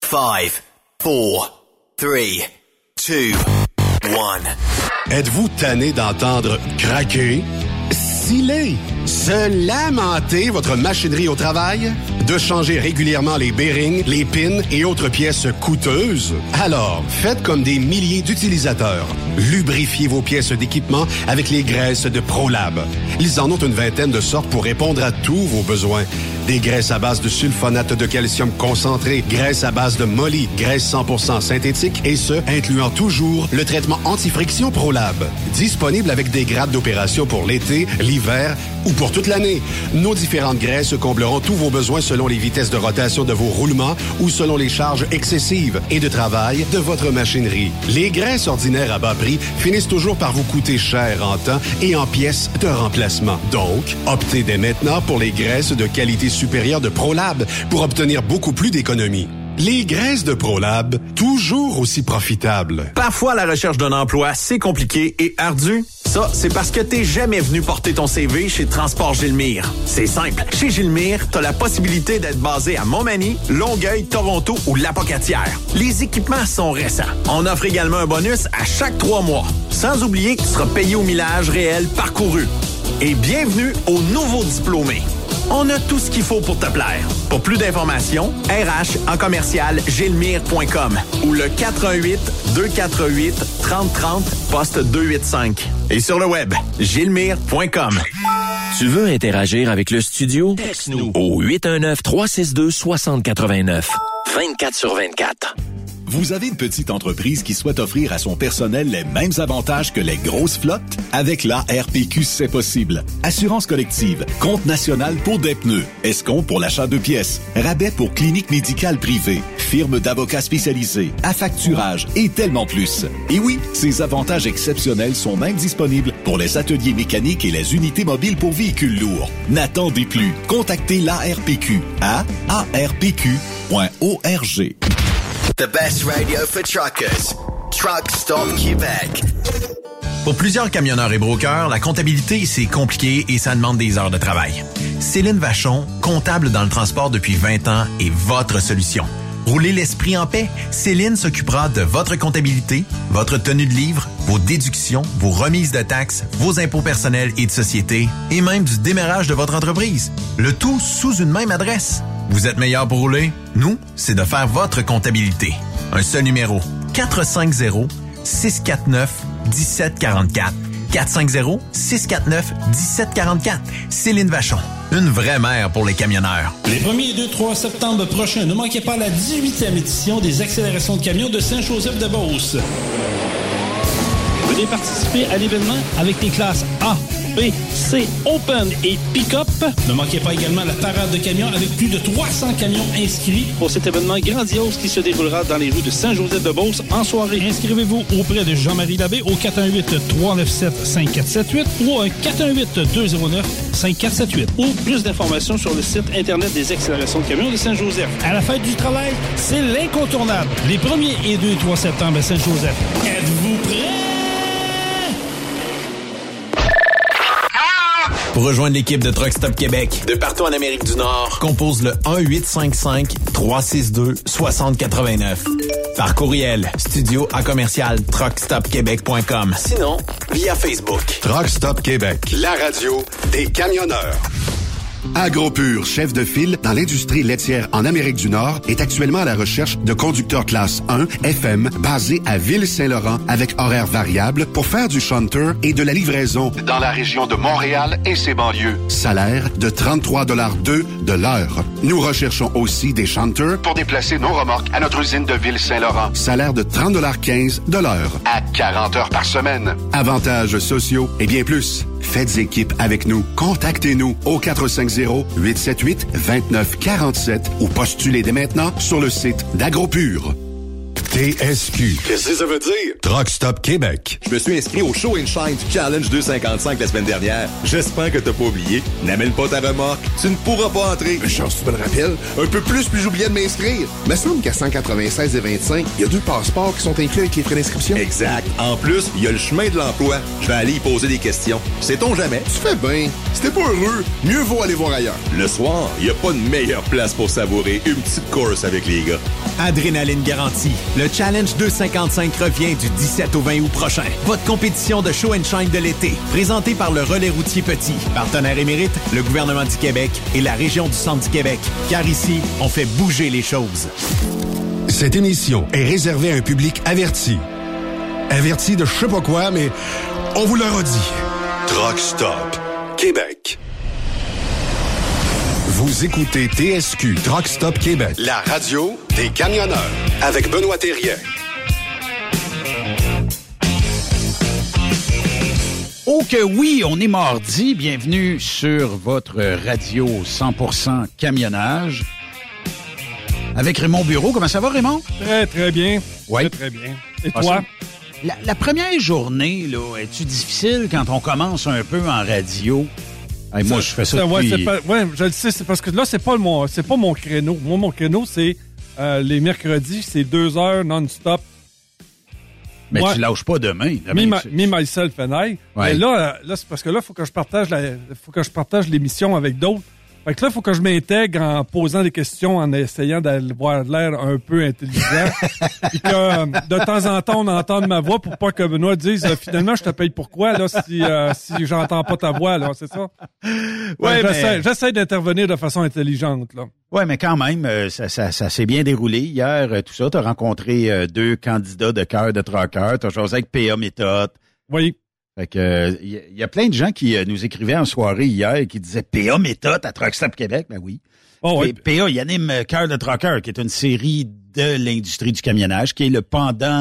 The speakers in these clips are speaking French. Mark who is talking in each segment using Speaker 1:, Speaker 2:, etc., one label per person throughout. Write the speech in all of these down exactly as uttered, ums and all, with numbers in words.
Speaker 1: five, four, three, two, one.
Speaker 2: Êtes-vous tanné d'entendre craquer, sciller, se lamenter votre machinerie au travail? De changer régulièrement les bearings, les pins et autres pièces coûteuses? Alors, faites comme des milliers d'utilisateurs. Lubrifiez vos pièces d'équipement avec les graisses de ProLab. Ils en ont une vingtaine de sortes pour répondre à tous vos besoins. Des graisses à base de sulfonate de calcium concentré, graisses à base de moly, graisse cent pour cent synthétique et ce, incluant toujours le traitement anti-friction ProLab. Disponible avec des grades d'opération pour l'été, l'hiver ou pour toute l'année. Nos différentes graisses combleront tous vos besoins selon les vitesses de rotation de vos roulements ou selon les charges excessives et de travail de votre machinerie. Les graisses ordinaires à bas prix finissent toujours par vous coûter cher en temps et en pièces de remplacement. Donc, optez dès maintenant pour les graisses de qualité supérieure de ProLab pour obtenir beaucoup plus d'économies. Les graisses de ProLab, toujours aussi profitables.
Speaker 3: Parfois, la recherche d'un emploi, c'est compliqué et ardu. Ça, c'est parce que t'es jamais venu porter ton C V chez Transport Gilmire. C'est simple. Chez Gilmire, t'as la possibilité d'être basé à Montmagny, Longueuil, Toronto ou Lapocatière. Les équipements sont récents. On offre également un bonus à chaque trois mois. Sans oublier que tu seras payé au millage réel parcouru. Et bienvenue aux nouveaux diplômés. On a tout ce qu'il faut pour te plaire. Pour plus d'informations, R H en commercial gilmire point com ou le quatre un huit, deux quatre huit, trente trente, poste deux cent quatre-vingt-cinq. Et sur le web, gilmire point com.
Speaker 4: Tu veux interagir avec le studio? Texte-nous au huit un neuf, trois six deux, six zéro huit neuf. vingt-quatre sur vingt-quatre.
Speaker 5: Vous avez une petite entreprise qui souhaite offrir à son personnel les mêmes avantages que les grosses flottes? Avec l'A R P Q, c'est possible. Assurance collective, compte national pour des pneus, escompte pour l'achat de pièces, rabais pour clinique médicale privée, firme d'avocats spécialisés, affacturage et tellement plus. Et oui, ces avantages exceptionnels sont même disponibles pour les ateliers mécaniques et les unités mobiles pour véhicules lourds. N'attendez plus. Contactez l'A R P Q à a r p q point org.
Speaker 1: The best radio for truckers. Truck Stop Québec.
Speaker 3: Pour plusieurs camionneurs et brokers, la comptabilité, c'est compliqué et ça demande des heures de travail. Céline Vachon, comptable dans le transport depuis vingt ans, est votre solution. Roulez l'esprit en paix. Céline s'occupera de votre comptabilité, votre tenue de livre, vos déductions, vos remises de taxes, vos impôts personnels et de société, et même du démarrage de votre entreprise. Le tout sous une même adresse. Vous êtes meilleur pour rouler? Nous, c'est de faire votre comptabilité. Un seul numéro. quatre cinq zéro, six quatre neuf, un sept quatre quatre. quatre cinq zéro, six quatre neuf, un sept quatre quatre. Céline Vachon. Une vraie mère pour les camionneurs.
Speaker 6: Les premier et deux trois septembre prochains, ne manquez pas la dix-huitième édition des accélérations de camions de Saint-Joseph-de-Beauce. Venez participer à l'événement avec les classes A, B, C, Open et Pick-up. Ne manquez pas également la parade de camions avec plus de trois cents camions inscrits pour cet événement grandiose qui se déroulera dans les rues de Saint-Joseph-de-Beauce en soirée. Inscrivez-vous auprès de Jean-Marie Labbé au quatre un huit, trois neuf sept, cinq quatre sept huit ou au quatre un huit, deux zéro neuf, cinq quatre sept huit. Ou plus d'informations sur le site Internet des accélérations de camions de Saint-Joseph. À la fête du travail, c'est l'incontournable. Les premiers et deux et trois septembre à Saint-Joseph. Êtes-vous prêts?
Speaker 3: Pour rejoindre l'équipe de Truck Stop Québec, de partout en Amérique du Nord, compose le un huit cinq cinq, trois six deux, six zéro huit neuf. Par courriel, studio à commercial truck stop québec point com. Sinon, via Facebook.
Speaker 2: Truck Stop Québec, la radio des camionneurs. AgroPure, chef de file dans l'industrie laitière en Amérique du Nord, est actuellement à la recherche de conducteurs classe un F M basés à Ville-Saint-Laurent avec horaires variables pour faire du shunter et de la livraison dans la région de Montréal et ses banlieues. Salaire de trente-trois dollars deux de l'heure. Nous recherchons aussi des shunters pour déplacer nos remorques à notre usine de Ville-Saint-Laurent. Salaire de trente dollars quinze de l'heure à quarante heures par semaine. Avantages sociaux et bien plus. Faites équipe avec nous. Contactez-nous au quatre cinq zéro, huit sept huit, deux neuf quatre sept ou postulez dès maintenant sur le site d'AgroPure. T S Q.
Speaker 7: Qu'est-ce que ça veut dire?
Speaker 2: Truck Stop Québec.
Speaker 7: Je me suis inscrit au Show and Shine du Challenge deux cent cinquante-cinq la semaine dernière. J'espère que t'as pas oublié. N'amène pas ta remorque. Tu ne pourras pas entrer.
Speaker 8: Mais chance, tu me le rappelles. Un peu plus, puis j'oubliais de m'inscrire. Mais ça me qu'à cent quatre-vingt-seize et vingt-cinq, il y a deux passeports qui sont inclus avec les frais d'inscription.
Speaker 7: Exact. En plus, il y a le chemin de l'emploi. Je vais aller y poser des questions. Sait-on jamais?
Speaker 8: Tu fais bien. Si t'es pas heureux, mieux vaut aller voir ailleurs.
Speaker 7: Le soir, il n'y a pas de meilleure place pour savourer une petite course avec les gars.
Speaker 3: Adrénaline Garantie. Le Challenge deux cent cinquante-cinq revient du dix-sept au vingt août prochain. Votre compétition de show and shine de l'été. Présentée par le Relais routier Petit. Partenaire émérite, le gouvernement du Québec et la région du Centre du Québec. Car ici, on fait bouger les choses.
Speaker 2: Cette émission est réservée à un public averti. Averti de je sais pas quoi, mais on vous le redit. Truck Stop Québec. Vous écoutez T S Q Truck Stop Québec, la radio des camionneurs avec Benoît Thérien.
Speaker 9: Oh que oui, on est mardi. Bienvenue sur votre radio cent pour cent camionnage. Avec Raymond Bureau. Comment ça va, Raymond?
Speaker 10: Très, très bien.
Speaker 9: Oui.
Speaker 10: Très, très bien. Et
Speaker 9: ah,
Speaker 10: toi?
Speaker 9: La, la première journée, là, est-tu difficile quand on commence un peu en radio? Hey, moi, je fais ça, ça depuis...
Speaker 10: Ouais, pas, ouais, je le sais, c'est parce que là, c'est pas mon, c'est pas mon créneau. Moi, mon créneau, c'est euh, les mercredis, c'est deux heures non-stop.
Speaker 9: Mais
Speaker 10: moi,
Speaker 9: tu lâches pas demain.
Speaker 10: Me, ma, me myself and I.
Speaker 9: Ouais.
Speaker 10: Mais là, là, c'est parce que là, il faut que je partage la, faut que je partage l'émission avec d'autres. Fait que là, il faut que je m'intègre en posant des questions, en essayant d'avoir l'air un peu intelligent. Puis que euh, de temps en temps, on entende ma voix pour pas que Benoît dise euh, finalement, je te paye pourquoi là si euh, si j'entends pas ta voix là, c'est ça? Ouais, ouais mais... j'essaie, j'essaie d'intervenir de façon intelligente là.
Speaker 9: Ouais, mais quand même, euh, ça, ça, ça s'est bien déroulé hier. Euh, tout ça, t'as rencontré euh, deux candidats de cœur de trucker. T'as choisi avec P A Méthode.
Speaker 10: Oui.
Speaker 9: Fait que il y, y a plein de gens qui euh, nous écrivaient en soirée hier et qui disaient P A Méthode à Truck Stop Québec. Ben oui.
Speaker 10: Oh, oui.
Speaker 9: P A, il anime Cœur de Trucker, qui est une série de l'industrie du camionnage, qui est le pendant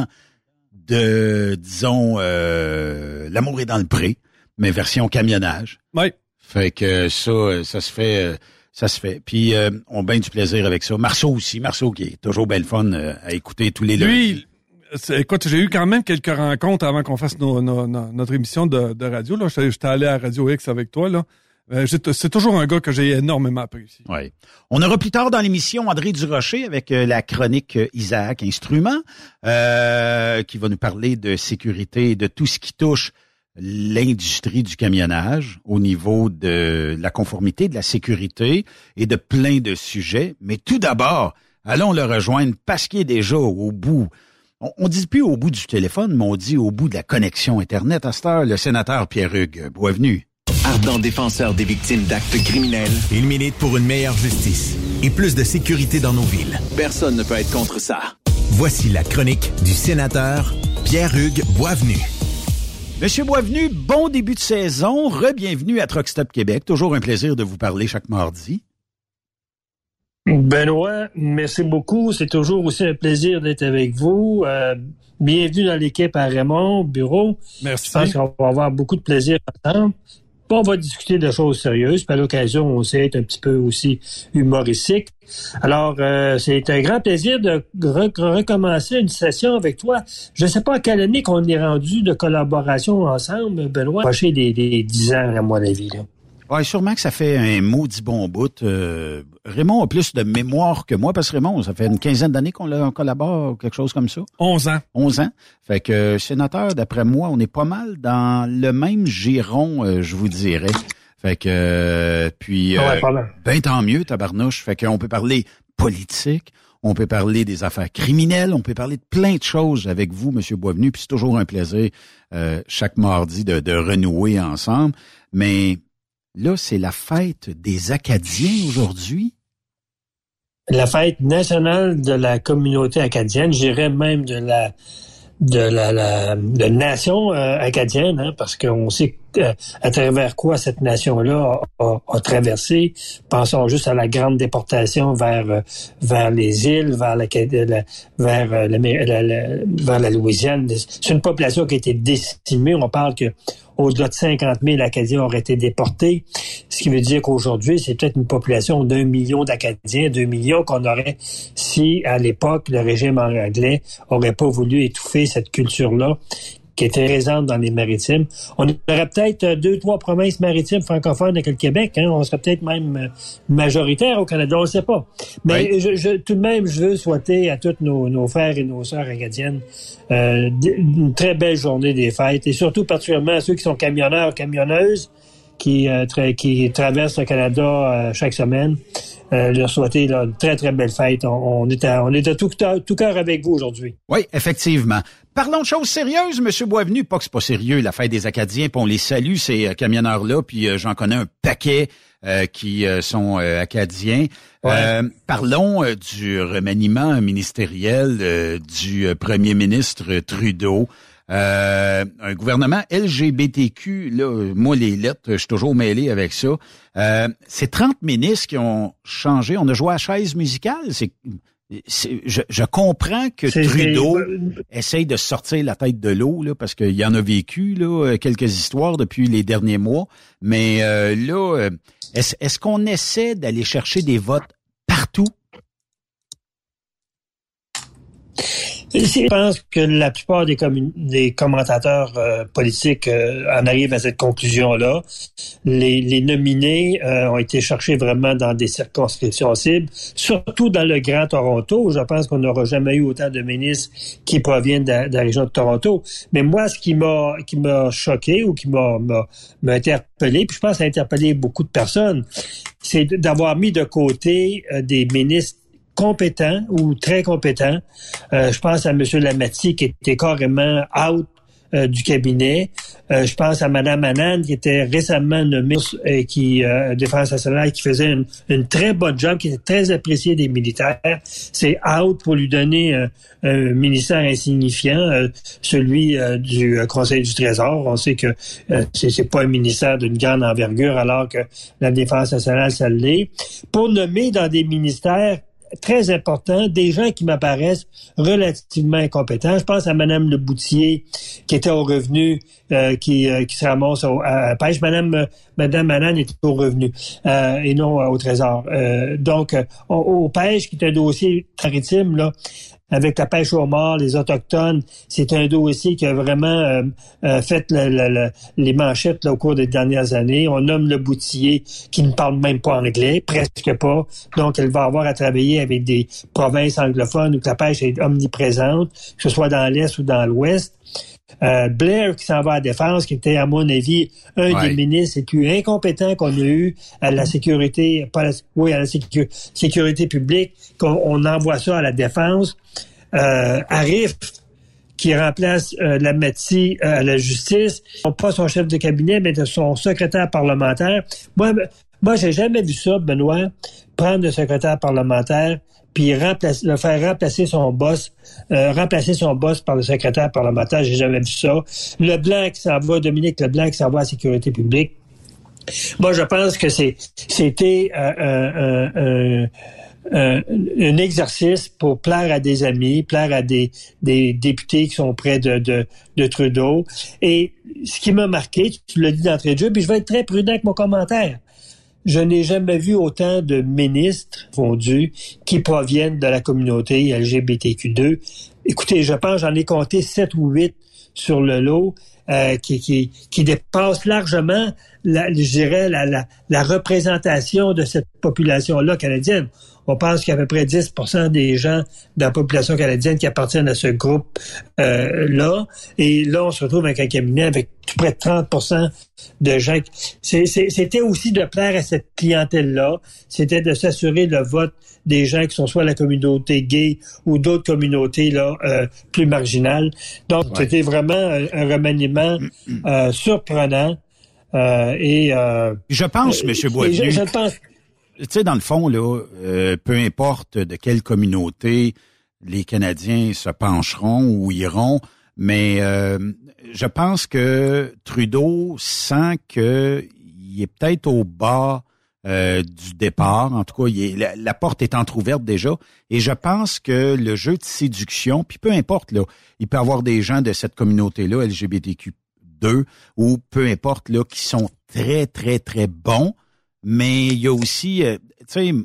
Speaker 9: de, disons, euh, L'amour est dans le pré, mais version camionnage.
Speaker 10: Oui.
Speaker 9: Fait que ça, ça se fait, ça se fait. Puis euh, on a bien du plaisir avec ça. Marceau aussi, Marceau qui est toujours belle fun euh, à écouter tous les
Speaker 10: lundis.
Speaker 9: Lui,
Speaker 10: écoute, j'ai eu quand même quelques rencontres avant qu'on fasse nos, nos, nos, notre émission de, de radio. Là, j'étais allé à Radio X avec toi là. Euh, c'est toujours un gars que j'ai énormément apprécié.
Speaker 9: Oui. On aura plus tard dans l'émission André Durocher avec euh, la chronique euh, Isaac Instruments, euh, qui va nous parler de sécurité et de tout ce qui touche l'industrie du camionnage au niveau de la conformité, de la sécurité et de plein de sujets. Mais tout d'abord, allons le rejoindre parce qu'il est déjà au bout. On, on dit plus au bout du téléphone, mais on dit au bout de la connexion Internet. À cette heure, le sénateur Pierre-Hugues Boisvenu.
Speaker 3: Ardent défenseur des victimes d'actes criminels, il milite pour une meilleure justice et plus de sécurité dans nos villes. Personne ne peut être contre ça. Voici la chronique du sénateur Pierre-Hugues Boisvenu.
Speaker 9: Monsieur Boisvenu, bon début de saison. Re-bienvenue à Truck Stop Québec. Toujours un plaisir de vous parler chaque mardi.
Speaker 11: Benoît, merci beaucoup. C'est toujours aussi un plaisir d'être avec vous. Euh, bienvenue dans l'équipe à Raymond, bureau.
Speaker 10: Merci.
Speaker 11: Je pense qu'on va avoir beaucoup de plaisir ensemble. On va discuter de choses sérieuses. Puis à l'occasion, on sait être un petit peu aussi humoristique. Alors, euh, c'est un grand plaisir de re- recommencer une session avec toi. Je ne sais pas à quelle année qu'on est rendu de collaboration ensemble, Benoît. Approcher des, des dix ans, à mon avis, là.
Speaker 9: Ouais, sûrement que ça fait un maudit bon bout. Euh, Raymond a plus de mémoire que moi, parce que Raymond, ça fait une quinzaine d'années qu'on on collabore ou quelque chose comme ça.
Speaker 10: Onze ans.
Speaker 9: Onze ans. Fait que, sénateur, d'après moi, on est pas mal dans le même giron, euh, je vous dirais. Fait que, euh, puis, euh,
Speaker 11: ouais,
Speaker 9: ben tant mieux, tabarnouche. Fait qu'on peut parler politique, on peut parler des affaires criminelles, on peut parler de plein de choses avec vous, Monsieur Boisvenu, puis c'est toujours un plaisir euh, chaque mardi de, de renouer ensemble. Mais là, c'est la fête des Acadiens aujourd'hui.
Speaker 11: La fête nationale de la communauté acadienne, je dirais même de la de la, la de nation euh, acadienne, hein, parce qu'on sait euh, à travers quoi cette nation-là a, a, a traversé. Pensons juste à la grande déportation vers euh, vers les îles, vers la, la vers euh, la, la, la vers la Louisiane. C'est une population qui a été décimée. On parle que au-delà de cinquante mille Acadiens auraient été déportés, ce qui veut dire qu'aujourd'hui, c'est peut-être une population d'un million d'Acadiens, deux millions qu'on aurait si, à l'époque, le régime anglais aurait pas voulu étouffer cette culture-là qui était présente dans les maritimes. On aurait peut-être deux, trois provinces maritimes francophones avec le Québec. Hein? On serait peut-être même majoritaire au Canada, on ne sait pas. Mais oui. je, je, tout de même, je veux souhaiter à tous nos, nos frères et nos sœurs acadiennes euh, une très belle journée des fêtes et surtout particulièrement à ceux qui sont camionneurs, camionneuses, qui, euh, tra- qui traversent le Canada euh, chaque semaine. Euh, leur souhaiter là, une très, très belle fête. On, on est à, on est à tout, tout cœur avec vous aujourd'hui.
Speaker 9: Oui, effectivement. Parlons de choses sérieuses, Monsieur Boisvenu. Pas que c'est pas sérieux, la fête des Acadiens, puis on les salue, ces euh, camionneurs-là, puis euh, j'en connais un paquet euh, qui euh, sont euh, acadiens. Ouais. Euh, parlons euh, du remaniement ministériel euh, du euh, premier ministre Trudeau. Euh, un gouvernement L G B T Q, là, moi, les lettres, je suis toujours mêlé avec ça. Euh, c'est trente ministres qui ont changé. On a joué à chaise musicale. C'est, c'est je, je comprends que c'est, Trudeau c'est... essaye de sortir la tête de l'eau, là, parce qu'il y en a vécu, là, quelques histoires depuis les derniers mois. Mais, euh, là, est-ce, est-ce qu'on essaie d'aller chercher des votes partout?
Speaker 11: Je pense que la plupart des, commun- des commentateurs euh, politiques euh, en arrivent à cette conclusion-là. Les, les nominés euh, ont été cherchés vraiment dans des circonscriptions cibles, surtout dans le Grand Toronto. Je pense qu'on n'aura jamais eu autant de ministres qui proviennent de, de la région de Toronto. Mais moi, ce qui m'a qui m'a choqué ou qui m'a, m'a, m'a interpellé, puis je pense que ça a interpellé beaucoup de personnes, c'est d'avoir mis de côté euh, des ministres compétent ou très compétent. Euh, je pense à M. Lametti qui était carrément out euh, du cabinet. Euh, je pense à Mme Anand qui était récemment nommée et qui euh, défense nationale, qui faisait une, une très bonne job, qui était très appréciée des militaires. C'est out pour lui donner euh, un ministère insignifiant, euh, celui euh, du Conseil du Trésor. On sait que euh, c'est, c'est pas un ministère d'une grande envergure alors que la défense nationale, ça l'est. Pour nommer dans des ministères très important, des gens qui m'apparaissent relativement incompétents. Je pense à Mme Leboutier, qui était au revenu, euh, qui, euh, qui se ramasse au, à la pêche. Mme, euh, Mme Manan est au revenu euh, et non euh, au Trésor. Euh, donc, euh, au, au pêche, qui est un dossier maritime, là, avec la pêche au mort, les Autochtones, c'est un dossier qui a vraiment euh, euh, fait le, le, le, les manchettes là, au cours des dernières années. On nomme le Boutier qui ne parle même pas anglais, presque pas. Donc, elle va avoir à travailler avec des provinces anglophones où la pêche est omniprésente, que ce soit dans l'Est ou dans l'Ouest. Euh, Blair qui s'en va à la défense, qui était à mon avis un ouais. des ministres les plus incompétents qu'on a eu à la sécurité, pas la, oui à la sécu, sécurité publique, qu'on on envoie ça à la défense. Euh, Arif qui remplace euh, Lametti euh, à la justice, non pas son chef de cabinet, mais de son secrétaire parlementaire. Moi, moi, j'ai jamais vu ça, Benoît, prendre le secrétaire parlementaire puis remplacer, le faire remplacer son boss, euh, remplacer son boss par le secrétaire parlementaire, j'ai jamais vu ça. Leblanc qui s'en va, Dominique Leblanc qui s'en va à la sécurité publique. Moi, je pense que c'est c'était euh, euh, euh, euh, un exercice pour plaire à des amis, plaire à des, des députés qui sont près de, de, de Trudeau. Et ce qui m'a marqué, tu l'as dit d'entrée de jeu, puis je vais être très prudent avec mon commentaire. Je n'ai jamais vu autant de ministres fondus qui proviennent de la communauté L G B T Q deux. Écoutez, je pense j'en ai compté sept ou huit sur le lot euh, qui, qui, qui dépassent largement, la, je dirais, la, la, la représentation de cette population-là canadienne. On pense qu'il y a à peu près dix pour cent des gens de la population canadienne qui appartiennent à ce groupe-là. Euh, et là, on se retrouve avec un cabinet avec près de trente pour cent de gens. C'est, c'est, c'était aussi de plaire à cette clientèle-là. C'était de s'assurer le vote des gens qui sont soit la communauté gay ou d'autres communautés là euh, plus marginales. Donc, ouais. C'était vraiment un, un remaniement euh, surprenant. Euh, et euh,
Speaker 9: Je pense, euh, M. Boisvenu...
Speaker 11: Je, je pense...
Speaker 9: Tu sais, dans le fond, là, euh, peu importe de quelle communauté les Canadiens se pencheront ou iront, mais euh, je pense que Trudeau sent qu'il est peut-être au bas euh, du départ. En tout cas, il est, la, la porte est entrouverte déjà. Et je pense que le jeu de séduction, puis peu importe, là, il peut y avoir des gens de cette communauté-là, L G B T Q deux, ou peu importe, là, qui sont très, très, très bons. Mais il y a aussi, euh, tu sais,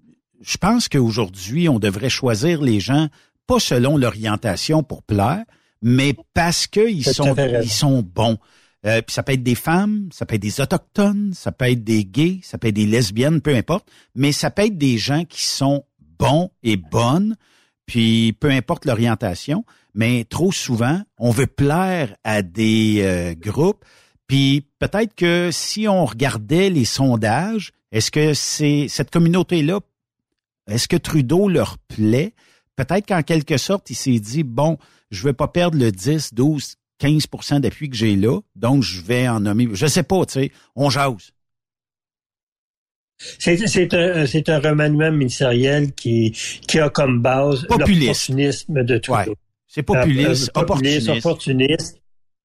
Speaker 9: je pense qu'aujourd'hui, on devrait choisir les gens pas selon l'orientation pour plaire, mais parce qu'ils sont ils sont bons. Euh, puis ça peut être des femmes, ça peut être des autochtones, ça peut être des gays, ça peut être des lesbiennes, peu importe, mais ça peut être des gens qui sont bons et bonnes, puis peu importe l'orientation, mais trop souvent, on veut plaire à des euh, groupes. Puis peut-être que si on regardait les sondages, est-ce que c'est cette communauté-là, est-ce que Trudeau leur plaît? Peut-être qu'en quelque sorte, il s'est dit, bon, je vais pas perdre le dix, douze, quinze pour cent d'appui que j'ai là, donc je vais en nommer. Je sais pas, tu sais, on jase.
Speaker 11: C'est, c'est, un, c'est un remaniement ministériel qui, qui a comme base
Speaker 9: populiste.
Speaker 11: L'opportunisme de Trudeau. Ouais.
Speaker 9: C'est populiste, euh,
Speaker 11: populiste, opportuniste. opportuniste.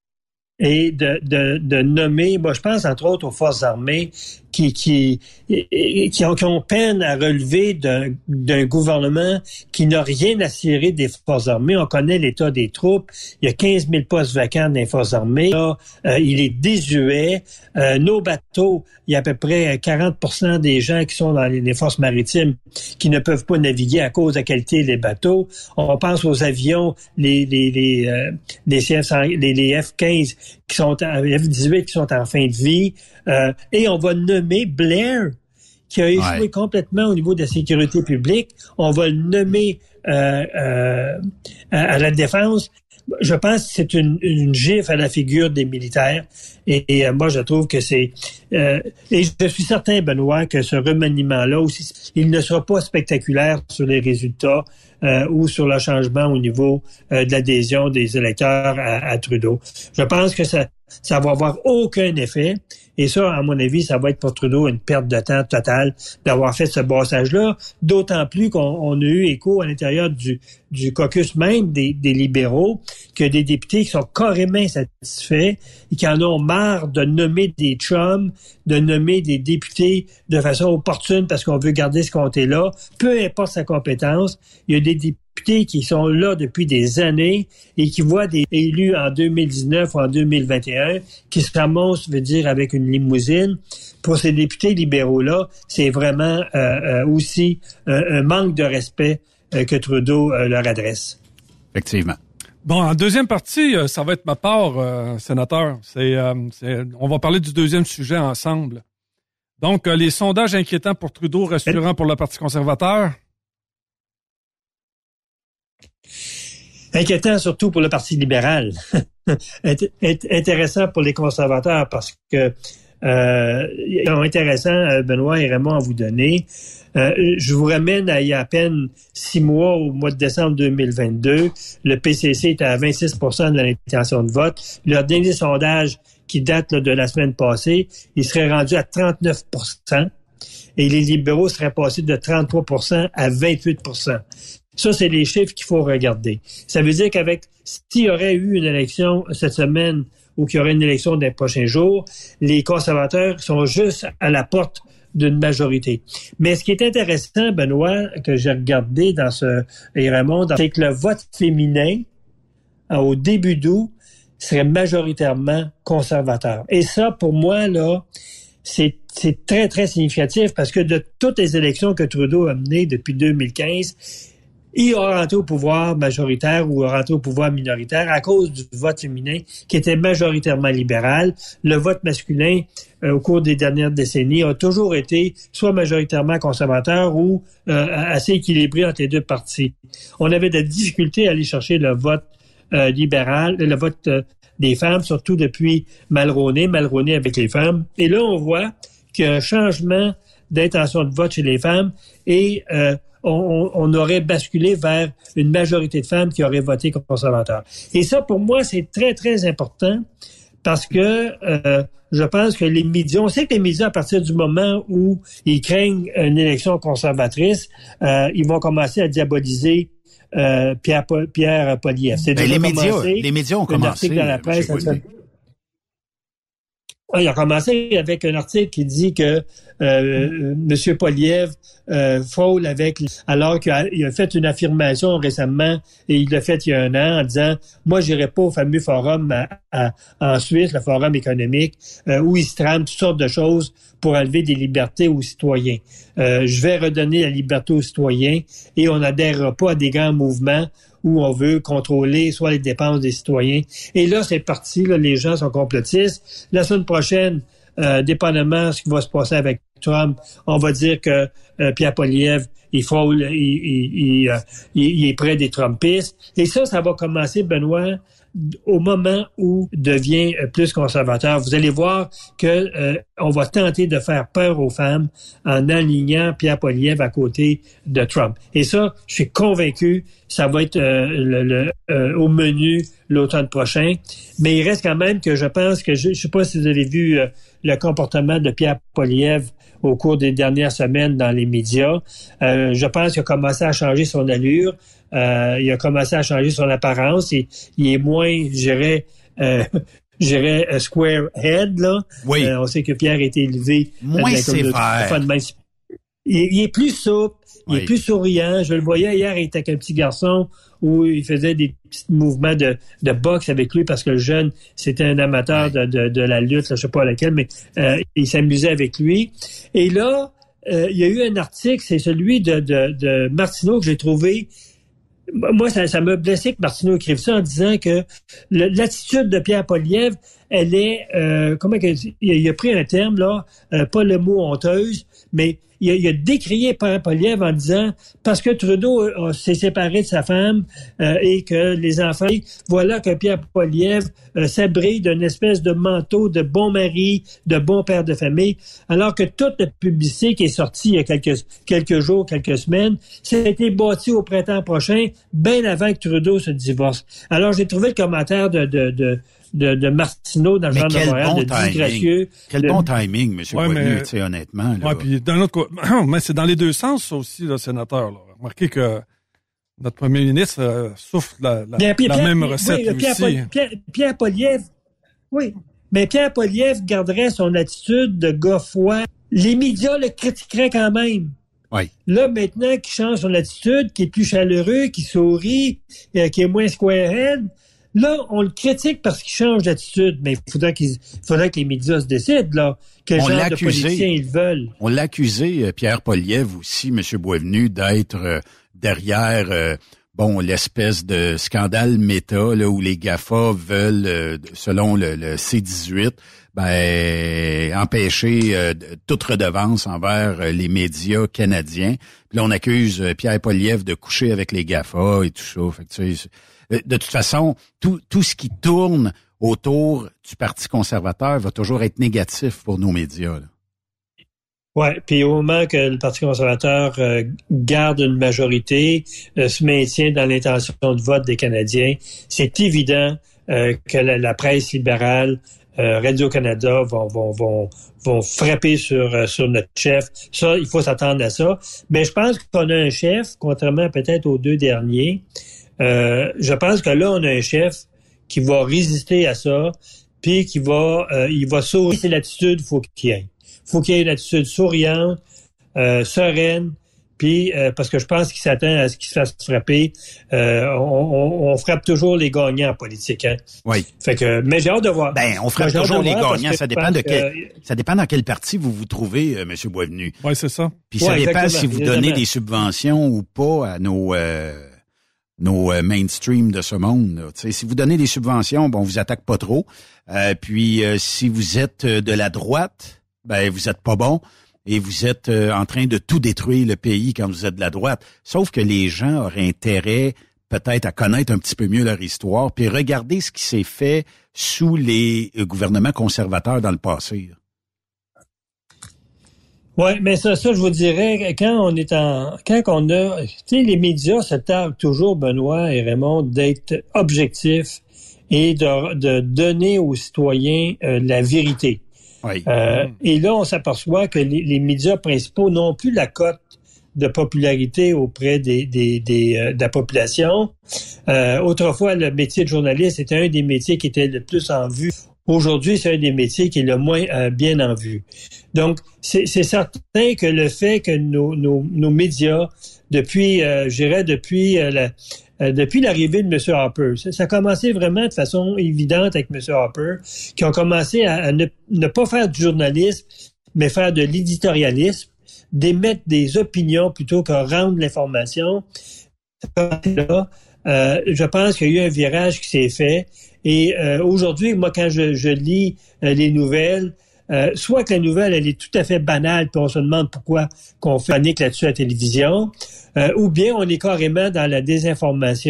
Speaker 11: Et de, de, de nommer, moi je pense entre autres aux forces armées qui qui qui ont, qui ont peine à relever d'un, d'un gouvernement qui n'a rien à cirer des forces armées. On connaît l'état des troupes. Il y a quinze mille postes vacants dans les forces armées. Là, euh, il est désuet. Euh, nos bateaux, il y a à peu près quarante pour cent des gens qui sont dans les, les forces maritimes qui ne peuvent pas naviguer à cause de la qualité des bateaux. On pense aux avions, les les les euh, les, C F, les, les F quinze qui sont en, F dix-huit qui sont en fin de vie. Euh, et on va nommer Blair, qui a échoué ouais. complètement au niveau de la sécurité publique. On va le nommer euh, euh, à, à la défense. Je pense que c'est une, une gifle à la figure des militaires. Et, et euh, moi, je trouve que c'est... Euh, et je suis certain, Benoît, que ce remaniement-là aussi, il ne sera pas spectaculaire sur les résultats euh, ou sur le changement au niveau euh, de l'adhésion des électeurs à, à Trudeau. Je pense que ça ça va avoir aucun effet. Et ça, à mon avis, ça va être pour Trudeau une perte de temps totale d'avoir fait ce brassage-là, d'autant plus qu'on on a eu écho à l'intérieur du, du caucus même des, des libéraux, que des députés qui sont carrément insatisfaits et qui en ont marre de nommer des chums, de nommer des députés de façon opportune parce qu'on veut garder ce comté-là, peu importe sa compétence. Il y a des députés qui sont là depuis des années et qui voient des élus en deux mille dix-neuf ou en deux mille vingt et un qui se ramassent, veut dire, avec une limousine. Pour ces députés libéraux-là, c'est vraiment euh, euh, aussi un, un manque de respect euh, que Trudeau euh, leur adresse.
Speaker 9: Effectivement.
Speaker 10: Bon, en deuxième partie, ça va être ma part, euh, sénateur. C'est, euh, c'est, on va parler du deuxième sujet ensemble. Donc, euh, les sondages inquiétants pour Trudeau, rassurants pour le Parti conservateur.
Speaker 11: Inquiétant surtout pour le Parti libéral. Intéressant pour les conservateurs parce que euh, intéressant, Benoît et Raymond, à vous donner. Euh, je vous ramène à il y a à peine six mois, au mois de décembre deux mille vingt-deux. Le P C C était à vingt-six pour cent de l'intention de vote. Leur dernier sondage, qui date là, de la semaine passée, il serait rendu à trente-neuf pour cent. Et les libéraux seraient passés de trente-trois pour cent à vingt-huit pour cent. Ça, c'est les chiffres qu'il faut regarder. Ça veut dire qu'avec, s'il y aurait eu une élection cette semaine ou qu'il y aurait une élection dans les prochains jours, les conservateurs sont juste à la porte d'une majorité. Mais ce qui est intéressant, Benoît, que j'ai regardé dans ce, et Raymond, c'est que le vote féminin, au début d'août, serait majoritairement conservateur. Et ça, pour moi, là, c'est, c'est très, très significatif parce que de toutes les élections que Trudeau a menées depuis deux mille quinze, il a rentré au pouvoir majoritaire ou a rentré au pouvoir minoritaire à cause du vote féminin qui était majoritairement libéral. Le vote masculin, euh, au cours des dernières décennies, a toujours été soit majoritairement conservateur ou euh, assez équilibré entre les deux partis. On avait de la difficulté à aller chercher le vote euh, libéral, le vote euh, des femmes, surtout depuis Mulroney, Mulroney avec les femmes. Et là, on voit qu'il y a un changement d'intention de vote chez les femmes et euh, On, on aurait basculé vers une majorité de femmes qui auraient voté conservateur. Et ça, pour moi, c'est très, très important parce que euh, je pense que les médias, on sait que les médias, à partir du moment où ils craignent une élection conservatrice, euh, ils vont commencer à diaboliser euh, Pierre, Pierre Poilievre. C'est
Speaker 9: ben, les médias, les médias ont commencé.
Speaker 11: Dans la presse, il a commencé avec un article qui dit que euh, M. Poilievre euh, frôle avec... Alors qu'il a, il a fait une affirmation récemment, et il l'a fait il y a un an, en disant « Moi, j'irai pas au fameux forum à, à, en Suisse, le forum économique, euh, où il se trame toutes sortes de choses pour enlever des libertés aux citoyens. Euh, je vais redonner la liberté aux citoyens et on n'adhérera pas à des grands mouvements où on veut contrôler soit les dépenses des citoyens. » Et là, c'est parti, là, les gens sont complotistes. La semaine prochaine, euh, dépendamment de ce qui va se passer avec Trump, on va dire que euh, Pierre Poilievre, il frôle, il, il, il, euh, il, il est près des Trumpistes. Et ça, ça va commencer, Benoît, au moment où devient plus conservateur. Vous allez voir que euh, on va tenter de faire peur aux femmes en alignant Pierre Poilievre à côté de Trump. Et ça, je suis convaincu, ça va être euh, le, le, euh, au menu l'automne prochain. Mais il reste quand même que je pense que, je ne sais pas si vous avez vu euh, le comportement de Pierre Poilievre au cours des dernières semaines dans les médias. Euh, je pense qu'il a commencé à changer son allure. Euh, il a commencé à changer son apparence. Et, il est moins, je dirais, euh, je dirais, uh, square head, là.
Speaker 9: Oui.
Speaker 11: Euh, on sait que Pierre a été élevé.
Speaker 9: Moins sévère.
Speaker 11: Il, il est plus souple. Il
Speaker 9: oui.
Speaker 11: est plus souriant. Je le voyais hier, il était avec un petit garçon où il faisait des petits mouvements de, de boxe avec lui parce que le jeune, c'était un amateur oui. de, de, de la lutte, là, je sais pas laquelle, mais euh, il s'amusait avec lui. Et là, euh, il y a eu un article, c'est celui de, de, de Martineau que j'ai trouvé. Moi, ça, ça m'a blessé que Martineau écrive ça en disant que le, l'attitude de Pierre Poilievre, elle est, euh, comment il, il a pris un terme, là, euh, pas le mot honteuse, mais il a, il a décrié Pierre Poilievre en disant, parce que Trudeau euh, s'est séparé de sa femme euh, et que les enfants, voilà que Pierre Poilievre euh, s'abrite d'une espèce de manteau de bon mari, de bon père de famille, alors que toute la publicité qui est sortie il y a quelques, quelques jours, quelques semaines, ça a été bâti au printemps prochain, bien avant que Trudeau se divorce. Alors, j'ai trouvé le commentaire de, de, de De, de Martineau dans le genre de Montréal,
Speaker 9: bon
Speaker 11: de disgracieux.
Speaker 9: Quel
Speaker 11: de...
Speaker 9: bon timing, M.
Speaker 10: Ouais,
Speaker 9: Boisvenu, tu sais, honnêtement. Là.
Speaker 10: Ouais, puis d'un autre côté, mais c'est dans les deux sens, ça aussi, là, sénateur. Là. Remarquez que notre premier ministre euh, souffre la, la,
Speaker 11: bien, Pierre,
Speaker 10: la même
Speaker 11: Pierre,
Speaker 10: recette
Speaker 11: oui, Pierre,
Speaker 10: aussi.
Speaker 11: Paul, Pierre, Pierre Poilievre, oui, mais Pierre Poilievre garderait son attitude de gars froid. Les médias le critiqueraient quand même.
Speaker 9: Oui.
Speaker 11: Là, maintenant, qu'il change son attitude, qu'il est plus chaleureux, qu'il sourit, euh, qu'il est moins squarehead, là, on le critique parce qu'il change d'attitude, mais il faudrait, qu'il, faudrait que les médias se décident, là, quel
Speaker 9: on
Speaker 11: genre
Speaker 9: l'a
Speaker 11: de
Speaker 9: accusé,
Speaker 11: politiciens ils veulent.
Speaker 9: On l'a accusé, euh, Pierre Poilievre aussi, M. Boisvenu, d'être euh, derrière, euh, bon, l'espèce de scandale méta, là, où les GAFA veulent, euh, selon le, le C dix-huit, ben, empêcher euh, toute redevance envers euh, les médias canadiens. Puis là, on accuse euh, Pierre Poilievre de coucher avec les GAFA et tout ça. Fait que, tu sais, de toute façon, tout, tout ce qui tourne autour du Parti conservateur va toujours être négatif pour nos médias.
Speaker 11: Oui, puis au moment que le Parti conservateur euh, garde une majorité, euh, se maintient dans l'intention de vote des Canadiens, c'est évident euh, que la, la presse libérale, euh, Radio-Canada vont, vont, vont, vont frapper sur, euh, sur notre chef. Ça, il faut s'attendre à ça. Mais je pense qu'on a un chef, contrairement peut-être aux deux derniers, Euh, je pense que là, on a un chef qui va résister à ça, puis qui va, euh, il va sourire. C'est l'attitude, faut qu'il y ait. Faut qu'il y ait une attitude souriante, euh, sereine, puis euh, parce que je pense qu'il s'attend à ce qu'il se fasse frapper. Euh, on, on, on frappe toujours les gagnants en politique, hein.
Speaker 9: Oui.
Speaker 11: Fait que, mais j'ai hâte de voir.
Speaker 9: Ben, on frappe toujours les gagnants. Ça dépend de quel, que... ça dépend dans quel parti vous vous trouvez, euh, M. Boisvenu.
Speaker 10: Oui, c'est ça.
Speaker 9: Puis ça
Speaker 11: ouais,
Speaker 9: dépend
Speaker 11: exactement,
Speaker 9: si vous
Speaker 11: exactement.
Speaker 9: donnez des subventions ou pas à nos euh, nos euh, mainstream de ce monde. Si vous donnez des subventions, bon, on vous attaque pas trop. Euh, puis euh, si vous êtes de la droite, ben vous êtes pas bon et vous êtes euh, en train de tout détruire le pays quand vous êtes de la droite. Sauf que les gens auraient intérêt peut-être à connaître un petit peu mieux leur histoire, puis regarder ce qui s'est fait sous les euh, gouvernements conservateurs dans le passé.
Speaker 11: Oui, mais ça, ça, je vous dirais, quand on est en, quand on a, tu sais, les médias se targuent toujours, Benoît et Raymond, d'être objectifs et de, de donner aux citoyens euh, la vérité.
Speaker 9: Oui.
Speaker 11: Euh, et là, on s'aperçoit que les, les médias principaux n'ont plus la cote de popularité auprès des, des, des euh, de la population. Euh, autrefois, le métier de journaliste était un des métiers qui était le plus en vue. Aujourd'hui, c'est un des métiers qui est le moins euh, bien en vue. Donc, c'est, c'est certain que le fait que nos, nos, nos médias, depuis, euh, je dirais, depuis euh, la, euh, depuis l'arrivée de M. Harper, ça, ça a commencé vraiment de façon évidente avec M. Harper, qui ont commencé à, à ne, ne pas faire du journalisme, mais faire de l'éditorialisme, d'émettre des opinions plutôt que rendre l'information. Là, euh, je pense qu'il y a eu un virage qui s'est fait. Et euh, aujourd'hui, moi, quand je, je lis euh, les nouvelles, euh, soit que la nouvelle, elle est tout à fait banale, puis on se demande pourquoi qu'on fait panique là-dessus à la télévision, euh, ou bien on est carrément dans la désinformation,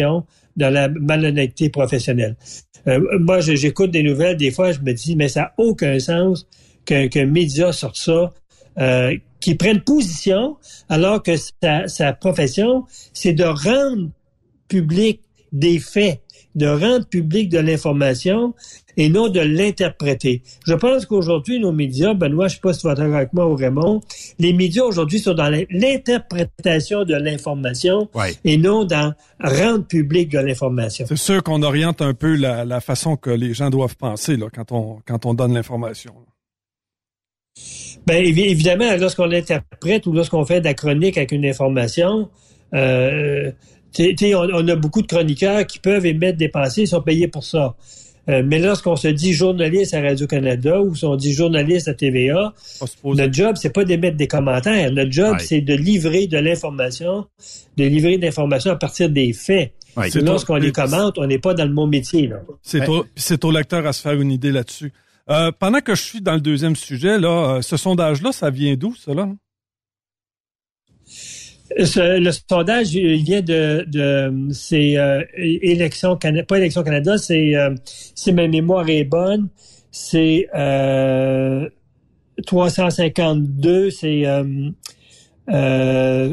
Speaker 11: dans la malhonnêteté professionnelle. Euh, moi, j'écoute des nouvelles, des fois, je me dis, mais ça n'a aucun sens qu'un, qu'un média sorte ça, euh, qui prenne position, alors que sa, sa profession, c'est de rendre public des faits, de rendre public de l'information et non de l'interpréter. Je pense qu'aujourd'hui, nos médias, Benoît, je ne sais pas si tu vas être d'accord avec moi ou Raymond, les médias aujourd'hui sont dans l'interprétation de l'information
Speaker 9: ouais.
Speaker 11: et non dans rendre public de l'information.
Speaker 10: C'est sûr qu'on oriente un peu la, la façon que les gens doivent penser là, quand on, quand on donne l'information.
Speaker 11: Bien, évidemment, lorsqu'on l'interprète ou lorsqu'on fait de la chronique avec une information, euh, t'sais, t'sais, on, on a beaucoup de chroniqueurs qui peuvent émettre des pensées, ils sont payés pour ça. Euh, mais lorsqu'on se dit journaliste à Radio-Canada ou si on dit journaliste à T V A, notre job, c'est pas d'émettre des commentaires. Notre job, ouais. c'est de livrer de l'information, de livrer de l'information à partir des faits. Ouais. Lorsqu'on les commente, on n'est pas dans le bon métier. Là.
Speaker 10: C'est, ouais. au, c'est au lecteur à se faire une idée là-dessus. Euh, pendant que je suis dans le deuxième sujet, là, euh, ce sondage-là, ça vient d'où, ça, là?
Speaker 11: Ce, le sondage, il vient de, de c'est euh, élection Canada, pas élection Canada, c'est euh, si ma mémoire est bonne, c'est euh, trois cent cinquante-deux, c'est euh, euh,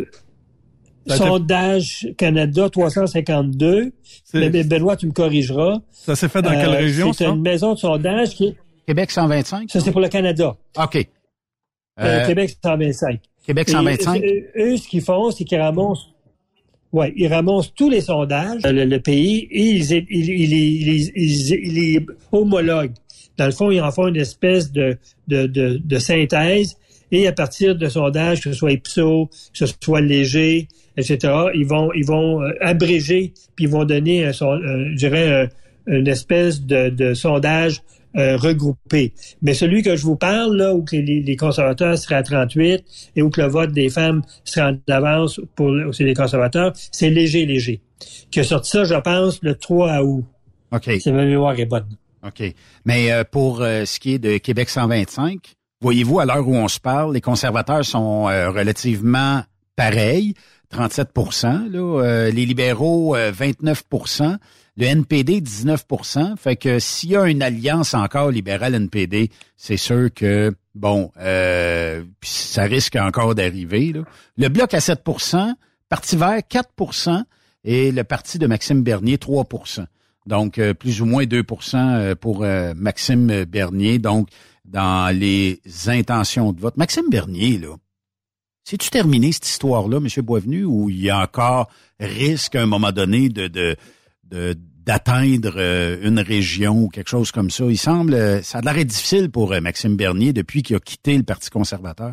Speaker 11: sondage Canada trois cent cinquante-deux. Mais Benoît, tu me corrigeras.
Speaker 10: Ça s'est fait dans quelle euh, région,
Speaker 11: c'est
Speaker 10: ça?
Speaker 11: C'est une maison de sondage qui
Speaker 9: Québec cent vingt-cinq?
Speaker 11: Ça, c'est pour le Canada.
Speaker 9: OK.
Speaker 11: Euh,
Speaker 9: Euh,
Speaker 11: Québec cent vingt-cinq.
Speaker 9: Québec cent vingt-cinq?
Speaker 11: Et, eux, ce qu'ils font, c'est qu'ils ramassent, ouais, ils ramassent tous les sondages, le, le pays, et ils, ils, ils, ils, ils, ils les homologuent. Dans le fond, ils en font une espèce de, de, de, de synthèse, et à partir de sondages, que ce soit Ipsos, que ce soit Léger, et cetera, ils vont, ils vont euh, abréger, puis ils vont donner, un, un, je dirais, un, une espèce de, de sondage Euh, regroupés. Mais celui que je vous parle, là, où que les, les conservateurs seraient à trente-huit et où que le vote des femmes serait en avance pour aussi les conservateurs, c'est Léger, Léger. Qui a sorti ça, je pense, le trois août.
Speaker 9: OK.
Speaker 11: Si ma mémoire est bonne.
Speaker 9: OK. Mais euh, pour euh, ce qui est de Québec cent vingt-cinq, voyez-vous, à l'heure où on se parle, les conservateurs sont euh, relativement pareils, trente-sept pour cent, là, euh, les libéraux, euh, vingt-neuf pour cent. Le N P D, dix-neuf pour cent. Fait que s'il y a une alliance encore libérale-N P D, c'est sûr que, bon, euh, ça risque encore d'arriver. Là. Le Bloc à sept pour cent, Parti vert, quatre pour cent, et le parti de Maxime Bernier, trois pour cent. Donc, euh, plus ou moins deux pour cent pour euh, Maxime Bernier. Donc, dans les intentions de vote. Maxime Bernier, là, c'est-tu terminé cette histoire-là, M. Boisvenu, ou il y a encore risque à un moment donné de... de De, d'atteindre euh, une région ou quelque chose comme ça. Il semble, euh, ça a l'air difficile pour euh, Maxime Bernier depuis qu'il a quitté le Parti conservateur.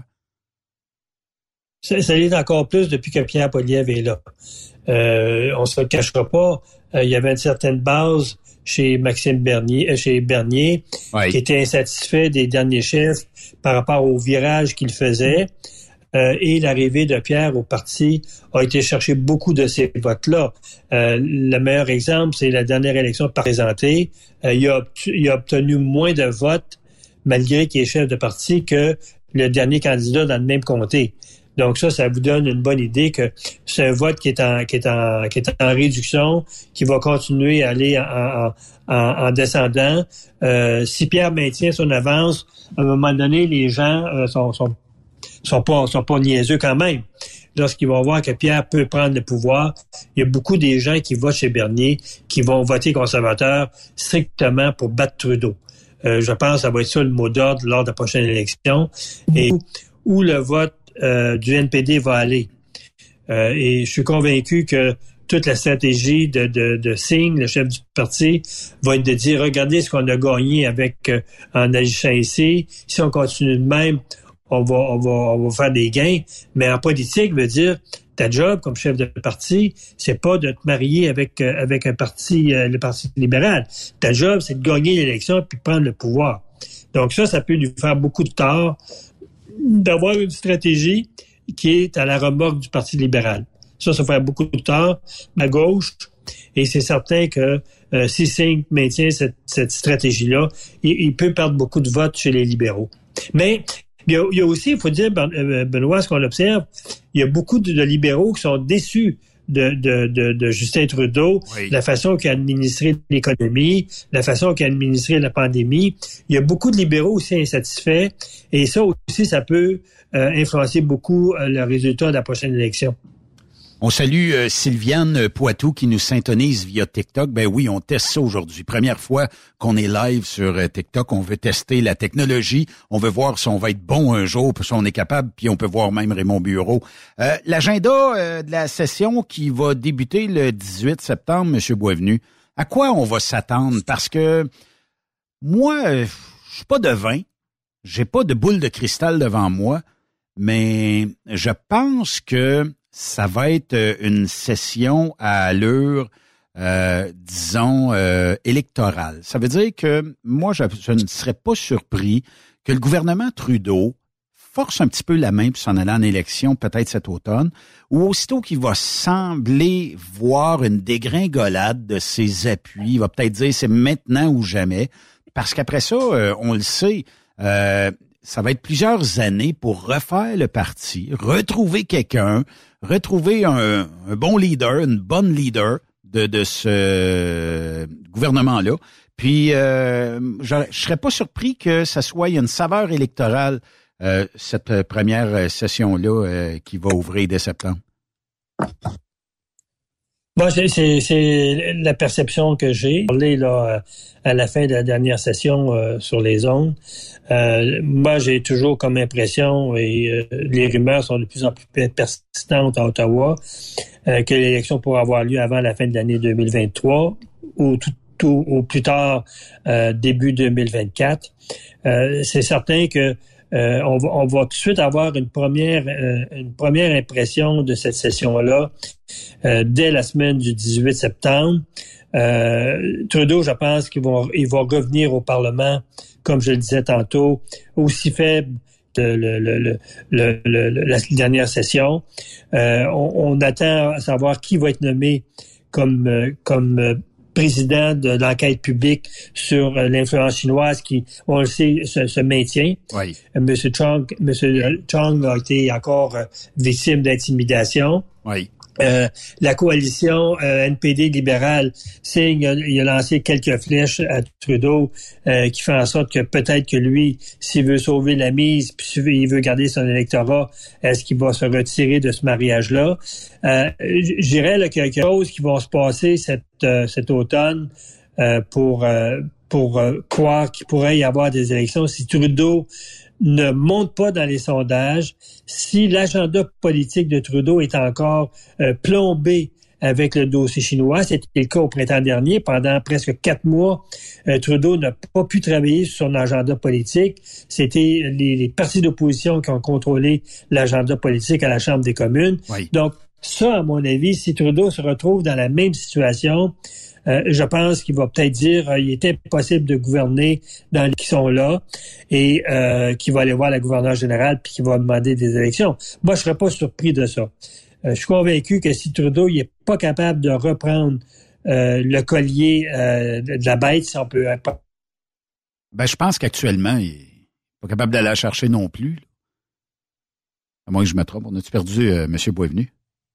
Speaker 11: Ça, ça l'est encore plus depuis que Pierre Poilievre est là. Euh, on se le cachera pas. Euh, il y avait une certaine base chez Maxime Bernier, euh, chez Bernier, oui. qui était insatisfait des derniers chefs par rapport au virage qu'il faisait. Euh, et l'arrivée de Pierre au parti a été chercher beaucoup de ces votes-là. Euh, le meilleur exemple, c'est la dernière élection présentée. Euh, il, a obtenu, il a obtenu moins de votes, malgré qu'il est chef de parti, que le dernier candidat dans le même comté. Donc ça, ça vous donne une bonne idée que c'est un vote qui est en, qui est en, qui est en réduction, qui va continuer à aller en, en, en descendant. Euh, si Pierre maintient son avance, à un moment donné, les gens euh, sont, sont sont pas sont pas niaiseux quand même. Lorsqu'ils vont voir que Pierre peut prendre le pouvoir, il y a beaucoup des gens qui votent chez Bernier qui vont voter conservateur strictement pour battre Trudeau. Euh, je pense que ça va être ça le mot d'ordre lors de la prochaine élection. Et où, où le vote euh, du N P D va aller. Euh, et je suis convaincu que toute la stratégie de, de, de Singh, le chef du parti, va être de dire, regardez ce qu'on a gagné avec euh, en agissant ici. Si on continue de même, On va, on va, on va faire des gains, mais en politique, veut dire ta job comme chef de parti, c'est pas de te marier avec euh, avec un parti, euh, le parti libéral. Ta job, c'est de gagner l'élection puis de prendre le pouvoir. Donc ça, ça peut lui faire beaucoup de tort d'avoir une stratégie qui est à la remorque du Parti libéral. Ça, ça fait beaucoup de tort à gauche, et c'est certain que euh, si Singh maintient cette, cette stratégie-là, il, il peut perdre beaucoup de votes chez les libéraux. Mais il y a, il y a aussi, il faut dire, Benoît, ce qu'on observe, il y a beaucoup de, de libéraux qui sont déçus de, de, de, de Justin Trudeau, oui. la façon qu'il a administré l'économie, la façon qu'il a administré la pandémie. Il y a beaucoup de libéraux aussi insatisfaits et ça aussi, ça peut euh, influencer beaucoup euh, le résultat de la prochaine élection.
Speaker 9: On salue euh, Sylviane Poitou qui nous syntonise via TikTok. Ben oui, on teste ça aujourd'hui. Première fois qu'on est live sur euh, TikTok. On veut tester la technologie. On veut voir si on va être bon un jour, si on est capable. Puis on peut voir même Raymond Bureau. Euh, l'agenda euh, de la session qui va débuter le dix-huit septembre, Monsieur Boisvenu, à quoi on va s'attendre? Parce que moi, euh, je suis pas devin. J'ai pas de boule de cristal devant moi. Mais je pense que ça va être une session à allure, euh, disons, euh, électorale. Ça veut dire que moi, je, je ne serais pas surpris que le gouvernement Trudeau force un petit peu la main pour s'en aller en élection, peut-être cet automne, ou aussitôt qu'il va sembler voir une dégringolade de ses appuis, il va peut-être dire c'est maintenant ou jamais, parce qu'après ça, euh, on le sait, euh, ça va être plusieurs années pour refaire le parti, retrouver quelqu'un, retrouver un, un bon leader, une bonne leader de, de ce gouvernement-là. Puis, euh, je ne serais pas surpris que ça soit une saveur électorale, euh, cette première session-là euh, qui va ouvrir dès septembre.
Speaker 11: Bon, c'est, c'est, c'est la perception que j'ai. Parlé là à la fin de la dernière session euh, sur les ondes. Euh, moi, j'ai toujours comme impression, et euh, les rumeurs sont de plus en plus persistantes à Ottawa, euh, que l'élection pourra avoir lieu avant la fin de l'année deux mille vingt-trois ou tout, tout au plus tard euh, début deux mille vingt-quatre. Euh, c'est certain que Euh, on, va, on va tout de suite avoir une première euh, une première impression de cette session-là euh, dès la semaine du dix-huit septembre. Euh, Trudeau, je pense qu'il va, il va revenir au Parlement, comme je le disais tantôt, aussi faible que le, le, le, le, le, la dernière session. Euh, on, on attend à savoir qui va être nommé comme euh, comme euh, président de l'enquête publique sur l'influence chinoise qui, on le sait, se, se maintient.
Speaker 9: Oui.
Speaker 11: Monsieur Chong, Monsieur Chong a été encore victime d'intimidation.
Speaker 9: Oui.
Speaker 11: Euh, la coalition euh, N P D libérale signe, il a lancé quelques flèches à Trudeau euh, qui fait en sorte que peut-être que lui, s'il veut sauver la mise, puis s'il veut garder son électorat, est-ce qu'il va se retirer de ce mariage-là? Euh, je dirais là, qu'il y a quelque chose qui va se passer cet, euh, cet automne euh, pour, euh, pour euh, croire qu'il pourrait y avoir des élections si Trudeau ne monte pas dans les sondages, si l'agenda politique de Trudeau est encore euh, plombé avec le dossier chinois, c'était le cas au printemps dernier. Pendant presque quatre mois, euh, Trudeau n'a pas pu travailler sur son agenda politique. C'était les, les partis d'opposition qui ont contrôlé l'agenda politique à la Chambre des communes.
Speaker 9: Oui.
Speaker 11: Donc, ça, à mon avis, si Trudeau se retrouve dans la même situation, Euh, je pense qu'il va peut-être dire euh, il est impossible de gouverner dans les qui sont là et euh, qu'il va aller voir la gouverneure générale puis qu'il va demander des élections. Moi, je serais pas surpris de ça. Euh, je suis convaincu que si Trudeau il est pas capable de reprendre euh, le collier euh, de la bête, si on peut.
Speaker 9: Ben, je pense qu'actuellement, il est pas capable d'aller la chercher non plus. À moins que je me trompe. On a-tu perdu euh, M. Boisvenu?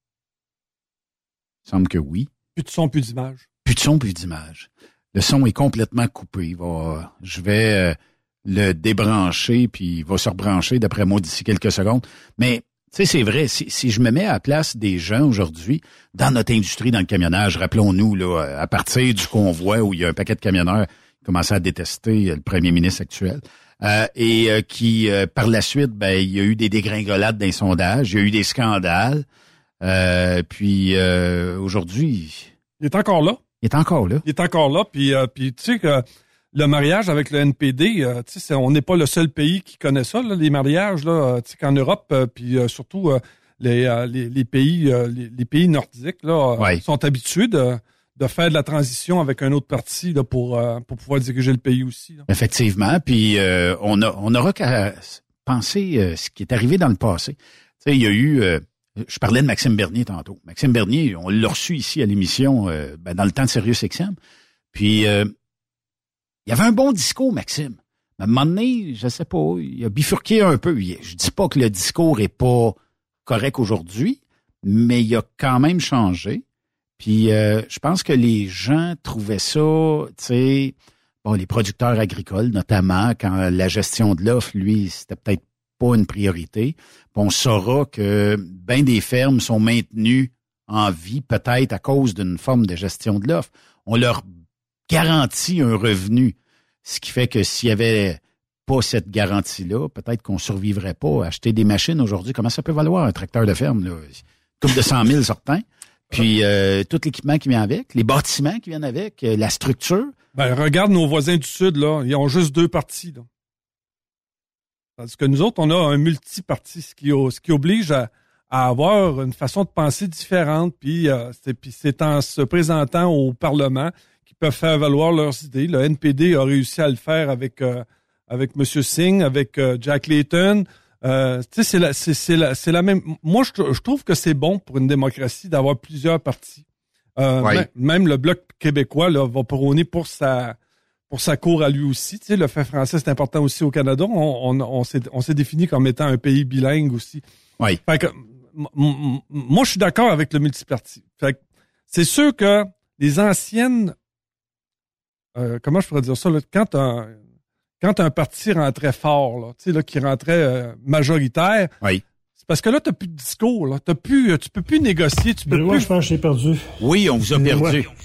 Speaker 9: Il semble que oui.
Speaker 10: Plus de son, plus d'image.
Speaker 9: Plus de son, plus d'image. Le son est complètement coupé. Il va, je vais euh, le débrancher, puis il va se rebrancher, d'après moi, d'ici quelques secondes. Mais, tu sais, c'est vrai, si, si je me mets à la place des gens aujourd'hui, dans notre industrie, dans le camionnage, rappelons-nous, là, à partir du convoi où il y a un paquet de camionneurs qui commençaient à détester le premier ministre actuel, euh, et euh, qui, euh, par la suite, ben, il y a eu des dégringolades dans les sondages, il y a eu des scandales, euh, puis euh, aujourd'hui...
Speaker 10: Il est encore là.
Speaker 9: Il est encore là.
Speaker 10: Il est encore là, puis, euh, puis tu sais que le mariage avec le N P D, euh, tu sais, on n'est pas le seul pays qui connaît ça, là, les mariages, là, tu sais, qu'en Europe, euh, puis euh, surtout euh, les, euh, les, les pays, euh, les, les pays nordiques, là, euh,
Speaker 9: ouais.
Speaker 10: sont habitués de, de faire de la transition avec un autre parti, là, pour, euh, pour pouvoir diriger le pays aussi. Là.
Speaker 9: Effectivement, puis euh, on a, on aura qu'à penser euh, ce qui est arrivé dans le passé. Tu sais, il y a eu. Euh, Je parlais de Maxime Bernier tantôt. Maxime Bernier, on l'a reçu ici à l'émission euh, ben, dans le temps de Sirius X M. Puis, euh, il y avait un bon discours, Maxime. À un moment donné, je sais pas, il a bifurqué un peu. Je dis pas que le discours est pas correct aujourd'hui, mais il a quand même changé. Puis euh, je pense que les gens trouvaient ça, tu sais, bon, les producteurs agricoles notamment, quand la gestion de l'offre, lui, c'était peut-être pas une priorité. Puis on saura que bien des fermes sont maintenues en vie, peut-être à cause d'une forme de gestion de l'offre. On leur garantit un revenu, ce qui fait que s'il y avait pas cette garantie-là, peut-être qu'on survivrait pas. Acheter des machines aujourd'hui, comment ça peut valoir un tracteur de ferme, là? Coupe de cent mille certains. Puis euh, tout l'équipement qui vient avec, les bâtiments qui viennent avec, euh, la structure.
Speaker 10: Ben, regarde nos voisins du Sud, là. Ils ont juste deux partis, là. Tandis que nous autres, on a un multi-parti, ce qui, ce qui oblige à, à avoir une façon de penser différente. Puis, euh, c'est, puis c'est en se présentant au Parlement qu'ils peuvent faire valoir leurs idées. Le N P D a réussi à le faire avec euh, avec M. Singh, avec euh, Jack Layton. Euh, tu sais, c'est la, c'est, c'est la, c'est la même. Moi, je, je trouve que c'est bon pour une démocratie d'avoir plusieurs partis. Euh,
Speaker 9: oui.
Speaker 10: même, même le Bloc québécois là, va prôner pour sa pour sa cour à lui aussi. Tu sais, le fait français, c'est important aussi au Canada. On, on, on s'est on s'est défini comme étant un pays bilingue aussi.
Speaker 9: Oui.
Speaker 10: Fait que, m- m- moi, je suis d'accord avec le multiparti. Fait que, c'est sûr que les anciennes, euh, comment je pourrais dire ça là, quand un Quand un parti rentrait fort, là, tu sais, là, qui rentrait euh, majoritaire,
Speaker 9: oui.
Speaker 10: c'est parce que là, t'as plus de discours, là. T'as plus, tu peux plus négocier, tu peux
Speaker 11: Mais
Speaker 10: plus.
Speaker 11: moi, je pense que j'ai perdu.
Speaker 9: Oui, on vous a perdu.
Speaker 11: Moi,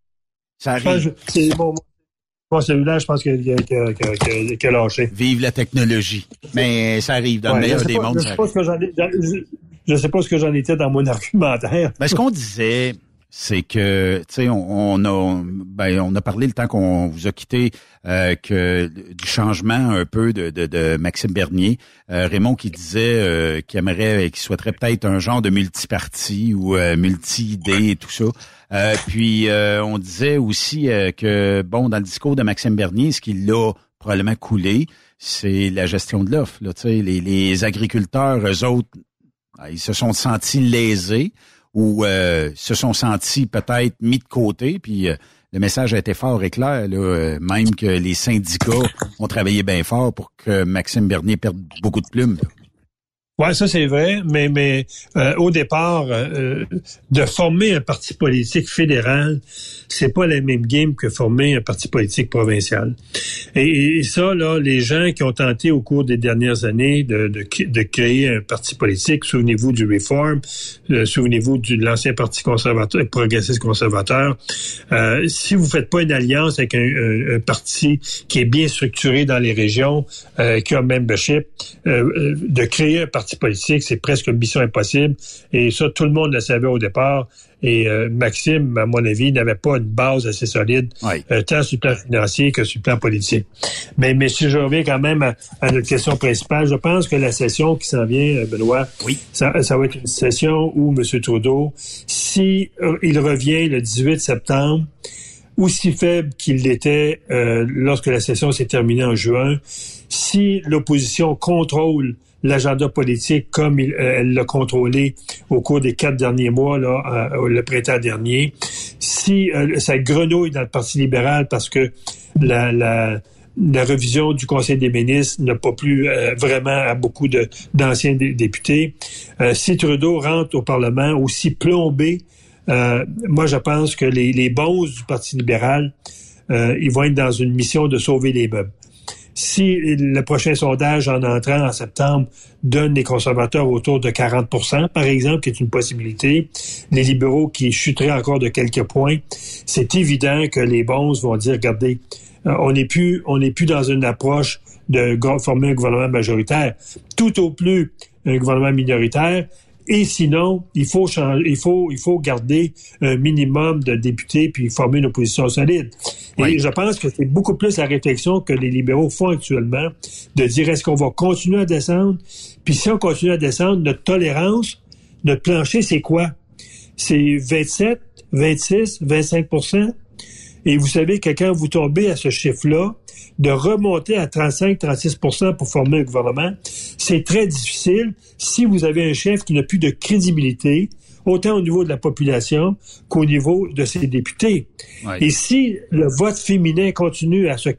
Speaker 9: Ça arrive.
Speaker 11: je, c'est mon, mon cellulaire, je pense qu'il a, qu'il a, qu'il a, qu'il a, qu'il a lâché.
Speaker 9: Vive la technologie. Mais ça arrive dans
Speaker 11: Ouais,
Speaker 9: le meilleur des
Speaker 11: pas,
Speaker 9: mondes.
Speaker 11: Je sais pas ce que j'en ai, je, je sais pas ce que j'en étais dans mon argumentaire.
Speaker 9: Ben, ce qu'on disait, c'est que, tu sais, on, on a, ben, on a parlé le temps qu'on vous a quitté, euh, que du changement un peu de, de, de Maxime Bernier. Euh, Raymond qui disait euh, qu'il aimerait, qu'il souhaiterait peut-être un genre de multiparti ou euh, multi-idées et tout ça. Euh, puis euh, on disait aussi euh, que, bon, dans le discours de Maxime Bernier, ce qui l'a probablement coulé, c'est la gestion de l'offre. Là, tu sais, les, les agriculteurs, eux autres, ils se sont sentis lésés ou euh, se sont sentis peut-être mis de côté, puis euh, le message a été fort et clair, là, euh, même que les syndicats ont travaillé bien fort pour que Maxime Bernier perde beaucoup de plumes. Là.
Speaker 11: Ouais, ça c'est vrai, mais mais euh, au départ, euh, de former un parti politique fédéral, c'est pas la même game que former un parti politique provincial. Et, et ça, là, les gens qui ont tenté au cours des dernières années de de, de créer un parti politique, souvenez-vous du Reform, euh, souvenez-vous de l'ancien parti conservateur, progressiste conservateur. Euh, si vous faites pas une alliance avec un, un, un parti qui est bien structuré dans les régions, euh, qui a un membership, euh, de créer un parti politique, c'est presque une mission impossible. Et ça, tout le monde le savait au départ. Et euh, Maxime, à mon avis, n'avait pas une base assez solide,
Speaker 9: oui.
Speaker 11: euh, tant sur le plan financier que sur le plan politique. Mais, mais si je reviens quand même à, à notre question principale, je pense que la session qui s'en vient, Benoît,
Speaker 9: oui.
Speaker 11: ça, ça va être une session où M. Trudeau, si euh, il revient le dix-huit septembre, aussi faible qu'il l'était euh, lorsque la session s'est terminée en juin, si l'opposition contrôle l'agenda politique comme il, euh, elle l'a contrôlé au cours des quatre derniers mois, là, euh, le printemps dernier, si euh, ça grenouille dans le Parti libéral parce que la, la, la revision du Conseil des ministres n'a pas plu euh, vraiment à beaucoup de, d'anciens dé- députés, euh, si Trudeau rentre au Parlement aussi plombé, euh, moi je pense que les, les bons du Parti libéral, euh, ils vont être dans une mission de sauver les meubles. Si le prochain sondage en entrant en septembre donne les conservateurs autour de quarante pour cent, par exemple, qui est une possibilité, les libéraux qui chuteraient encore de quelques points, c'est évident que les bons vont dire, regardez, on n'est plus, on n'est plus dans une approche de former un gouvernement majoritaire. Tout au plus, un gouvernement minoritaire. Et sinon, il faut changer, il faut, il faut garder un minimum de députés puis former une opposition solide. Oui. Et je pense que c'est beaucoup plus la réflexion que les libéraux font actuellement de dire est-ce qu'on va continuer à descendre? Puis si on continue à descendre, notre tolérance, notre plancher, c'est quoi? C'est vingt-sept, vingt-six, vingt-cinq pour cent. Et vous savez que quand vous tombez à ce chiffre-là, de remonter à trente-cinq à trente-six pour cent pour former un gouvernement, c'est très difficile si vous avez un chef qui n'a plus de crédibilité, autant au niveau de la population qu'au niveau de ses députés. Ouais. Et si le vote féminin continue à se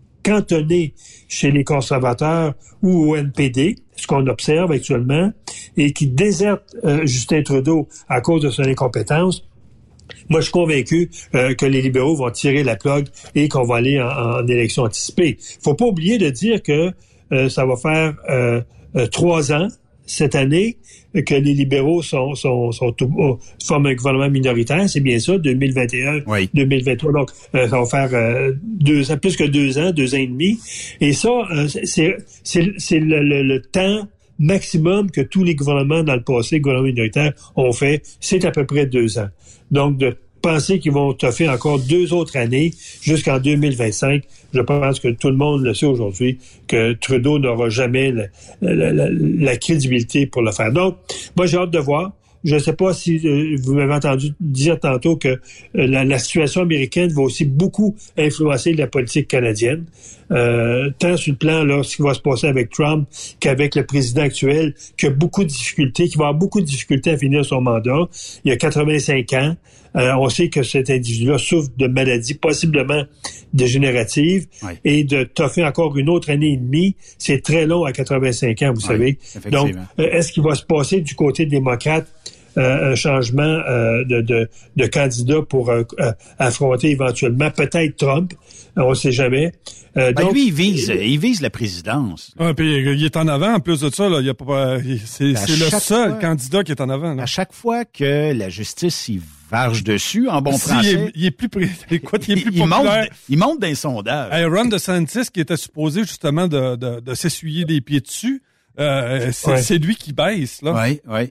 Speaker 11: cantonner chez les conservateurs ou au N P D, ce qu'on observe actuellement, et qui déserte euh, Justin Trudeau à cause de son incompétence, moi, je suis convaincu euh, que les libéraux vont tirer la plug et qu'on va aller en, en élection anticipée. Faut pas oublier de dire que euh, ça va faire euh, euh, trois ans cette année que les libéraux sont, sont, sont, sont oh, forment un gouvernement minoritaire, c'est bien ça, deux mille vingt et un, oui. deux mille vingt-trois. Donc, euh, ça va faire euh, deux ans, plus que deux ans, deux ans et demi. Et ça, euh, c'est, c'est, c'est le, le, le temps maximum que tous les gouvernements dans le passé, gouvernements minoritaires, ont fait, c'est à peu près deux ans. Donc, de penser qu'ils vont toffer encore deux autres années jusqu'en deux mille vingt-cinq, je pense que tout le monde le sait aujourd'hui, que Trudeau n'aura jamais la, la, la, la crédibilité pour le faire. Donc, moi, j'ai hâte de voir. Je ne sais pas si euh, vous m'avez entendu dire tantôt que euh, la, la situation américaine va aussi beaucoup influencer la politique canadienne. Euh, tant sur le plan, là, ce qui va se passer avec Trump qu'avec le président actuel, qui a beaucoup de difficultés, qui va avoir beaucoup de difficultés à finir son mandat. Il a quatre-vingt-cinq ans. Euh, on sait que cet individu-là souffre de maladies possiblement dégénératives. Oui. Et de toffer encore une autre année et demie, c'est très long à quatre-vingt-cinq ans, vous
Speaker 9: oui,
Speaker 11: savez. Donc, euh, est-ce qu'il va se passer du côté démocrate Euh, un changement euh, de, de, de candidat pour euh, euh, affronter éventuellement peut-être Trump, on ne sait jamais.
Speaker 9: Euh, ben donc, lui, il vise, il vise la présidence.
Speaker 10: Ah, puis il est en avant en plus de ça. Là, il y a pas, c'est, ben, c'est le seul fois, candidat qui est en avant. Là.
Speaker 9: À chaque fois que la justice y varge dessus, en bon si français,
Speaker 10: il est, il est plus, écoute, il est plus
Speaker 9: il,
Speaker 10: populaire.
Speaker 9: Monte, il monte dans les sondages.
Speaker 10: Hey, Ron DeSantis, qui était supposé justement de, de, de s'essuyer des pieds dessus, euh, c'est, ouais. c'est lui qui baisse. Là.
Speaker 9: Oui, oui.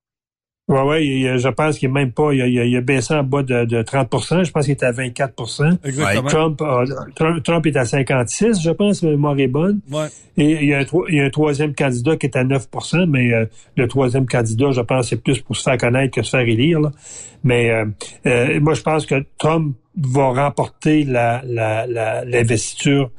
Speaker 11: Oui, oui, je pense qu'il n'est même pas, il a, il a baissé en bas de, de trente pour cent. Je pense qu'il est à vingt-quatre pour cent.
Speaker 10: Exactement.
Speaker 11: Trump, euh, Trump, Trump est à cinquante-six, je pense, ma mémoire est bonne.
Speaker 10: Ouais.
Speaker 11: Et il y, a un, il y a un troisième candidat qui est à neuf pour cent, mais euh, le troisième candidat, je pense, c'est plus pour se faire connaître que se faire élire. Là. Mais euh, euh, moi, je pense que Trump va remporter la, la, la, l'investiture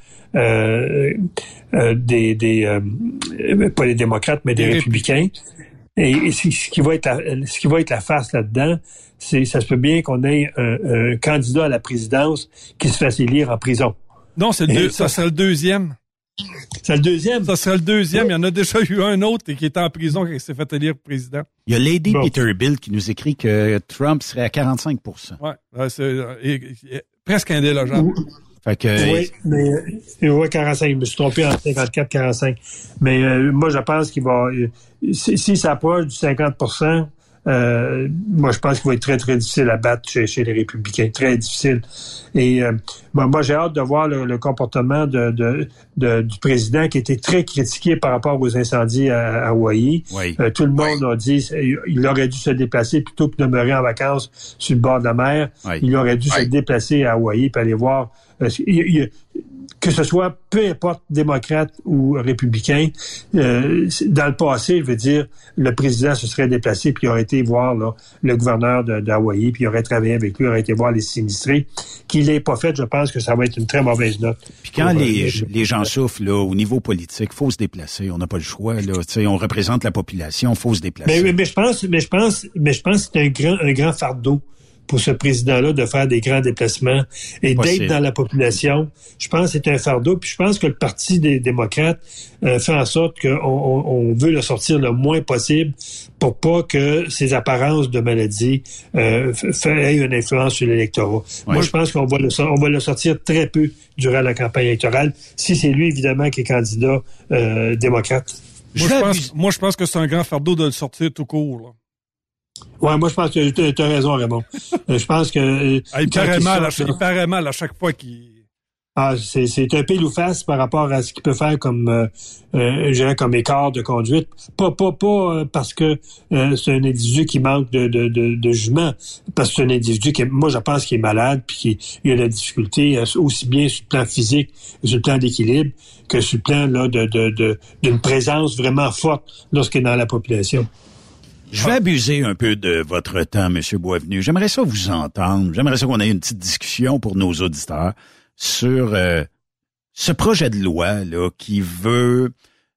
Speaker 11: euh, euh, des, des euh, pas les démocrates, mais des, des républicains. Et, et ce qui va être la, ce qui va être la face là-dedans, c'est ça se peut bien qu'on ait un, un candidat à la présidence qui se fasse élire en prison.
Speaker 10: Non, c'est le deux, ça, ça serait le deuxième.
Speaker 11: C'est le deuxième?
Speaker 10: Ça serait le deuxième. Il y en a déjà eu un autre qui était en prison et qui s'est fait élire président.
Speaker 9: Il y a Lady bon. Peterbilt qui nous écrit que Trump serait à quarante-cinq pour cent.
Speaker 10: Ouais, c'est et, et, presque indélogeable.
Speaker 9: Fait que,
Speaker 11: oui, mais euh, ouais, quarante-cinq. Je me suis trompé en cinquante-quatre quarante-cinq. Mais euh, moi, je pense qu'il va... Euh, si, si ça approche du cinquante pour cent, euh, moi, je pense qu'il va être très, très difficile à battre chez, chez les républicains. Très difficile. Et euh, bon, moi, j'ai hâte de voir le, le comportement de, de, de, du président qui était très critiqué par rapport aux incendies à, à Hawaï.
Speaker 9: Oui.
Speaker 11: Euh, tout le monde oui. a dit il aurait dû se déplacer plutôt que de demeurer en vacances sur le bord de la mer. Oui. Il aurait dû oui. se déplacer à Hawaï et aller voir... Euh, il, il, que ce soit peu importe démocrate ou républicain, euh, dans le passé, je veux dire, le président se serait déplacé puis il aurait été voir là, le gouverneur de, d'Hawaï puis il aurait travaillé avec lui, il aurait été voir les sinistrés. Qu'il l'ait pas fait, je pense que ça va être une très mauvaise note.
Speaker 9: Puis quand pour, les, euh, les gens souffrent là, au niveau politique, faut se déplacer. On n'a pas le choix. Là, t'sais, on représente la population, faut se déplacer.
Speaker 11: Mais, mais, mais je pense, mais je pense, mais je pense que c'est un grand, un grand fardeau pour ce président-là de faire des grands déplacements et Possible. d'être dans la population. Je pense que c'est un fardeau. Puis je pense que le Parti des démocrates euh, fait en sorte qu'on on, on veut le sortir le moins possible pour pas que ces apparences de maladie euh, aient une influence sur l'électorat. Ouais. Moi, je pense qu'on va le, on va le sortir très peu durant la campagne électorale, si c'est lui, évidemment, qui est candidat euh, démocrate.
Speaker 10: Moi je, pense, moi, je pense que c'est un grand fardeau de le sortir tout court, là.
Speaker 11: Ouais, moi, je pense que tu as raison, Raymond. je pense que...
Speaker 10: Ah, il paraît mal, il paraît mal à chaque fois qu'il...
Speaker 11: Ah, c'est, c'est un pile ou face par rapport à ce qu'il peut faire comme, euh, euh, je dirais, comme écart de conduite. Pas, pas, pas parce que euh, c'est un individu qui manque de, de, de, de jugement, parce que c'est un individu qui, moi, je pense qu'il est malade, puis qu'il a de la difficulté, aussi bien sur le plan physique, sur le plan d'équilibre, que sur le plan là de, de, de d'une présence vraiment forte lorsqu'il est dans la population.
Speaker 9: Je vais abuser un peu de votre temps, M. Boisvenu. J'aimerais ça vous entendre. J'aimerais ça qu'on ait une petite discussion pour nos auditeurs sur euh, ce projet de loi là qui veut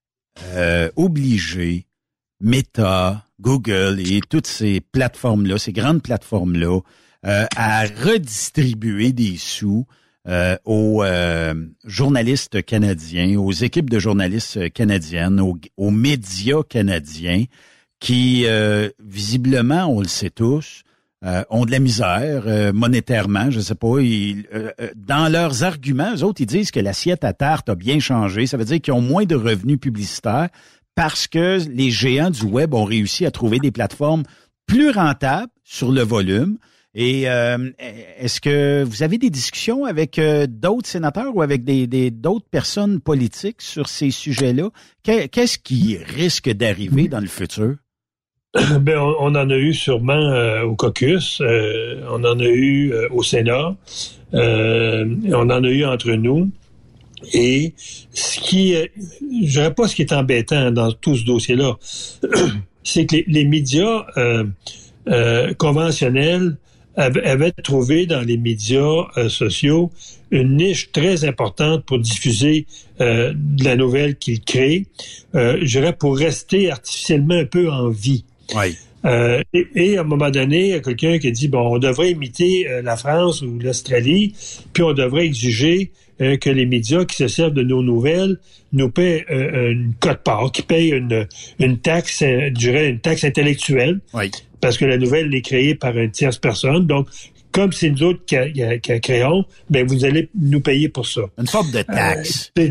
Speaker 9: euh, obliger Meta, Google et toutes ces plateformes-là, ces grandes plateformes-là, euh, à redistribuer des sous euh, aux euh, journalistes canadiens, aux équipes de journalistes canadiennes, aux, aux médias canadiens, qui, euh, visiblement, on le sait tous, euh, ont de la misère euh, monétairement, je sais pas. Ils, euh, dans leurs arguments, eux autres, ils disent que l'assiette à tarte a bien changé. Ça veut dire qu'ils ont moins de revenus publicitaires parce que les géants du web ont réussi à trouver des plateformes plus rentables sur le volume. Et euh, est-ce que vous avez des discussions avec euh, d'autres sénateurs ou avec des, des d'autres personnes politiques sur ces sujets-là? Qu'est-ce qui risque d'arriver dans le futur?
Speaker 11: Ben, on, on en a eu sûrement euh, au caucus, euh, on en a eu euh, au Sénat, euh, on en a eu entre nous. Et ce qui, euh, je dirais pas ce qui est embêtant dans tout ce dossier-là, c'est que les, les médias euh, euh, conventionnels avaient, avaient trouvé dans les médias euh, sociaux une niche très importante pour diffuser euh, de la nouvelle qu'ils créent, euh, je dirais pour rester artificiellement un peu en vie.
Speaker 9: Oui.
Speaker 11: Euh, et, et à un moment donné, il y a quelqu'un qui a dit, bon, on devrait imiter euh, la France ou l'Australie, puis on devrait exiger euh, que les médias qui se servent de nos nouvelles nous paient euh, une cote-part, qui payent une, une taxe, euh, je dirais une taxe intellectuelle,
Speaker 9: oui.
Speaker 11: Parce que la nouvelle est créée par une tierce personne. Donc, comme c'est nous autres qui, qui, qui la créons, ben vous allez nous payer pour ça.
Speaker 9: Une sorte de taxe.
Speaker 11: Euh,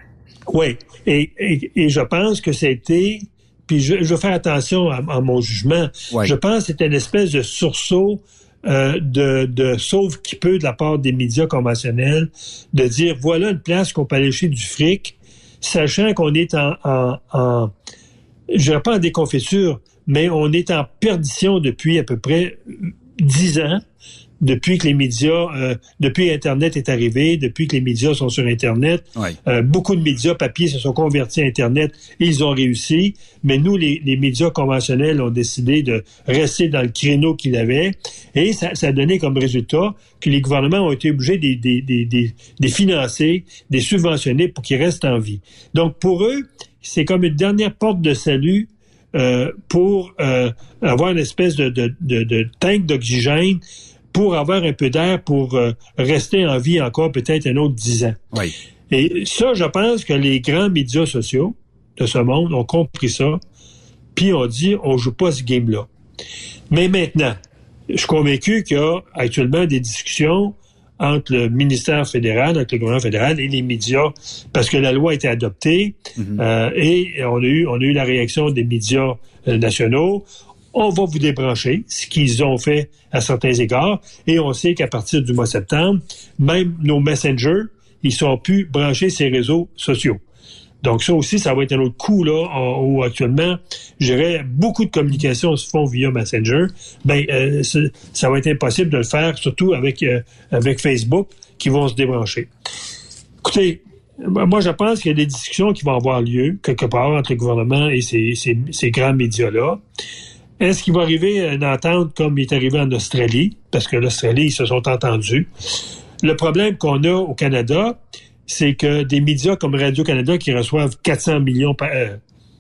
Speaker 11: oui. Et, et, et je pense que c'était... Puis je, je vais faire attention à, à mon jugement.
Speaker 9: Ouais.
Speaker 11: Je pense que c'était une espèce de sursaut euh, de, de sauve qui peut de la part des médias conventionnels, de dire voilà une place qu'on peut aller chercher du fric, sachant qu'on est en, en, en je dirais pas en déconfiture, mais on est en perdition depuis à peu près dix ans. Depuis que les médias, euh, depuis Internet est arrivé, depuis que les médias sont sur Internet,
Speaker 9: oui.
Speaker 11: euh, beaucoup de médias papier se sont convertis à Internet et ils ont réussi. Mais nous, les, les médias conventionnels ont décidé de rester dans le créneau qu'ils avaient et ça, ça a donné comme résultat que les gouvernements ont été obligés de les, de, de, de, de financer, de les subventionner pour qu'ils restent en vie. Donc pour eux, c'est comme une dernière porte de salut euh, pour euh, avoir une espèce de, de, de, de tank d'oxygène pour avoir un peu d'air, pour euh, rester en vie encore peut-être un autre dix ans.
Speaker 9: Oui.
Speaker 11: Et ça, je pense que les grands médias sociaux de ce monde ont compris ça, puis ont dit, on joue pas ce game-là. Mais maintenant, je suis convaincu qu'il y a actuellement des discussions entre le ministère fédéral, entre le gouvernement fédéral et les médias, parce que la loi a été adoptée, mm-hmm. euh, et on a eu, on a eu la réaction des médias euh, nationaux. On va vous débrancher, ce qu'ils ont fait à certains égards, et on sait qu'à partir du mois de septembre, même nos messengers, ils sont plus branchés ces réseaux sociaux. Donc ça aussi, ça va être un autre coup là où actuellement, je dirais, beaucoup de communications se font via Messenger. Ben, euh, ça va être impossible de le faire, surtout avec euh, avec Facebook, qui vont se débrancher. Écoutez, moi, je pense qu'il y a des discussions qui vont avoir lieu quelque part entre le gouvernement et ces, ces, ces grands médias-là. Est-ce qu'il va arriver une entente comme il est arrivé en Australie? Parce que l'Australie, ils se sont entendus. Le problème qu'on a au Canada, c'est que des médias comme Radio-Canada qui reçoivent quatre cents millions par... Euh,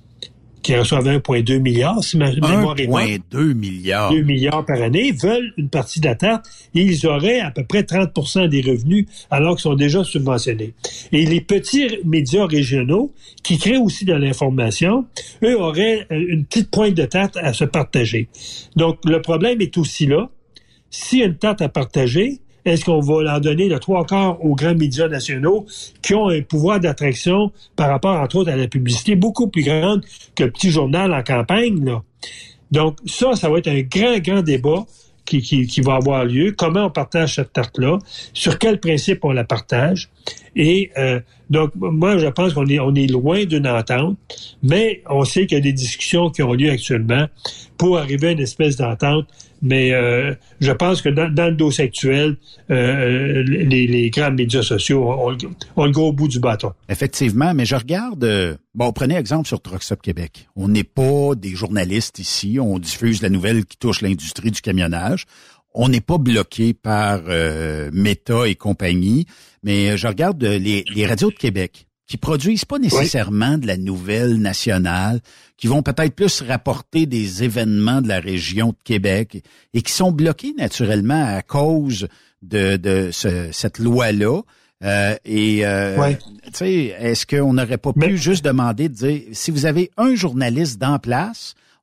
Speaker 11: qui reçoivent un virgule deux milliard, si ma mémoire est bonne.
Speaker 9: un virgule deux milliard.
Speaker 11: deux milliards par année, veulent une partie de la tarte et ils auraient à peu près trente pour cent des revenus alors qu'ils sont déjà subventionnés. Et les petits médias régionaux qui créent aussi de l'information, eux auraient une petite pointe de tarte à se partager. Donc, le problème est aussi là. S'il y a une tarte à partager, est-ce qu'on va leur donner le trois quarts aux grands médias nationaux qui ont un pouvoir d'attraction par rapport, entre autres, à la publicité beaucoup plus grande que le petit journal en campagne, là? Donc, ça, ça va être un grand, grand débat qui, qui, qui va avoir lieu. Comment on partage cette tarte-là? Sur quel principe on la partage? Et euh, donc, moi, je pense qu'on est, on est loin d'une entente, mais on sait qu'il y a des discussions qui ont lieu actuellement pour arriver à une espèce d'entente. Mais euh, je pense que dans, dans le dossier actuel, euh, les, les grands médias sociaux ont, ont, ont le gros bout du bâton.
Speaker 9: Effectivement, mais je regarde... Euh, bon, prenez exemple sur Truck Stop Québec. On n'est pas des journalistes ici. On diffuse la nouvelle qui touche l'industrie du camionnage. On n'est pas bloqué par euh, Meta et compagnie. Mais je regarde les, les radios de Québec qui produisent pas nécessairement oui. de la nouvelle nationale, qui vont peut-être plus rapporter des événements de la région de Québec et qui sont bloqués naturellement à cause de, de ce, cette loi-là. Euh, et euh,
Speaker 11: oui.
Speaker 9: tu sais, est-ce qu'on n'aurait pas pu
Speaker 11: Mais...
Speaker 9: juste demander de dire, si vous avez un journaliste dans place,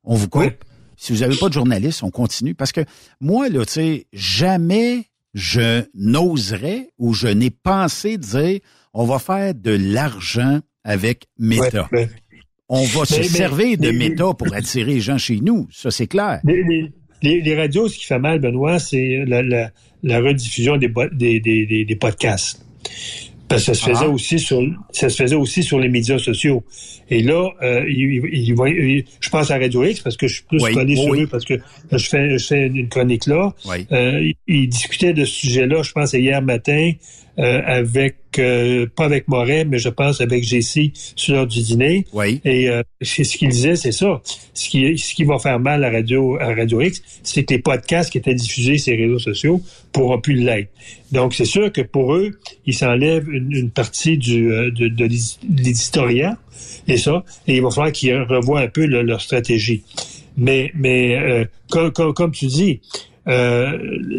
Speaker 9: on vous coupe.
Speaker 11: Oui.
Speaker 9: Si vous n'avez pas de journaliste, on continue. Parce que moi, là, tu sais, jamais je n'oserais ou je n'ai pensé dire on va faire de l'argent avec Meta.
Speaker 11: Ouais, ouais.
Speaker 9: On va
Speaker 11: mais,
Speaker 9: se
Speaker 11: mais,
Speaker 9: servir de
Speaker 11: mais,
Speaker 9: Meta pour attirer les gens chez nous. Ça, c'est clair.
Speaker 11: Les, les, les, les radios, ce qui fait mal, Benoît, c'est la, la, la rediffusion des, des, des, des, des podcasts. Parce que ça se faisait ah. aussi sur ça se faisait aussi sur les médias sociaux. Et là, euh, il, il, il, il, je pense à Radio X parce que je suis plus
Speaker 9: oui,
Speaker 11: collé
Speaker 9: oui,
Speaker 11: sur
Speaker 9: oui.
Speaker 11: eux parce que je fais, je fais une chronique là.
Speaker 9: Oui.
Speaker 11: Euh, il, il discutait de ce sujet-là, je pense, hier matin, euh, avec euh, pas avec Moret, mais je pense avec J C sur l'heure du dîner.
Speaker 9: Oui.
Speaker 11: Et euh, c'est ce qu'il disait, c'est ça. Ce qui, ce qui va faire mal à Radio, à Radio X, c'est que les podcasts qui étaient diffusés sur les réseaux sociaux pourront plus l'être. Donc, c'est sûr que pour eux, ils s'enlèvent une, une partie du, de, de l'éditorial et ça, et il va falloir qu'ils revoient un peu le, leur stratégie. Mais, mais euh, comme, comme, comme tu dis, euh,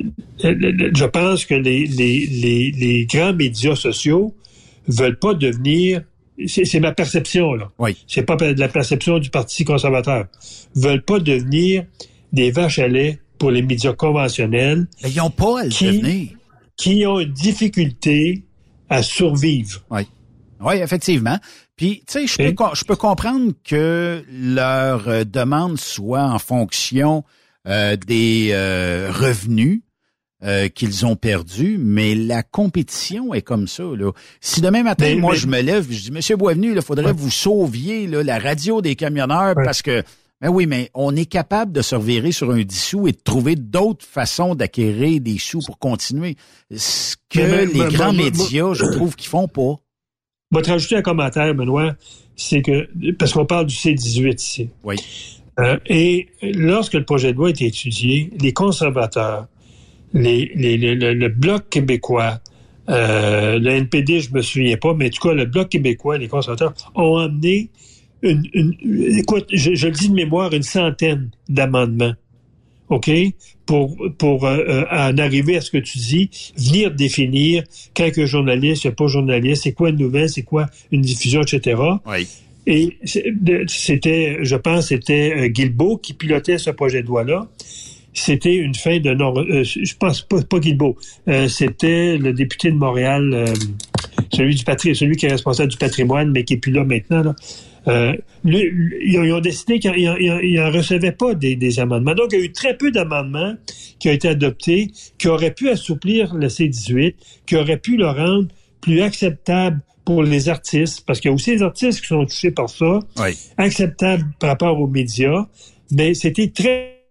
Speaker 11: je pense que les, les, les, les grands médias sociaux veulent pas devenir, c'est, c'est ma perception là.
Speaker 9: Oui.
Speaker 11: C'est pas la perception du Parti conservateur. Veulent pas devenir des vaches à lait pour les médias conventionnels.
Speaker 9: Mais ils n'ont pas à le
Speaker 11: qui,
Speaker 9: devenir.
Speaker 11: Qui ont une difficulté à survivre.
Speaker 9: Oui. Oui, effectivement. Puis, tu sais, je peux, je peux comprendre que leur euh, demande soit en fonction euh, des euh, revenus euh, qu'ils ont perdus, mais la compétition est comme ça, là. Si demain matin, mais, moi, mais... je me lève, je dis, Monsieur Boisvenu, il faudrait ouais. vous sauviez là, la radio des camionneurs ouais. parce que ben oui, mais on est capable de se revirer sur un dix sous et de trouver d'autres façons d'acquérir des sous pour continuer. Ce que mais, les mais, grands mais, médias, mais, je trouve qu'ils font pas.
Speaker 11: Je vais te rajouter un commentaire, Benoît, c'est que, parce qu'on parle du C dix-huit ici.
Speaker 9: Oui.
Speaker 11: Euh, et lorsque le projet de loi a été étudié, les conservateurs, les, les, les, le, le Bloc québécois, euh, le N P D, je me souviens pas, mais en tout cas, le Bloc québécois, les conservateurs, ont amené Une, une, écoute, je, je le dis de mémoire, une centaine d'amendements, OK, pour pour euh, en arriver à ce que tu dis, venir définir quand un journaliste, il n'y a pas journaliste, c'est quoi une nouvelle, c'est quoi une diffusion, et cetera.
Speaker 9: Oui.
Speaker 11: Et c'était, je pense, c'était Guilbeault qui pilotait ce projet de loi-là. C'était une fin de non... Euh, je pense pas, pas Guilbeault. Euh, c'était le député de Montréal, euh, celui du patri, celui qui est responsable du patrimoine, mais qui est plus là maintenant, là. Euh, lui, ils, ont, ils ont décidé qu'ils n'en recevaient pas des, des amendements. Donc, il y a eu très peu d'amendements qui ont été adoptés, qui auraient pu assouplir le C dix-huit, qui auraient pu le rendre plus acceptable pour les artistes, parce qu'il y a aussi les artistes qui sont touchés par ça,
Speaker 9: oui.
Speaker 11: acceptable par rapport aux médias, mais c'était très...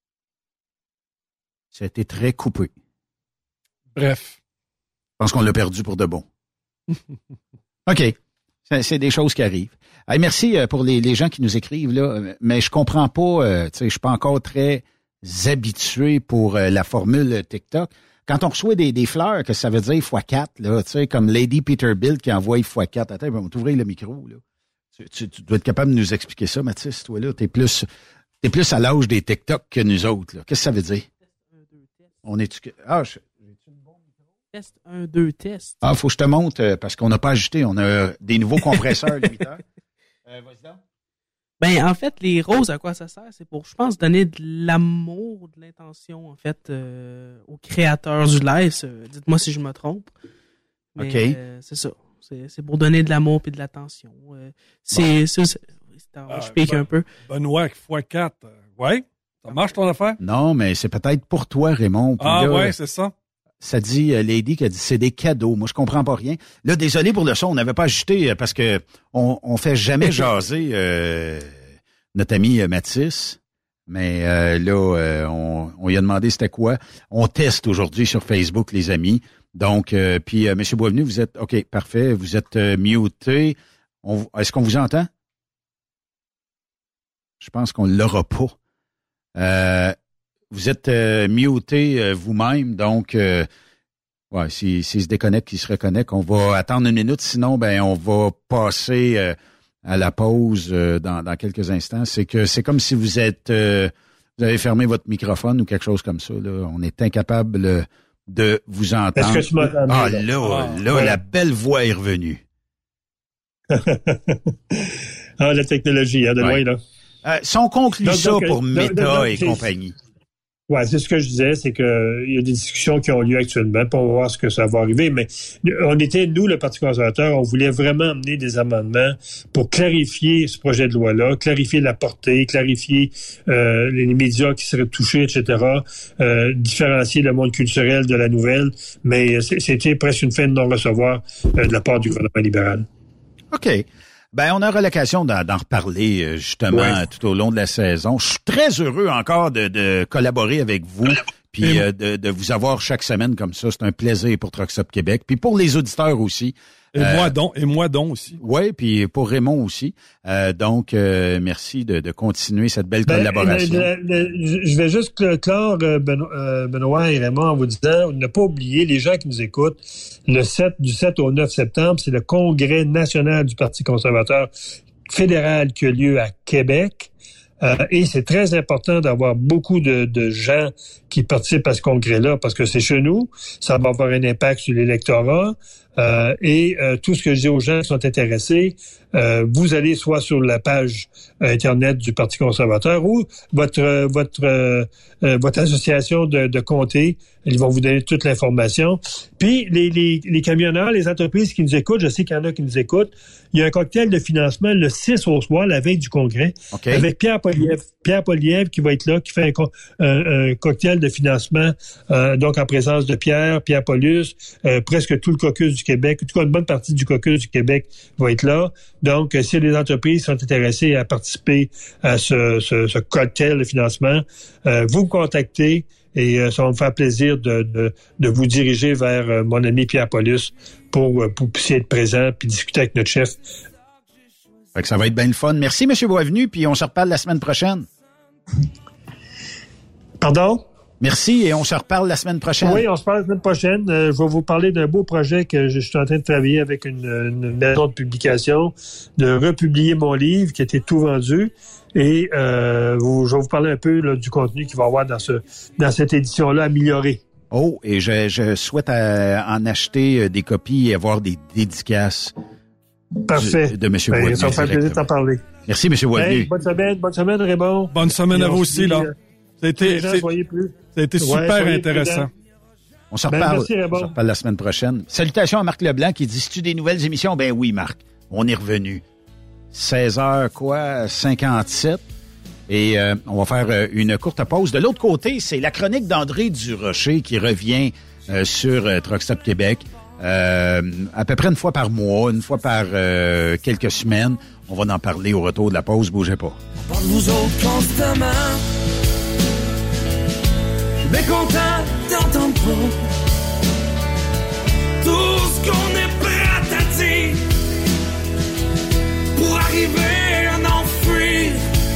Speaker 9: C'était très coupé.
Speaker 10: Bref.
Speaker 9: Je pense qu'on l'a perdu pour de bon. OK. C'est, c'est des choses qui arrivent. Hey, merci pour les, les gens qui nous écrivent, là, mais je comprends pas, euh, tu sais, je suis pas encore très habitué pour euh, la formule TikTok. Quand on reçoit des, des fleurs, que ça veut dire fois quatre, là, tu sais, comme Lady Peterbilt qui envoie fois quatre. Attends, on va t'ouvrir le micro, là. Tu, tu, tu dois être capable de nous expliquer ça, Mathis, toi, là. T'es plus, t'es plus à l'âge des TikTok que nous autres, là. Qu'est-ce que ça veut dire? On est... Ah, je...
Speaker 12: Test un, deux, test.
Speaker 9: Ah, faut que je te montre, euh, parce qu'on n'a pas ajouté. On a des nouveaux compresseurs limiteurs. Euh, vas-y donc.
Speaker 12: Ben, en fait, les roses, à quoi ça sert? C'est pour, je pense, donner de l'amour, de l'intention, en fait, euh, aux créateurs du live. Dites-moi si je me trompe. Mais,
Speaker 9: OK.
Speaker 12: Euh, c'est ça. C'est, c'est pour donner de l'amour et de l'attention. Euh, c'est, bon. c'est, c'est, c'est
Speaker 10: ah,
Speaker 12: je pique
Speaker 10: ben,
Speaker 12: un peu.
Speaker 10: Benoît, fois quatre. Euh, ouais? Ça marche ton affaire?
Speaker 9: Non, mais c'est peut-être pour toi, Raymond. Puis
Speaker 10: ah
Speaker 9: là,
Speaker 10: ouais, c'est ça.
Speaker 9: Ça dit, euh, Lady qui a dit, c'est des cadeaux. Moi, je comprends pas rien. Là, désolé pour le son, on n'avait pas ajouté euh, parce que on, on fait jamais jaser euh, notre ami euh, Mathis. Mais euh, là, euh, on, on lui a demandé c'était quoi. On teste aujourd'hui sur Facebook, les amis. Donc, euh, puis, euh, Monsieur Boisvenu, vous êtes, OK, parfait, vous êtes euh, muté. On, est-ce qu'on vous entend? Je pense qu'on l'aura pas. Euh, Vous êtes euh, muté euh, vous-même, donc euh, ouais, s'il si, si se déconnecte, il se reconnecte. On va attendre une minute, sinon ben on va passer euh, à la pause euh, dans, dans quelques instants. C'est que c'est comme si vous êtes euh, vous avez fermé votre microphone ou quelque chose comme ça. Là. On est incapable de vous entendre.
Speaker 11: Est-ce que tu m'entends?
Speaker 9: Ah là, là,
Speaker 11: ah,
Speaker 9: là
Speaker 11: ouais.
Speaker 9: La belle voix est revenue.
Speaker 11: Ah, la technologie, hein, de
Speaker 9: ouais.
Speaker 11: loin, là.
Speaker 9: Euh, si on conclut
Speaker 11: donc,
Speaker 9: ça
Speaker 11: donc,
Speaker 9: pour
Speaker 11: donc,
Speaker 9: Meta
Speaker 11: donc,
Speaker 9: et
Speaker 11: c'est,
Speaker 9: compagnie.
Speaker 11: Ouais, c'est ce que je disais, c'est que il y a des discussions qui ont lieu actuellement, puis on va voir ce que ça va arriver, mais on était, nous, le Parti conservateur, on voulait vraiment amener des amendements pour clarifier ce projet de loi-là, clarifier la portée, clarifier euh, les médias qui seraient touchés, et cetera, euh, différencier le monde culturel de la nouvelle, mais c'était presque une fin de non-recevoir euh, de la part du gouvernement libéral.
Speaker 9: OK. Ben, on aura l'occasion d'en, d'en reparler justement ouais. tout au long de la saison. Je suis très heureux encore de, de collaborer avec vous, puis euh, de, de vous avoir chaque semaine comme ça. C'est un plaisir pour Truck Stop Québec, puis pour les auditeurs aussi.
Speaker 10: Et euh, moi donc, et moi donc aussi.
Speaker 9: Oui, puis pour Raymond aussi. Euh, donc, euh, merci de, de continuer cette belle ben, collaboration.
Speaker 11: Le, le, le, je vais juste clore euh, Benoît, euh, Benoît et Raymond en vous disant, ne pas oublier, les gens qui nous écoutent, le sept, du sept au neuf septembre, c'est le Congrès national du Parti conservateur fédéral qui a lieu à Québec. Euh, et c'est très important d'avoir beaucoup de, de gens qui participent à ce congrès-là parce que c'est chez nous, ça va avoir un impact sur l'électorat. Euh, et euh, tout ce que je dis aux gens qui sont intéressés, euh, vous allez soit sur la page euh, Internet du Parti conservateur ou votre euh, votre euh, euh, votre association de, de comté, ils vont vous donner toute l'information. Puis les, les, les camionneurs, les entreprises qui nous écoutent, je sais qu'il y en a qui nous écoutent, il y a un cocktail de financement le six au soir, la veille du congrès, okay. avec Pierre Poilievre. Pierre Poilievre qui va être là, qui fait un, un, un cocktail de financement, euh, donc en présence de Pierre, Pierre Paulus, euh, presque tout le caucus du Québec, en tout cas une bonne partie du caucus du Québec va être là. Donc, si les entreprises sont intéressées à participer à ce, ce, ce cocktail de financement, euh, vous me contactez et euh, ça va me faire plaisir de, de, de vous diriger vers euh, mon ami Pierre Paulus pour, pour puissiez être présent puis discuter avec notre chef.
Speaker 9: Fait que ça va être bien le fun. Merci, M. Boisvenu, puis on se reparle la semaine prochaine.
Speaker 11: Pardon?
Speaker 9: Merci, et on se reparle la semaine prochaine.
Speaker 11: Oui, on se parle la semaine prochaine. Euh, je vais vous parler d'un beau projet que je suis en train de travailler avec une, une maison de publication, de republier mon livre qui a été tout vendu. Et euh, vous, je vais vous parler un peu là, du contenu qu'il va y avoir dans, ce, dans cette édition-là améliorée.
Speaker 9: Oh, et je, je souhaite euh, en acheter des copies et avoir des dédicaces.
Speaker 11: Parfait.
Speaker 9: De, de M. Boisvenu.
Speaker 11: Ça me fait plaisir de t'en parler.
Speaker 9: Merci, M. Boisvenu.
Speaker 11: Hey, bonne semaine, bonne semaine, Raymond.
Speaker 10: Bonne semaine à vous aussi, là. Ça a été,
Speaker 11: gens, soyez plus.
Speaker 10: Ça a été super ouais, intéressant.
Speaker 9: On se reparle, ben, merci, on se reparle la semaine prochaine. Salutations à Marc Leblanc qui dit, si tu des nouvelles émissions? Ben oui, Marc. On est revenu. seize heures, quoi, cinquante-sept. Et euh, on va faire euh, une courte pause. De l'autre côté, c'est la chronique d'André Durocher qui revient euh, sur euh, Truck Stop Québec. Euh, à peu près une fois par mois, une fois par euh, quelques semaines. On va en parler au retour de la pause. Bougez pas.
Speaker 13: On parle de vous autres constamment. Mais content d'entendre pas tout ce qu'on est prêt à te dire pour arriver à en fuir.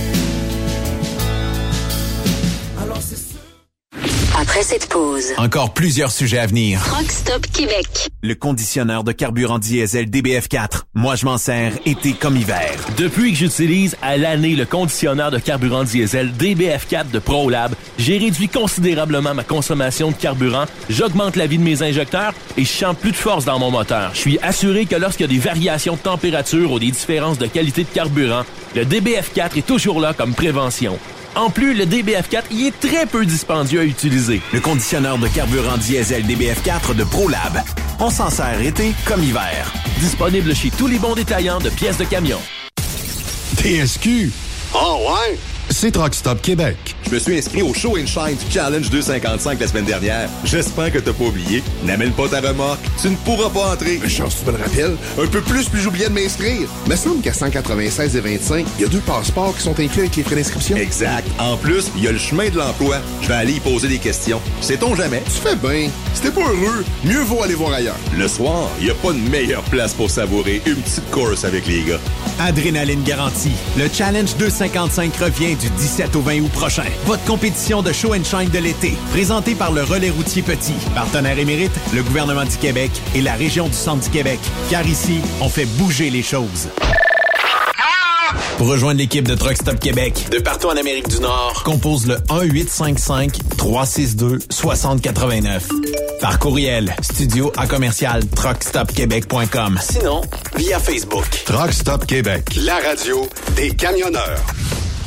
Speaker 13: Alors c'est ça.
Speaker 14: Après cette pause,
Speaker 3: encore plusieurs sujets à venir.
Speaker 14: Truck Stop Québec.
Speaker 3: Le conditionneur de carburant diesel D B F quatre. Moi, je m'en sers été comme hiver.
Speaker 15: Depuis que j'utilise à l'année le conditionneur de carburant diesel D B F quatre de ProLab, j'ai réduit considérablement ma consommation de carburant, j'augmente la vie de mes injecteurs et je sens plus de force dans mon moteur. Je suis assuré que lorsqu'il y a des variations de température ou des différences de qualité de carburant, le D B F quatre est toujours là comme prévention. En plus, le D B F quatre y est très peu dispendieux à utiliser.
Speaker 3: Le conditionneur de carburant diesel D B F quatre de ProLab. On s'en sert été comme hiver.
Speaker 15: Disponible chez tous les bons détaillants de pièces de camion.
Speaker 2: T S Q.
Speaker 7: Oh ouais?
Speaker 2: C'est Truck Stop Québec.
Speaker 7: Je me suis inscrit au Show and Shine du Challenge deux cent cinquante-cinq la semaine dernière. J'espère que t'as pas oublié. N'amène pas ta remorque. Tu ne pourras pas entrer.
Speaker 8: Mais chance, tu me le rappelles.
Speaker 7: Un peu plus, puis j'oubliais de m'inscrire.
Speaker 8: Mais semble qu'à cent quatre-vingt-seize et vingt-cinq, il y a deux passeports qui sont inclus avec les frais d'inscription.
Speaker 7: Exact. En plus, il y a le chemin de l'emploi. Je vais aller y poser des questions. Sait-on jamais?
Speaker 8: Tu fais bien. Si t'es pas heureux, mieux vaut aller voir ailleurs.
Speaker 7: Le soir, il n'y a pas de meilleure place pour savourer une petite course avec les gars.
Speaker 3: Adrénaline garantie. Le Challenge deux cent cinquante-cinq revient du dix-sept au vingt août prochain. Votre compétition de show and shine de l'été, présentée par le Relais routier Petit, partenaire émérite, le gouvernement du Québec et la région du Centre du Québec. Car ici, on fait bouger les choses. Pour rejoindre l'équipe de Truck Stop Québec, de partout en Amérique du Nord, compose le un huit cinq cinq trois six deux six zéro huit neuf. Par courriel, studio à commercial truck stop québec point com. Sinon, via Facebook.
Speaker 2: Truck Stop Québec, la radio des camionneurs.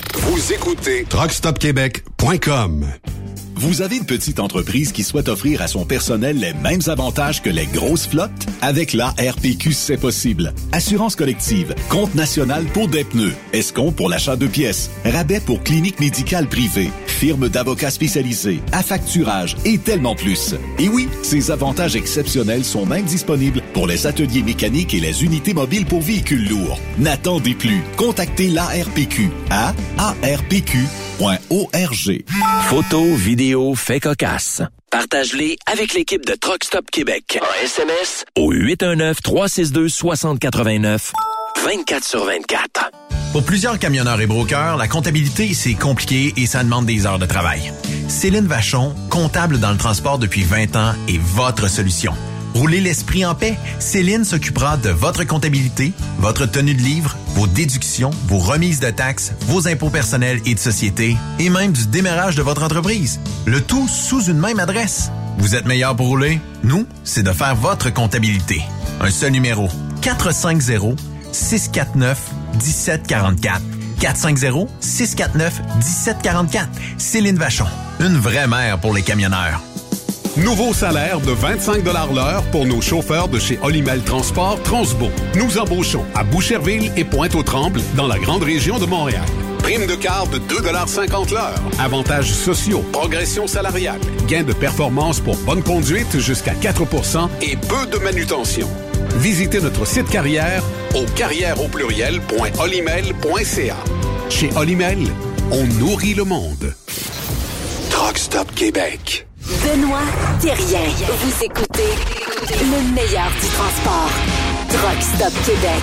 Speaker 2: Vous écoutez truck stop québec point com.
Speaker 5: Vous avez une petite entreprise qui souhaite offrir à son personnel les mêmes avantages que les grosses flottes? Avec l'A R P Q, c'est possible. Assurance collective, compte national pour des pneus, escompte pour l'achat de pièces, rabais pour clinique médicale privée, firme d'avocats spécialisés, affacturage et tellement plus. Et oui, ces avantages exceptionnels sont même disponibles pour les ateliers mécaniques et les unités mobiles pour véhicules lourds. N'attendez plus. Contactez l'A R P Q à a r p q point org.
Speaker 4: Photos, vidéos, faits cocasses. Partage-les avec l'équipe de Truck Stop Québec. En S M S au huit un neuf, trois six deux, six zéro huit neuf, vingt-quatre sur vingt-quatre.
Speaker 3: Pour plusieurs camionneurs et brokers, la comptabilité, c'est compliqué et ça demande des heures de travail. Céline Vachon, comptable dans le transport depuis vingt ans, est votre solution. Roulez l'esprit en paix. Céline s'occupera de votre comptabilité, votre tenue de livre, vos déductions, vos remises de taxes, vos impôts personnels et de société, et même du démarrage de votre entreprise. Le tout sous une même adresse. Vous êtes meilleur pour rouler? Nous, c'est de faire votre comptabilité. Un seul numéro. quatre cinq zéro, six quatre neuf, un sept quatre quatre. quatre cinq zéro, six quatre neuf, un sept quatre quatre. Céline Vachon. Une vraie mère pour les camionneurs.
Speaker 2: Nouveau salaire de vingt-cinq dollars l'heure pour nos chauffeurs de chez Olimel Transport Transbo. Nous embauchons à Boucherville et Pointe-aux-Trembles dans la grande région de Montréal. Prime de quart de deux dollars cinquante l'heure. Avantages sociaux, progression salariale, gains de performance pour bonne conduite jusqu'à quatre pour cent et peu de manutention. Visitez notre site carrière au carrière au pluriel point olimel point c a. Chez Olimel, on nourrit le monde. Truck Stop Québec.
Speaker 14: Benoît Thérien. Vous écoutez le meilleur du transport. Truck Stop Québec.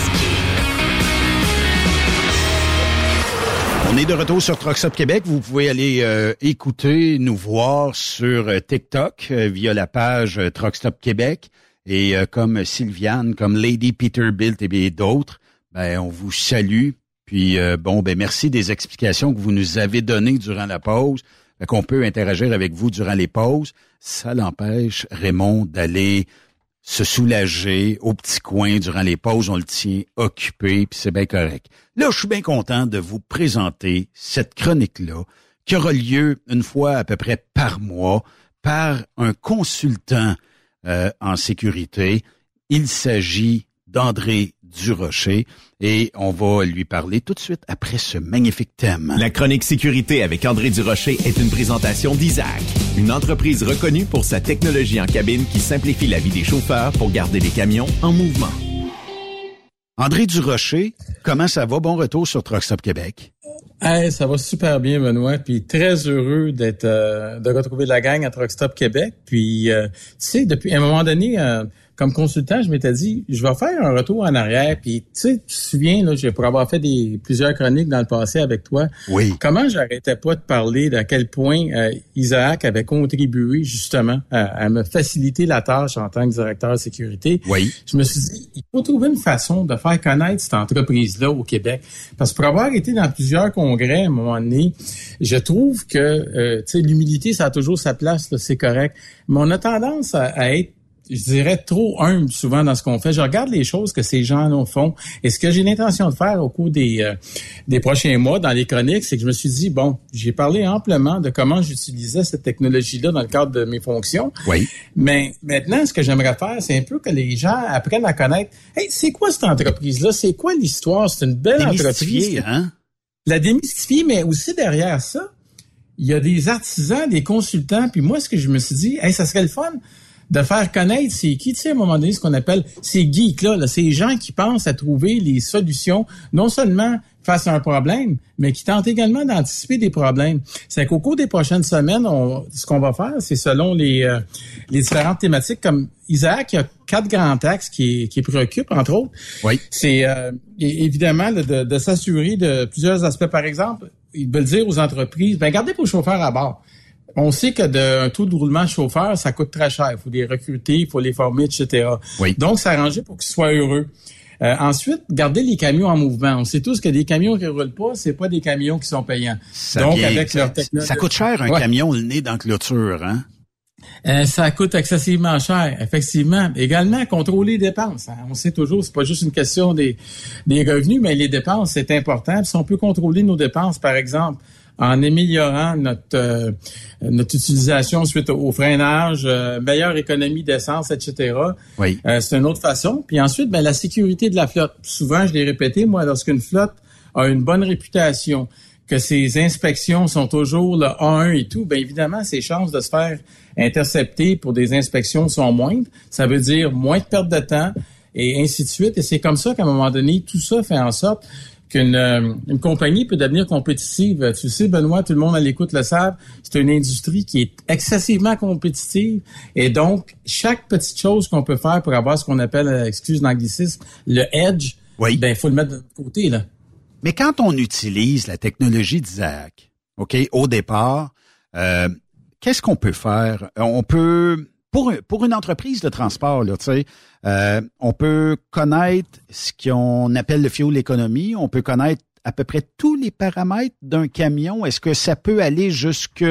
Speaker 9: On est de retour sur Truck Stop Québec. Vous pouvez aller euh, écouter, nous voir sur euh, TikTok euh, via la page euh, Truck Stop Québec. Et euh, comme Sylviane, comme Lady Peterbilt et bien d'autres, ben on vous salue. Puis euh, bon, ben merci des explications que vous nous avez données durant la pause. Qu'on peut interagir avec vous durant les pauses, ça l'empêche, Raymond, d'aller se soulager au petit coin durant les pauses. On le tient occupé, puis c'est bien correct. Là, je suis bien content de vous présenter cette chronique-là qui aura lieu une fois à peu près par mois par un consultant euh, en sécurité. Il s'agit d'André Durocher et on va lui parler tout de suite après ce magnifique thème.
Speaker 3: La chronique sécurité avec André Durocher est une présentation d'Isaac, une entreprise reconnue pour sa technologie en cabine qui simplifie la vie des chauffeurs pour garder les camions en mouvement.
Speaker 9: André Durocher, comment ça va? Bon retour sur Truck Stop Québec.
Speaker 16: Hey, ça va super bien, Benoît. Puis très heureux d'être euh, de retrouver la gang à Truck Stop Québec. Puis, euh, tu sais, depuis un moment donné, euh, comme consultant, je m'étais dit, je vais faire un retour en arrière. Puis, tu sais, tu te souviens, là, j'ai pour avoir fait des plusieurs chroniques dans le passé avec toi.
Speaker 9: Oui.
Speaker 16: Comment j'arrêtais pas de parler d'à quel point euh, Isaac avait contribué justement à, à me faciliter la tâche en tant que directeur de sécurité.
Speaker 9: Oui.
Speaker 16: Je me suis dit, il faut trouver une façon de faire connaître cette entreprise-là au Québec. Parce que pour avoir été dans plusieurs congrès à un moment donné, je trouve que, euh, tu sais, l'humilité, ça a toujours sa place, là, c'est correct. Mais on a tendance à, à être, je dirais, trop humble souvent dans ce qu'on fait. Je regarde les choses que ces gens-là font. Et ce que j'ai l'intention de faire au cours des euh, des prochains mois dans les chroniques, c'est que je me suis dit, bon, j'ai parlé amplement de comment j'utilisais cette technologie-là dans le cadre de mes fonctions.
Speaker 9: Oui.
Speaker 16: Mais maintenant, ce que j'aimerais faire, c'est un peu que les gens apprennent à connaître, hey, c'est quoi cette entreprise-là? C'est quoi l'histoire? C'est une belle entreprise.
Speaker 9: Hein?
Speaker 16: La démystifier, mais aussi derrière ça, il y a des artisans, des consultants. Puis moi, ce que je me suis dit, hey, ça serait le fun de faire connaître c'est qui, tu sais, à un moment donné, ce qu'on appelle ces geeks-là, là, ces gens qui pensent à trouver les solutions, non seulement face à un problème, mais qui tentent également d'anticiper des problèmes. C'est qu'au cours des prochaines semaines, on, ce qu'on va faire, c'est selon les, euh, les différentes thématiques, comme Isaac, il y a quatre grands axes qui, qui préoccupent, entre autres.
Speaker 9: Oui.
Speaker 16: C'est euh, évidemment là, de, de s'assurer de plusieurs aspects. Par exemple, ils veulent dire aux entreprises, ben gardez vos chauffeurs à bord. On sait que d'un taux de roulement de chauffeur, ça coûte très cher. Il faut les recruter, il faut les former, et cetera.
Speaker 9: Oui.
Speaker 16: Donc, s'arranger pour qu'ils soient heureux. Euh, ensuite, garder les camions en mouvement. On sait tous que des camions qui ne roulent pas, c'est pas des camions qui sont payants.
Speaker 9: Ça
Speaker 16: Donc,
Speaker 9: vient,
Speaker 16: avec
Speaker 9: ça,
Speaker 16: leur technologie.
Speaker 9: Ça coûte cher un
Speaker 16: ouais.
Speaker 9: camion le nez dans la clôture, hein?
Speaker 16: Euh, ça coûte excessivement cher, effectivement. Également, contrôler les dépenses. Hein. On sait toujours, c'est pas juste une question des, des revenus, mais les dépenses, c'est important. Puis si on peut contrôler nos dépenses, par exemple, en améliorant notre euh, notre utilisation suite au, au freinage, euh, meilleure économie d'essence, et cetera. Oui. Euh, c'est une autre façon. Puis ensuite, ben la sécurité de la flotte. Souvent, je l'ai répété, moi, lorsqu'une flotte a une bonne réputation, que ses inspections sont toujours le A un et tout, bien évidemment, ses chances de se faire intercepter pour des inspections sont moindres. Ça veut dire moins de perte de temps et ainsi de suite. Et c'est comme ça qu'à un moment donné, tout ça fait en sorte qu'une euh, une compagnie peut devenir compétitive. Tu sais, Benoît, tout le monde à l'écoute le savent, c'est une industrie qui est excessivement compétitive. Et donc, chaque petite chose qu'on peut faire pour avoir ce qu'on appelle, excuse l'anglicisme, le edge, oui. Ben il faut le mettre de l'autre côté, là.
Speaker 9: Mais quand on utilise la technologie d'Isaac, OK, au départ, euh, qu'est-ce qu'on peut faire? On peut, pour, pour une entreprise de transport, là, tu sais, euh, on peut connaître ce qu'on appelle le fuel economy, on peut connaître à peu près tous les paramètres d'un camion. Est-ce que ça peut aller jusque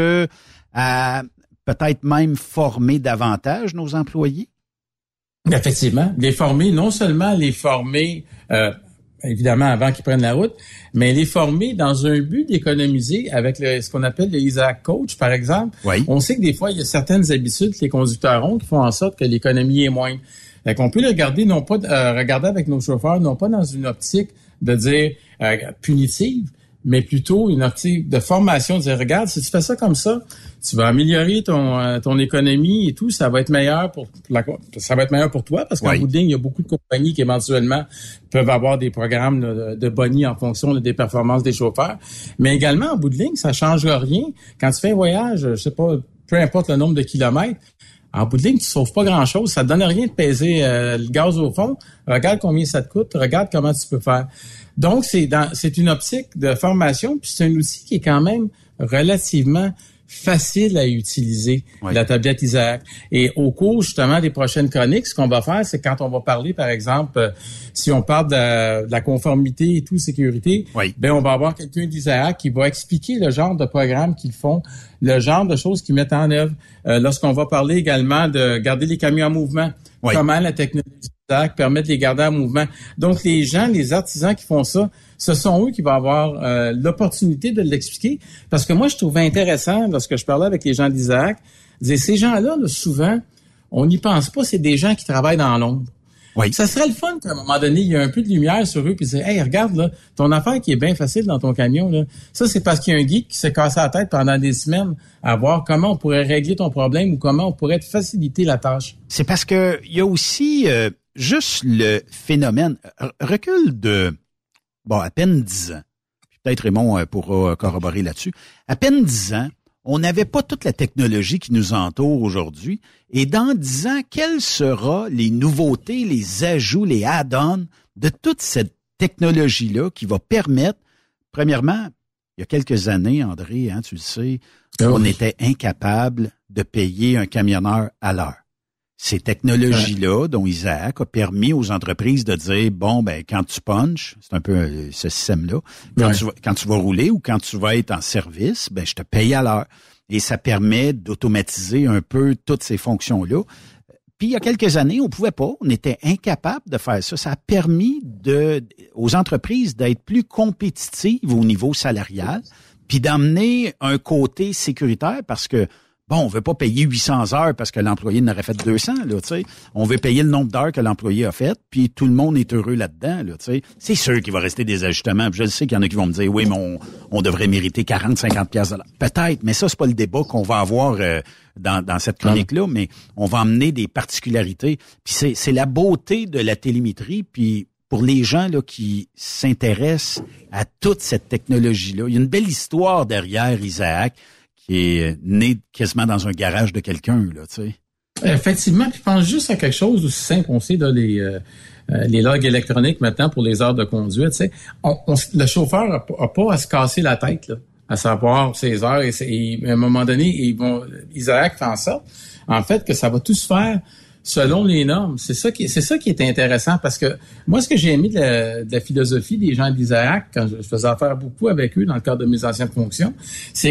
Speaker 9: à peut-être même former davantage nos employés?
Speaker 16: Effectivement, les former, non seulement les former... Euh, évidemment avant qu'ils prennent la route, mais les former dans un but d'économiser avec le, ce qu'on appelle le Isaac Coach, par exemple. Oui. On sait que des fois, il y a certaines habitudes que les conducteurs ont qui font en sorte que l'économie est moindre. Fait qu'on peut le regarder, non pas euh, regarder avec nos chauffeurs, non pas dans une optique de dire euh, punitive, mais plutôt une optique de formation, de dire, regarde, si tu fais ça comme ça, tu vas améliorer ton euh, ton économie et tout, ça va être meilleur pour, pour la ça va être meilleur pour toi, parce qu'en oui. bout de ligne, il y a beaucoup de compagnies qui éventuellement peuvent avoir des programmes de, de boni en fonction des performances des chauffeurs. Mais également, en bout de ligne, ça change rien. Quand tu fais un voyage, je sais pas, peu importe le nombre de kilomètres, en bout de ligne, tu sauves pas grand-chose. Ça te donne rien de peser euh, le gaz au fond. Regarde combien ça te coûte, regarde comment tu peux faire. Donc, c'est dans c'est une optique de formation, puis c'est un outil qui est quand même relativement facile à utiliser, oui. la tablette Isaac. Et au cours, justement, des prochaines chroniques, ce qu'on va faire, c'est quand on va parler, par exemple, euh, si on parle de la, de la conformité et tout, sécurité, oui. ben on va avoir quelqu'un d'Isaac qui va expliquer le genre de programme qu'ils font, le genre de choses qu'ils mettent en œuvre. Euh, lorsqu'on va parler également de garder les camions en mouvement, oui. comment la technologie Isaac permet de les garder en mouvement. Donc, les gens, les artisans qui font ça, ce sont eux qui vont avoir euh, l'opportunité de l'expliquer. Parce que moi, je trouvais intéressant, lorsque je parlais avec les gens d'Isaac, de dire, ces gens-là, là, souvent, on n'y pense pas, c'est des gens qui travaillent dans l'ombre. Oui. Ça serait le fun qu'à un moment donné, il y a un peu de lumière sur eux, puis dire, hey, regarde, là, ton affaire qui est bien facile dans ton camion, là, ça, c'est parce qu'il y a un geek qui s'est cassé la tête pendant des semaines à voir comment on pourrait régler ton problème ou comment on pourrait te faciliter la tâche.
Speaker 9: C'est parce que il y a aussi euh, juste le phénomène, recul de, bon, à peine dix ans. Peut-être Raymond pourra corroborer là-dessus. À peine dix ans, on n'avait pas toute la technologie qui nous entoure aujourd'hui. Et dans dix ans, quelles seront les nouveautés, les ajouts, les add-ons de toute cette technologie-là qui va permettre, premièrement, il y a quelques années, André, hein, tu le sais, oh. on était incapable de payer un camionneur à l'heure. Ces technologies-là, dont Isaac a permis aux entreprises de dire, bon, ben quand tu punches, c'est un peu euh, ce système-là, quand, ouais. tu vas, quand tu vas rouler ou quand tu vas être en service, ben je te paye à l'heure. Et ça permet d'automatiser un peu toutes ces fonctions-là. Puis il y a quelques années, on pouvait pas, on était incapable de faire ça. Ça a permis de aux entreprises d'être plus compétitives au niveau salarial, puis d'amener un côté sécuritaire parce que bon, on veut pas payer huit cents heures parce que l'employé en aurait fait deux cents, là, tu sais. On veut payer le nombre d'heures que l'employé a fait, puis tout le monde est heureux là-dedans, là, tu sais. C'est sûr qu'il va rester des ajustements. Puis je sais qu'il y en a qui vont me dire, oui, mais on, on devrait mériter quarante, cinquante piastres de l'heure. Peut-être, mais ça, c'est pas le débat qu'on va avoir euh, dans, dans cette chronique-là, mais on va emmener des particularités. Puis c'est, c'est la beauté de la télémétrie, puis pour les gens là qui s'intéressent à toute cette technologie-là, il y a une belle histoire derrière Isaac, qui est né quasiment dans un garage de quelqu'un, là, tu sais.
Speaker 16: Effectivement, puis je pense juste à quelque chose d'aussi simple. On sait, là, les, euh, les logs électroniques maintenant pour les heures de conduite, tu sais. On, on, le chauffeur n'a pas, pas à se casser la tête, là, à savoir ses heures. Et, et à un moment donné, ils vont, Isaac fait en sorte, en fait, que ça va tout se faire selon les normes. C'est ça qui, c'est ça qui est intéressant parce que moi, ce que j'ai aimé de la, de la philosophie des gens d'Isaac, quand je faisais affaire beaucoup avec eux dans le cadre de mes anciennes fonctions, c'est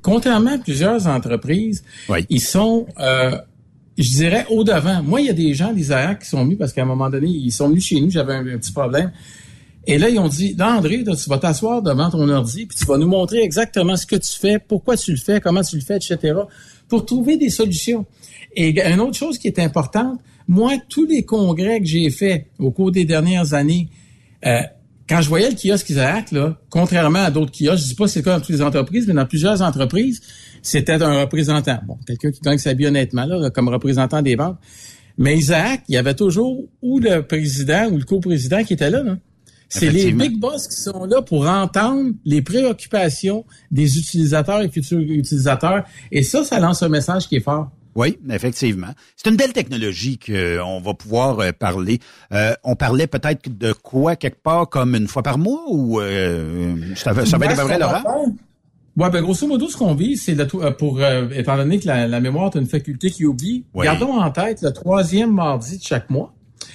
Speaker 16: contrairement à plusieurs entreprises, oui. ils sont, euh, je dirais, au-devant. Moi, il y a des gens d'Isaac qui sont venus parce qu'à un moment donné, ils sont venus chez nous, j'avais un, un petit problème. Et là, ils ont dit, là, André, là, tu vas t'asseoir devant ton ordi, puis tu vas nous montrer exactement ce que tu fais, pourquoi tu le fais, comment tu le fais, et cetera, pour trouver des solutions. Et une autre chose qui est importante, moi, tous les congrès que j'ai faits au cours des dernières années, euh, quand je voyais le kiosque Isaac, là, contrairement à d'autres kiosques, je dis pas que c'est le cas dans toutes les entreprises, mais dans plusieurs entreprises, c'était un représentant. Bon, quelqu'un qui gagne sa vie honnêtement, là, comme représentant des ventes. Mais Isaac, il y avait toujours ou le président ou le coprésident qui était là, là. C'est les big boss qui sont là pour entendre les préoccupations des utilisateurs et futurs utilisateurs. Et ça, ça lance un message qui est fort.
Speaker 9: Oui, effectivement. C'est une belle technologie qu'on va pouvoir euh, parler. Euh, on parlait peut-être de quoi quelque part comme une fois par mois ou euh, ça, ça va être à peu près, Laurent?
Speaker 16: Ouais, ben grosso modo, ce qu'on vit, c'est le, pour euh, étant donné que la, la mémoire est une faculté qui oublie, oui. Gardons en tête le troisième mardi de chaque mois.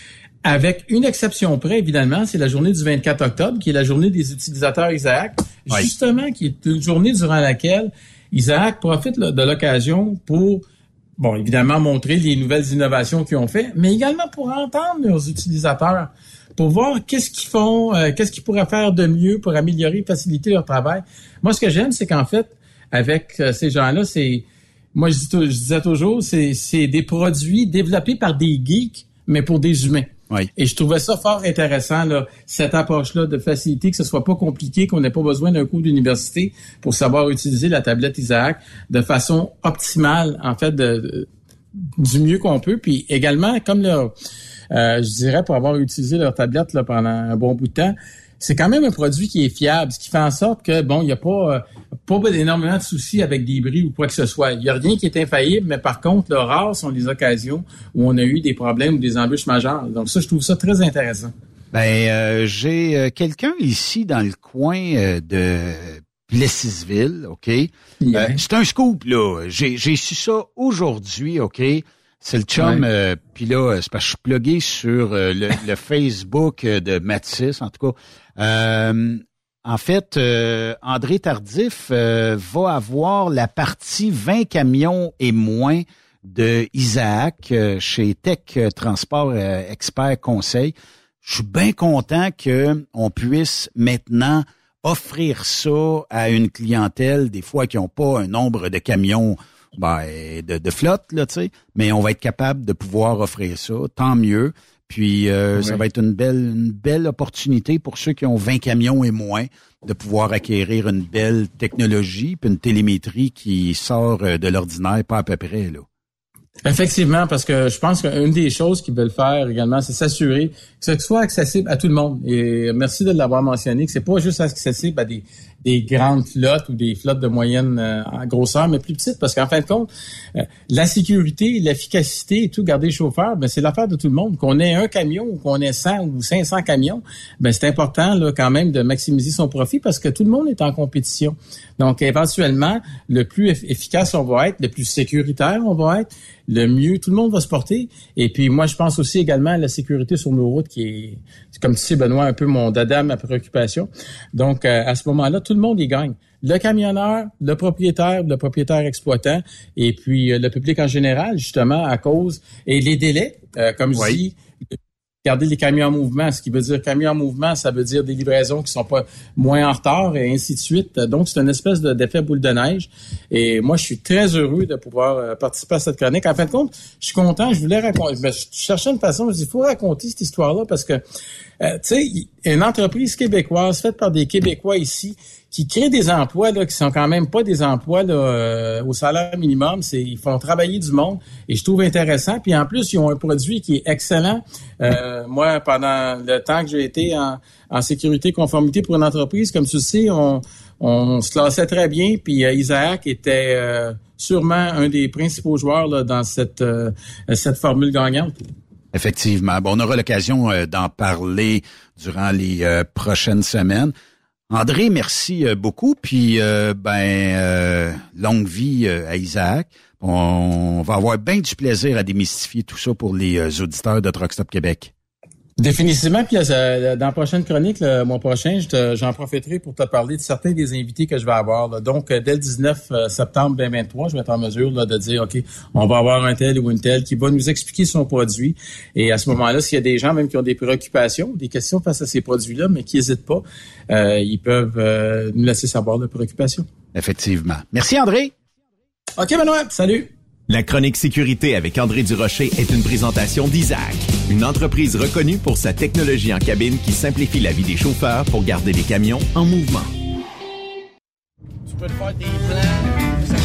Speaker 16: Avec une exception près, évidemment, c'est la journée du vingt-quatre octobre, qui est la journée des utilisateurs Isaac, oui. justement, qui est une journée durant laquelle Isaac profite de l'occasion pour, bon, évidemment, montrer les nouvelles innovations qu'ils ont fait, mais également pour entendre leurs utilisateurs, pour voir qu'est-ce qu'ils font, euh, qu'est-ce qu'ils pourraient faire de mieux pour améliorer, faciliter leur travail. Moi, ce que j'aime, c'est qu'en fait, avec euh, ces gens-là, c'est, moi, je, dis, je disais toujours, c'est, c'est des produits développés par des geeks, mais pour des humains. Oui. Et je trouvais ça fort intéressant, là, cette approche-là de facilité, que ce soit pas compliqué, qu'on n'ait pas besoin d'un cours d'université pour savoir utiliser la tablette Isaac de façon optimale, en fait, de, de, du mieux qu'on peut. Puis également, comme leur, euh, je dirais, pour avoir utilisé leur tablette là, pendant un bon bout de temps, c'est quand même un produit qui est fiable, ce qui fait en sorte que, bon, il n'y a pas, euh, pas énormément de soucis avec des bris ou quoi que ce soit. Il n'y a rien qui est infaillible, mais par contre, là, rares sont les occasions où on a eu des problèmes ou des embûches majeures. Donc ça, je trouve ça très intéressant.
Speaker 9: Ben, euh, j'ai euh, quelqu'un ici dans le coin euh, de Plessisville, OK? Yeah. Euh, c'est un scoop, là. J'ai, j'ai su ça aujourd'hui, OK? C'est le chum, ouais. euh, puis là, c'est parce que je suis plugué sur euh, le, le Facebook de Mathis, en tout cas. Euh, en fait, euh, André Tardif euh, va avoir la partie vingt camions et moins de Isaac euh, chez Tech Transport euh, Expert Conseil. Je suis bien content qu'on puisse maintenant offrir ça à une clientèle, des fois qui n'ont pas un nombre de camions ben, de, de flotte, là, tu sais, mais on va être capable de pouvoir offrir ça, tant mieux. Puis euh, oui. ça va être une belle une belle opportunité pour ceux qui ont vingt camions et moins de pouvoir acquérir une belle technologie puis une télémétrie qui sort de l'ordinaire, pas à peu près, là.
Speaker 16: Effectivement, parce que je pense qu'une des choses qu'ils veulent faire également, c'est s'assurer que ce soit accessible à tout le monde. Et merci de l'avoir mentionné, que c'est pas juste accessible à des des grandes flottes ou des flottes de moyenne euh, grosseur, mais plus petites, parce qu'en fin de compte, euh, la sécurité, l'efficacité et tout, garder les chauffeurs, ben c'est l'affaire de tout le monde. Qu'on ait un camion ou qu'on ait cent ou cinq cents camions, ben c'est important là quand même de maximiser son profit parce que tout le monde est en compétition. Donc, éventuellement, le plus efficace on va être, le plus sécuritaire on va être, le mieux tout le monde va se porter. Et puis, moi, je pense aussi également à la sécurité sur nos routes qui est, comme tu sais, Benoît, un peu mon dada, ma préoccupation. Donc, euh, à ce moment-là, tout le monde y gagne. Le camionneur, le propriétaire, le propriétaire exploitant, et puis euh, le public en général, justement, à cause... Et les délais, euh, comme oui. je dis... Garder les camions en mouvement. Ce qui veut dire camions en mouvement, ça veut dire des livraisons qui sont pas moins en retard et ainsi de suite. Donc, c'est une espèce de, d'effet boule de neige. Et moi, je suis très heureux de pouvoir euh, participer à cette chronique. En fin de compte, je suis content. Je voulais raconter. Ben, je cherchais une façon. Je dis, il faut raconter cette histoire-là parce que, euh, tu sais, une entreprise québécoise faite par des Québécois ici qui créent des emplois là qui sont quand même pas des emplois là euh, au salaire minimum, c'est ils font travailler du monde et je trouve intéressant. Puis en plus, ils ont un produit qui est excellent. Euh, moi, pendant le temps que j'ai été en, en sécurité conformité pour une entreprise, comme tu le sais, on, on se classait très bien. Puis euh, Isaac était euh, sûrement un des principaux joueurs là, dans cette euh, cette formule gagnante.
Speaker 9: Effectivement. Bon, on aura l'occasion euh, d'en parler durant les euh, prochaines semaines. André, merci beaucoup. Puis, euh, ben, euh, longue vie euh, à Isaac. On va avoir bien du plaisir à démystifier tout ça pour les euh, auditeurs de Truck Stop Québec.
Speaker 16: Définitivement, puis euh, dans la prochaine chronique, le mois prochain, je te, j'en profiterai pour te parler de certains des invités que je vais avoir. Là. Donc, euh, dès le dix-neuf septembre deux mille vingt-trois, je vais être en mesure là, de dire, OK, on va avoir un tel ou une telle qui va nous expliquer son produit. Et à ce moment-là, s'il y a des gens même qui ont des préoccupations, des questions face à ces produits-là, mais qui n'hésitent pas, euh, ils peuvent euh, nous laisser savoir leurs préoccupations.
Speaker 9: Effectivement. Merci, André.
Speaker 16: OK, Benoît. Salut.
Speaker 3: La chronique sécurité avec André Durocher est une présentation d'Isaac, une entreprise reconnue pour sa technologie en cabine qui simplifie la vie des chauffeurs pour garder les camions en mouvement.
Speaker 17: Tu peux te faire des plans.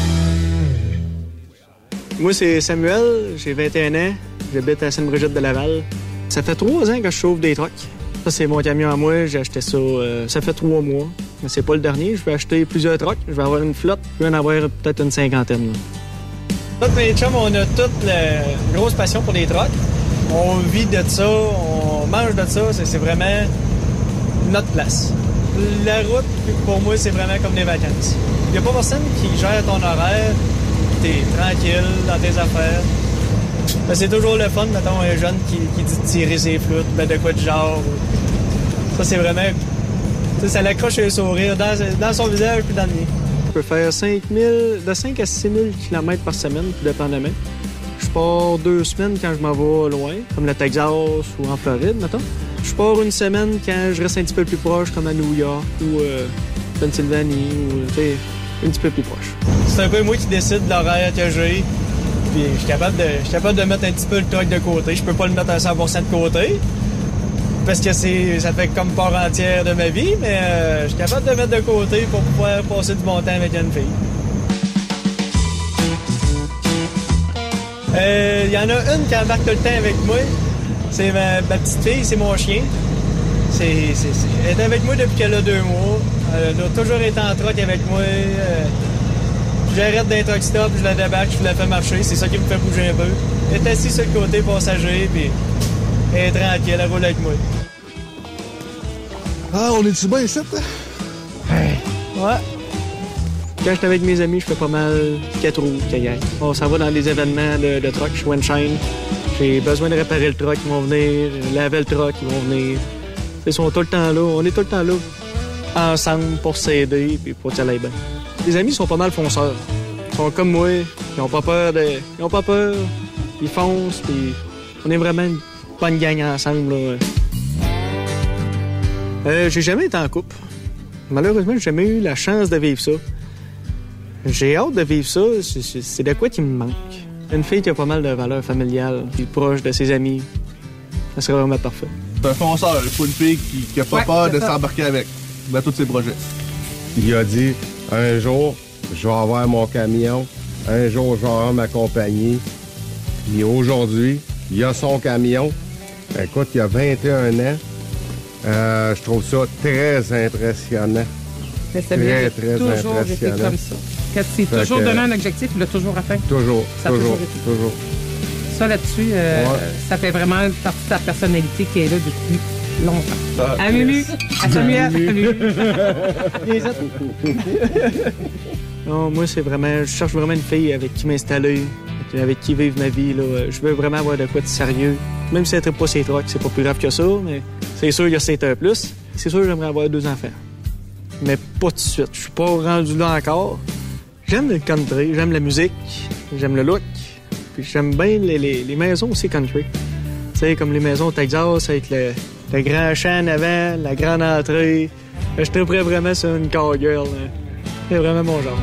Speaker 17: Moi, c'est Samuel, j'ai vingt et un ans, j'habite à Sainte-Brigitte-de-Laval. Ça fait trois ans que je chauffe des trucks. Ça, c'est mon camion à moi, j'ai acheté ça, euh, ça fait trois mois. Mais c'est pas le dernier, je vais acheter plusieurs trucks, je vais avoir une flotte, je vais en avoir peut-être une cinquantaine. Là. Tous mes chums, on a toute la grosse passion pour les trucks. On vit de ça, on mange de ça, c'est, c'est vraiment notre place. La route, pour moi, c'est vraiment comme des vacances. Il n'y a pas personne qui gère ton horaire, t'es tranquille dans tes affaires. Ben, c'est toujours le fun, mettons, un jeune qui, qui dit de tirer ses flûtes, ben de quoi de genre. Ça, c'est vraiment... Ça l'accroche un sourire dans, dans son visage puis dans le mien. Je peux faire cinq mille, de cinq à six mille kilomètres par semaine, tout dépendamment. Je pars deux semaines quand je m'en vais loin, comme le Texas ou en Floride, mettons. Je pars une semaine quand je reste un petit peu plus proche, comme à New York ou euh, Pennsylvanie, ou tu sais, un petit peu plus proche. C'est un peu moi qui décide de l'horaire que j'ai. Puis je suis capable de, je suis capable de mettre un petit peu le truck de côté. Je peux pas le mettre à cent pour cent de côté. Parce que c'est, ça fait comme part entière de ma vie, mais euh, je suis capable de mettre de côté pour pouvoir passer du bon temps avec une fille. Il euh, y en a une qui embarque tout le temps avec moi. C'est ma, ma petite fille, c'est mon chien. C'est, c'est, c'est, elle est avec moi depuis qu'elle a deux mois. Elle a toujours été en truck avec moi. Euh, j'arrête d'un truck stop, je la débarque, je la fais marcher. C'est ça qui me fait bouger un peu. Elle est assise sur le côté passager, puis elle est tranquille, elle roule avec moi.
Speaker 8: Ah, on est-tu bien ici, hein?
Speaker 17: Ouais. Quand je suis avec mes amis, je fais pas mal quatre roues, kayak. On s'en va dans les événements de, de truck, je suis Windshine. J'ai besoin de réparer le truck, ils vont venir. Laver le truck, ils vont venir. Ils sont tout le temps là, on est tout le temps là. Ensemble pour s'aider et pour aller bien. Les amis sont pas mal fonceurs. Ils sont comme moi, ils ont pas peur de. Ils ont pas peur. Ils foncent, puis on est vraiment une bonne gang ensemble, là. Euh, j'ai jamais été en couple. Malheureusement, j'ai jamais eu la chance de vivre ça. J'ai hâte de vivre ça. C'est, c'est, c'est de quoi qui me manque. Une fille qui a pas mal de valeurs familiales, puis proche de ses amis. Ça serait vraiment parfait.
Speaker 8: C'est un fonceur. Il faut une fille qui, qui a pas ouais, peur de ça. S'embarquer avec dans tous ses projets.
Speaker 18: Il a dit, un jour, je vais avoir mon camion. Un jour, je vais avoir ma compagnie. Puis aujourd'hui, il a son camion. Écoute, il y a vingt et un ans. Euh, je trouve ça très impressionnant.
Speaker 19: Mais ça
Speaker 18: très, très
Speaker 19: toujours
Speaker 18: impressionnant.
Speaker 19: Été comme ça. Quand c'est fait toujours que, donné un objectif, il l'a toujours atteint.
Speaker 18: Toujours,
Speaker 19: ça
Speaker 18: toujours,
Speaker 19: toujours,
Speaker 18: toujours.
Speaker 19: Ça, là-dessus, euh,
Speaker 18: ouais.
Speaker 19: ça fait vraiment partie de ta personnalité qui est là depuis longtemps. Ah, à Mulu, à Samuel,
Speaker 17: Non, moi, c'est vraiment... Je cherche vraiment une fille avec qui m'installer, avec qui vivre ma vie, là. Je veux vraiment avoir de quoi de sérieux. Même si elle ne pas ses trucks, c'est pas plus grave que ça, mais c'est sûr, il y a sept un plus. C'est sûr, j'aimerais avoir deux enfants. Mais pas tout de suite. Je suis pas rendu là encore. J'aime le country, j'aime la musique, j'aime le look, puis j'aime bien les, les, les maisons aussi country. Tu sais, comme les maisons au Texas, avec le, le grand champ en avant, la grande entrée. Je triperais vraiment sur une cowgirl. Hein. C'est vraiment mon genre.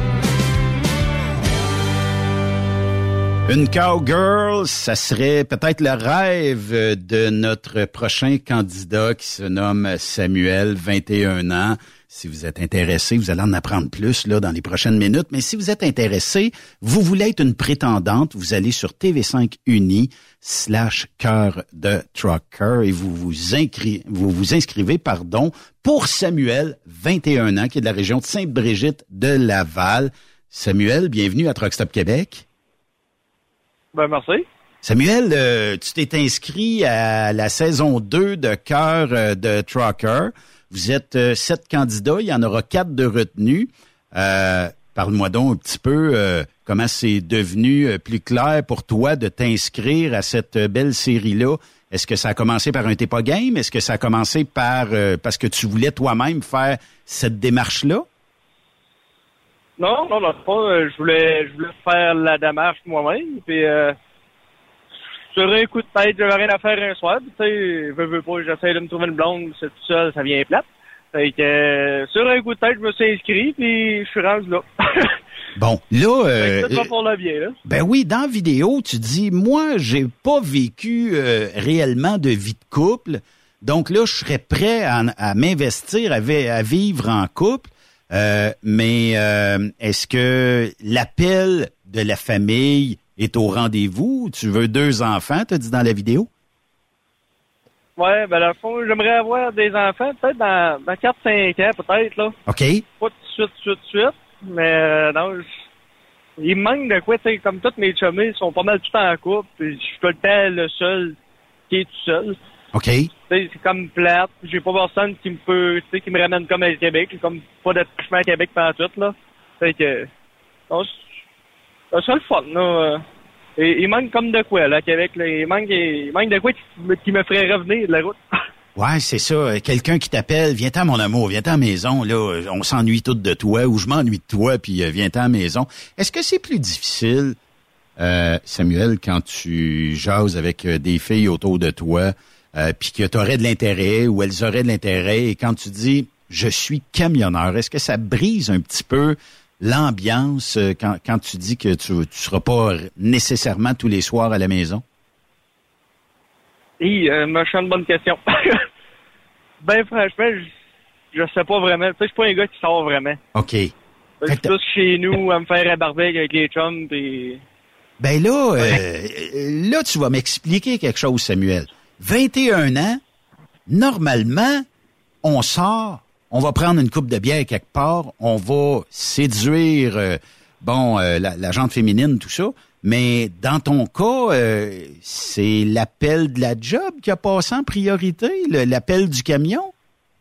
Speaker 9: Une cowgirl, ça serait peut-être le rêve de notre prochain candidat qui se nomme Samuel, vingt et un ans. Si vous êtes intéressé, vous allez en apprendre plus là dans les prochaines minutes. Mais si vous êtes intéressé, vous voulez être une prétendante, vous allez sur T V cinq Uni slash cœur de trucker et vous vous, inscri- vous vous inscrivez pardon, pour Samuel, vingt et un ans, qui est de la région de Sainte-Brigitte de Laval. Samuel, bienvenue à Truck Stop Québec.
Speaker 20: Ben, merci.
Speaker 9: Samuel, euh, tu t'es inscrit à la saison deux de Cœur euh, de Trucker. Vous êtes euh, sept candidats, il y en aura quatre de retenus. Euh, Parle-moi donc un petit peu euh, comment c'est devenu euh, plus clair pour toi de t'inscrire à cette euh, belle série-là. Est-ce que ça a commencé par un T'es pas game? Est-ce que ça a commencé par euh, parce que tu voulais toi-même faire cette démarche-là?
Speaker 20: Non, non, non, pas. Je voulais, je voulais faire la démarche moi-même. Puis, euh, sur un coup de tête, j'avais rien à faire un soir. Tu sais, veux, veux pas, j'essaie de me trouver une blonde, c'est tout seul, ça vient plate. Fait que, euh, sur un coup de tête, je me suis inscrit, puis je suis rendu là.
Speaker 9: Bon, là... Euh,
Speaker 20: c'est pas pour le bien, là.
Speaker 9: Ben oui, dans la vidéo, tu dis, moi, j'ai pas vécu euh, réellement de vie de couple, donc là, je serais prêt à, à m'investir, à, à vivre en couple, euh, mais euh, est-ce que l'appel de la famille est au rendez-vous? Tu veux deux enfants, t'as dit dans la vidéo?
Speaker 20: Ouais, ben, dans le fond, j'aimerais avoir des enfants, peut-être dans, dans quatre cinq ans, peut-être, là.
Speaker 9: OK.
Speaker 20: Pas tout de suite, tout de suite, mais euh, non, je, il me manque de quoi, tu sais, comme tous mes chummies, ils sont pas mal tout en couple, puis je suis tout le temps le seul qui est tout seul.
Speaker 9: OK.
Speaker 20: Tu sais, c'est comme plate, j'ai pas personne qui me peut, tu sais, qui me ramène comme à Québec, comme pas d'attachement à Québec pendant tout, là. Fait que, non, c'est ça le fun, là. Et il manque comme de quoi, là, à Québec, là. Il manque, il manque de quoi qui, qui me ferait revenir de la route.
Speaker 9: Ouais, c'est ça. Quelqu'un qui t'appelle, viens-t'en mon amour, viens-t'en à la maison, là, on s'ennuie tout de toi, ou je m'ennuie de toi, puis euh, viens-t'en à la maison. Est-ce que c'est plus difficile, euh, Samuel, quand tu jases avec euh, des filles autour de toi, euh, puis que tu aurais de l'intérêt, ou elles auraient de l'intérêt, et quand tu dis « je suis camionneur », est-ce que ça brise un petit peu l'ambiance euh, quand, quand tu dis que tu ne seras pas nécessairement tous les soirs à la maison?
Speaker 20: Hi, euh, machin de bonne question. Ben, franchement, je, je sais pas vraiment. Tu sais, je suis pas un gars qui sort vraiment.
Speaker 9: OK.
Speaker 20: Je suis plus chez nous à me faire abarber avec les chums, pis...
Speaker 9: Ben là, euh, là, tu vas m'expliquer quelque chose, Samuel. vingt et un ans, normalement, on sort, on va prendre une coupe de bière quelque part, on va séduire, euh, bon, euh, la, la gente féminine, tout ça. Mais dans ton cas, euh, c'est l'appel de la job qui a passé en priorité, le, l'appel du camion?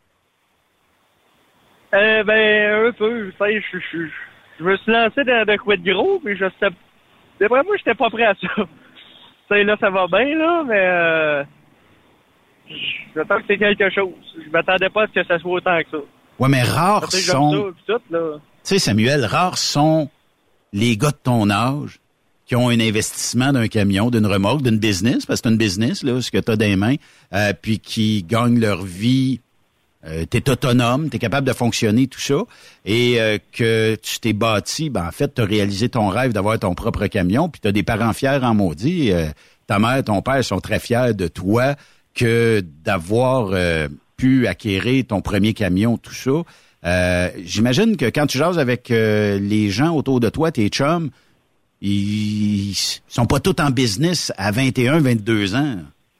Speaker 20: Euh, ben, un peu. Tu sais, je, je, je me suis lancé dans de quoi de gros, puis je sais... D'après moi, j'étais pas prêt à ça. Tu sais, là, ça va bien, là, mais... Euh, j'attends que c'est quelque chose. Je m'attendais pas à ce que ça soit autant que ça.
Speaker 9: Ouais, mais rares
Speaker 20: tu sais,
Speaker 9: sont...
Speaker 20: Tu
Speaker 9: sais, Samuel, rares sont les gars de ton âge qui ont un investissement d'un camion, d'une remorque, d'une business, parce que c'est une business, là, ce que tu as dans les mains, euh, puis qui gagnent leur vie, euh, tu es autonome, tu es capable de fonctionner, tout ça, et euh, que tu t'es bâti, ben en fait, tu as réalisé ton rêve d'avoir ton propre camion, puis tu as des parents fiers en maudit. Euh, ta mère, ton père sont très fiers de toi que d'avoir euh, pu acquérir ton premier camion, tout ça. Euh, j'imagine que quand tu jases avec euh, les gens autour de toi, tes chums, ils sont pas tous en business à vingt et un, vingt-deux ans.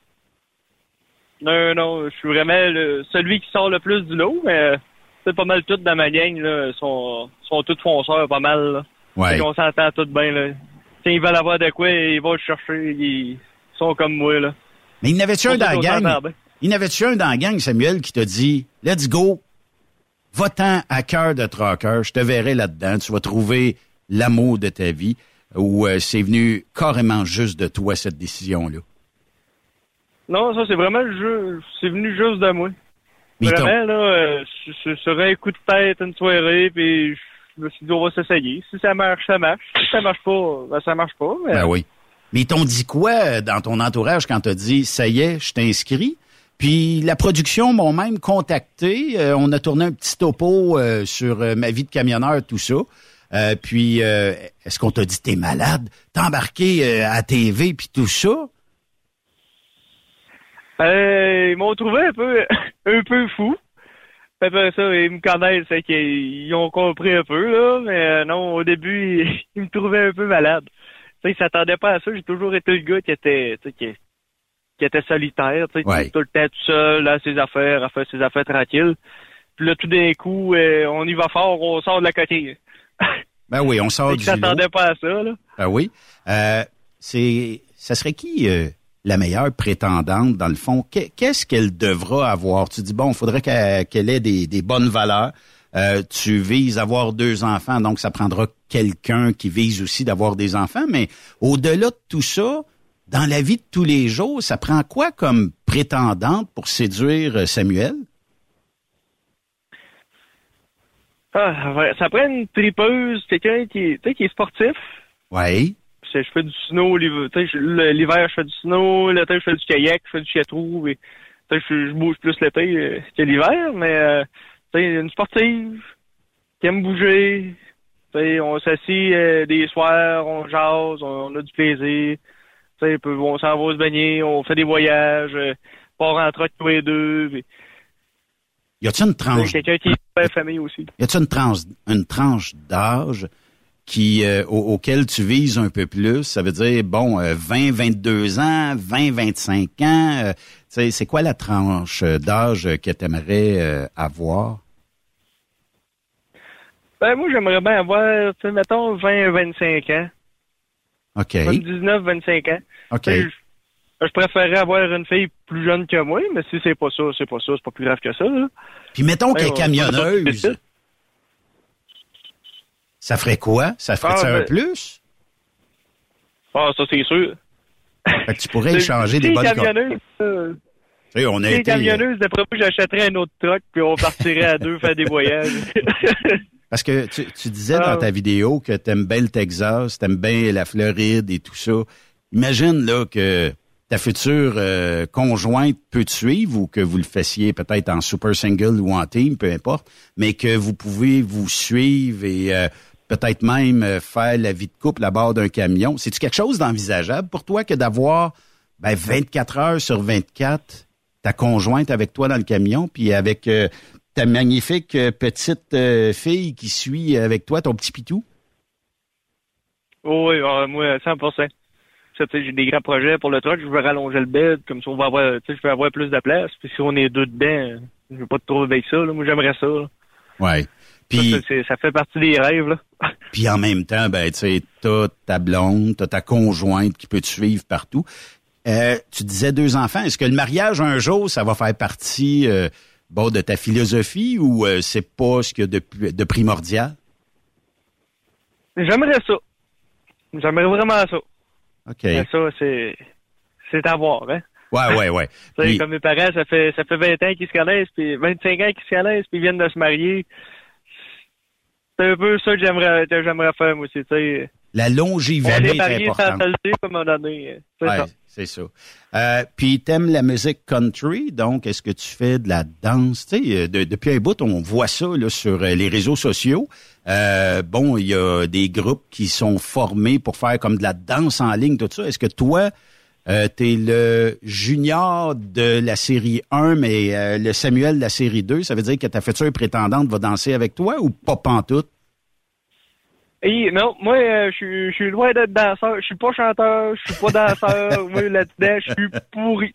Speaker 20: Non, non, je suis vraiment le, celui qui sort le plus du lot, mais c'est pas mal tout dans ma gang, là, sont, sont tous fonceurs, pas mal, là.
Speaker 9: Ouais.
Speaker 20: On s'entend tout bien, là. Quand ils veulent avoir de quoi, ils vont le chercher, ils sont comme moi, là.
Speaker 9: Mais il n'avait-tu un dans la gang? Il n'avait-tu un dans la gang, Samuel, qui t'a dit, let's go, va-t'en à cœur de trucker, je te verrai là-dedans, tu vas trouver l'amour de ta vie. Ou euh, c'est venu carrément juste de toi, cette décision-là?
Speaker 20: Non, ça, c'est vraiment juste, c'est venu juste de moi.
Speaker 9: Mais
Speaker 20: vraiment, là, euh, ce serait un coup de tête, une soirée, puis je me suis dit, on va s'essayer. Si ça marche, ça marche. Si ça marche pas, ben, ça marche pas. Mais...
Speaker 9: Ben oui. Mais ils t'ont dit quoi dans ton entourage quand t'as dit, ça y est, je t'inscris? Puis la production m'ont même contacté. Euh, on a tourné un petit topo euh, sur euh, ma vie de camionneur, tout ça. Euh, puis, euh, est-ce qu'on t'a dit t'es malade? T'es embarqué euh, à T V puis tout ça?
Speaker 20: Euh, ils m'ont trouvé un peu un peu fou. Après ça, ils me connaissent, c'est qu'ils ont compris un peu, là. Mais euh, non, au début, ils, ils me trouvaient un peu malade. Tu sais, ils s'attendaient pas à ça. J'ai toujours été le gars qui était, tu sais, qui, qui était solitaire, tu sais,
Speaker 9: ouais.
Speaker 20: tout le temps tout seul, à ses affaires, à faire ses affaires tranquilles. Puis là, tout d'un coup, euh, on y va fort, on sort de la coquille.
Speaker 9: Ben oui, on sort du lot.
Speaker 20: Je m'attendais pas à ça, là.
Speaker 9: Ben oui. Euh, c'est, ça serait qui euh, la meilleure prétendante, dans le fond? Qu'est-ce qu'elle devra avoir? Tu dis, bon, il faudrait qu'elle, qu'elle ait des, des bonnes valeurs, Euh, tu vises avoir deux enfants, donc ça prendra quelqu'un qui vise aussi d'avoir des enfants. Mais au-delà de tout ça, dans la vie de tous les jours, ça prend quoi comme prétendante pour séduire Samuel?
Speaker 20: Ah, ouais, ça prend une tripeuse, quelqu'un qui, tu sais, qui est sportif.
Speaker 9: Oui.
Speaker 20: Je, je fais du snow l'hiver, tu sais, l'hiver je fais du snow, l'été je fais du kayak, je fais du chatrou, et tu sais, je, je bouge plus l'été euh, que l'hiver, mais euh, tu sais, une sportive qui aime bouger, tu sais, on s'assit euh, des soirs, on jase, on, on a du plaisir, tu sais, on s'en va se baigner, on fait des voyages, euh, part en troc tous les deux. Puis,
Speaker 9: y a-t-il une tranche?
Speaker 20: Quelqu'un qui est super famille aussi.
Speaker 9: Y a-t-il une tranche, une tranche d'âge qui euh, au, auquel tu vises un peu plus? Ça veut dire, bon, euh, vingt, vingt-deux ans, vingt, vingt-cinq ans. Euh, c'est, c'est quoi la tranche d'âge que tu aimerais euh, avoir?
Speaker 20: Ben, moi, j'aimerais bien avoir, tu sais, mettons, vingt, vingt-cinq ans.
Speaker 9: OK.
Speaker 20: dix-neuf, vingt-cinq ans.
Speaker 9: OK.
Speaker 20: Je, je préférerais avoir une fille plus jeune que moi, mais si c'est pas ça, c'est pas ça, c'est pas plus grave que ça, là.
Speaker 9: Puis mettons qu'elle est
Speaker 20: on-
Speaker 9: camionneuse. Ça ferait quoi? Ça ferait-tu
Speaker 20: Ah,
Speaker 9: un
Speaker 20: ben-
Speaker 9: plus?
Speaker 20: Ah, ça, c'est sûr.
Speaker 9: Fait que tu pourrais échanger des bonnes
Speaker 20: camionneuse, euh,
Speaker 9: Tu sais, on a
Speaker 20: si
Speaker 9: été...
Speaker 20: camionneuse, d'après moi, j'achèterais un autre truck, puis on partirait à deux faire des voyages.
Speaker 9: Parce que tu, tu disais
Speaker 20: Ah.
Speaker 9: dans ta vidéo que t'aimes bien le Texas, t'aimes bien la Floride et tout ça. Imagine là que ta future euh, conjointe peut te suivre ou que vous le fassiez peut-être en super single ou en team, peu importe, mais que vous pouvez vous suivre et euh, peut-être même euh, faire la vie de couple à bord d'un camion. C'est-tu quelque chose d'envisageable pour toi que d'avoir ben, vingt-quatre heures sur vingt-quatre ta conjointe avec toi dans le camion, puis avec euh, ta magnifique euh, petite euh, fille qui suit avec toi, ton petit pitou?
Speaker 20: Oh, oui, ah, moi, cent pour cent. Ça, tu sais, j'ai des grands projets pour le truck, je veux rallonger le bed, comme ça on va avoir, tu sais, je veux avoir plus de place. Puis si on est deux dedans, je veux pas te trouver avec ça, là. Moi, j'aimerais ça, là.
Speaker 9: Ouais. Puis,
Speaker 20: Ça, c'est- ça fait partie des rêves, là.
Speaker 9: puis en même temps, ben, tu sais, t'as ta blonde, t'as ta conjointe qui peut te suivre partout. Euh, tu disais deux enfants. Est-ce que le mariage un jour, ça va faire partie euh, bon, de ta philosophie ou euh, c'est pas ce qu'il y a de, plus- de primordial?
Speaker 20: J'aimerais ça. J'aimerais vraiment ça.
Speaker 9: OK.
Speaker 20: Mais ça, c'est, c'est à voir, hein.
Speaker 9: Ouais, ouais, ouais.
Speaker 20: Tu sais,
Speaker 9: Puis-
Speaker 20: comme mes parents, ça fait, ça fait vingt ans qu'ils se connaissent, puis vingt-cinq ans qu'ils se connaissent, puis ils viennent de se marier. C'est un peu ça que j'aimerais, que j'aimerais faire, moi aussi, tu sais.
Speaker 9: La
Speaker 20: On
Speaker 9: longévité
Speaker 20: est
Speaker 9: est
Speaker 20: mariés sans
Speaker 9: importante.
Speaker 20: se le dire, à un moment donné. C'est
Speaker 9: Ouais,
Speaker 20: ça.
Speaker 9: c'est ça. Euh, puis t'aimes la musique country, donc est-ce que tu fais de la danse? Tu sais, euh, de- depuis un bout, on voit ça là sur euh, les réseaux sociaux. Euh, bon, il y a des groupes qui sont formés pour faire comme de la danse en ligne, tout ça. Est-ce que toi, euh, t'es le junior de la série un, mais euh, le Samuel de la série deux, ça veut dire que ta future prétendante va danser avec toi ou pas pantoute?
Speaker 20: Et non, moi, euh, je suis- je suis loin d'être danseur. Je suis pas chanteur, je suis pas danseur. Moi, là-dedans, je suis pourri.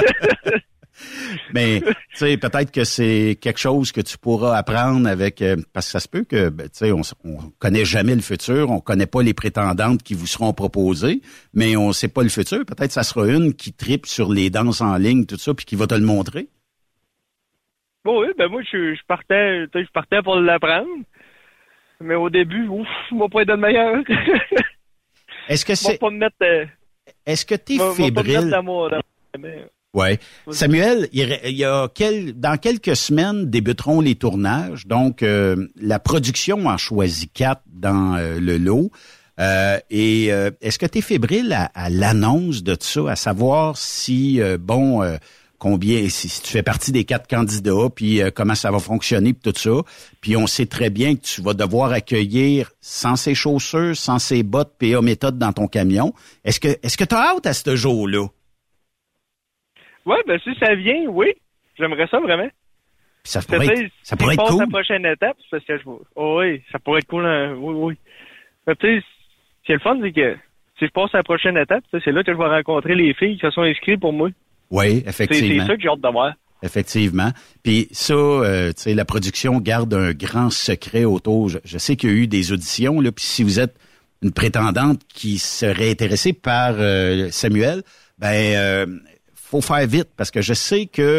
Speaker 9: Mais tu sais, peut-être que c'est quelque chose que tu pourras apprendre avec euh, parce que ça se peut que ben, tu sais, on, s- on connaît jamais le futur, on connaît pas les prétendantes qui vous seront proposées, mais on sait pas le futur. Peut-être que ça sera une qui tripe sur les danses en ligne, tout ça, puis qui va te le montrer.
Speaker 20: Bon, oui, ben moi, je, je partais, tu sais, je partais pour l'apprendre. Mais au début, ouf, on va pas être le meilleur.
Speaker 9: Est-ce que
Speaker 20: On va
Speaker 9: c'est
Speaker 20: pas me mettre, euh,
Speaker 9: est-ce que t'es
Speaker 20: on va pas me mettre
Speaker 9: fébrile?
Speaker 20: l'amour dans mais-
Speaker 9: Ouais. Samuel, il y a- il y a quel, dans quelques semaines débuteront les tournages. Donc, euh, la production en choisit quatre dans euh, le lot. Euh, et euh, est-ce que tu es fébrile à, à l'annonce de ça, à savoir si, euh, bon, euh, combien, si, si tu fais partie des quatre candidats, puis euh, comment ça va fonctionner, puis tout ça. Puis on sait très bien que tu vas devoir accueillir sans ses chaussures, sans ses bottes, P A méthode dans ton camion. Est-ce que est-ce que tu as hâte à ce jour-là?
Speaker 20: Ouais, ben si ça vient, oui. J'aimerais ça vraiment.
Speaker 9: Puis ça
Speaker 20: Tu
Speaker 9: pourrait
Speaker 20: sais,
Speaker 9: être, ça
Speaker 20: si
Speaker 9: pourrait
Speaker 20: je
Speaker 9: être
Speaker 20: passe
Speaker 9: cool.
Speaker 20: à la prochaine étape, c'est parce que je vois. Oh, oui, ça pourrait être cool. Hein. Oui, oui. Mais tu sais, ce qui est le fun, c'est que si je passe à la prochaine étape, tu sais, c'est là que je vais rencontrer les filles qui se sont inscrites pour moi.
Speaker 9: Oui,
Speaker 20: C'est
Speaker 9: effectivement.
Speaker 20: c'est ça que j'ai hâte de voir.
Speaker 9: Effectivement. Puis ça, euh, tu sais, la production garde un grand secret autour. Je, je sais qu'il y a eu des auditions, là, puis si vous êtes une prétendante qui serait intéressée par euh, Samuel, ben euh, faut faire vite parce que je sais que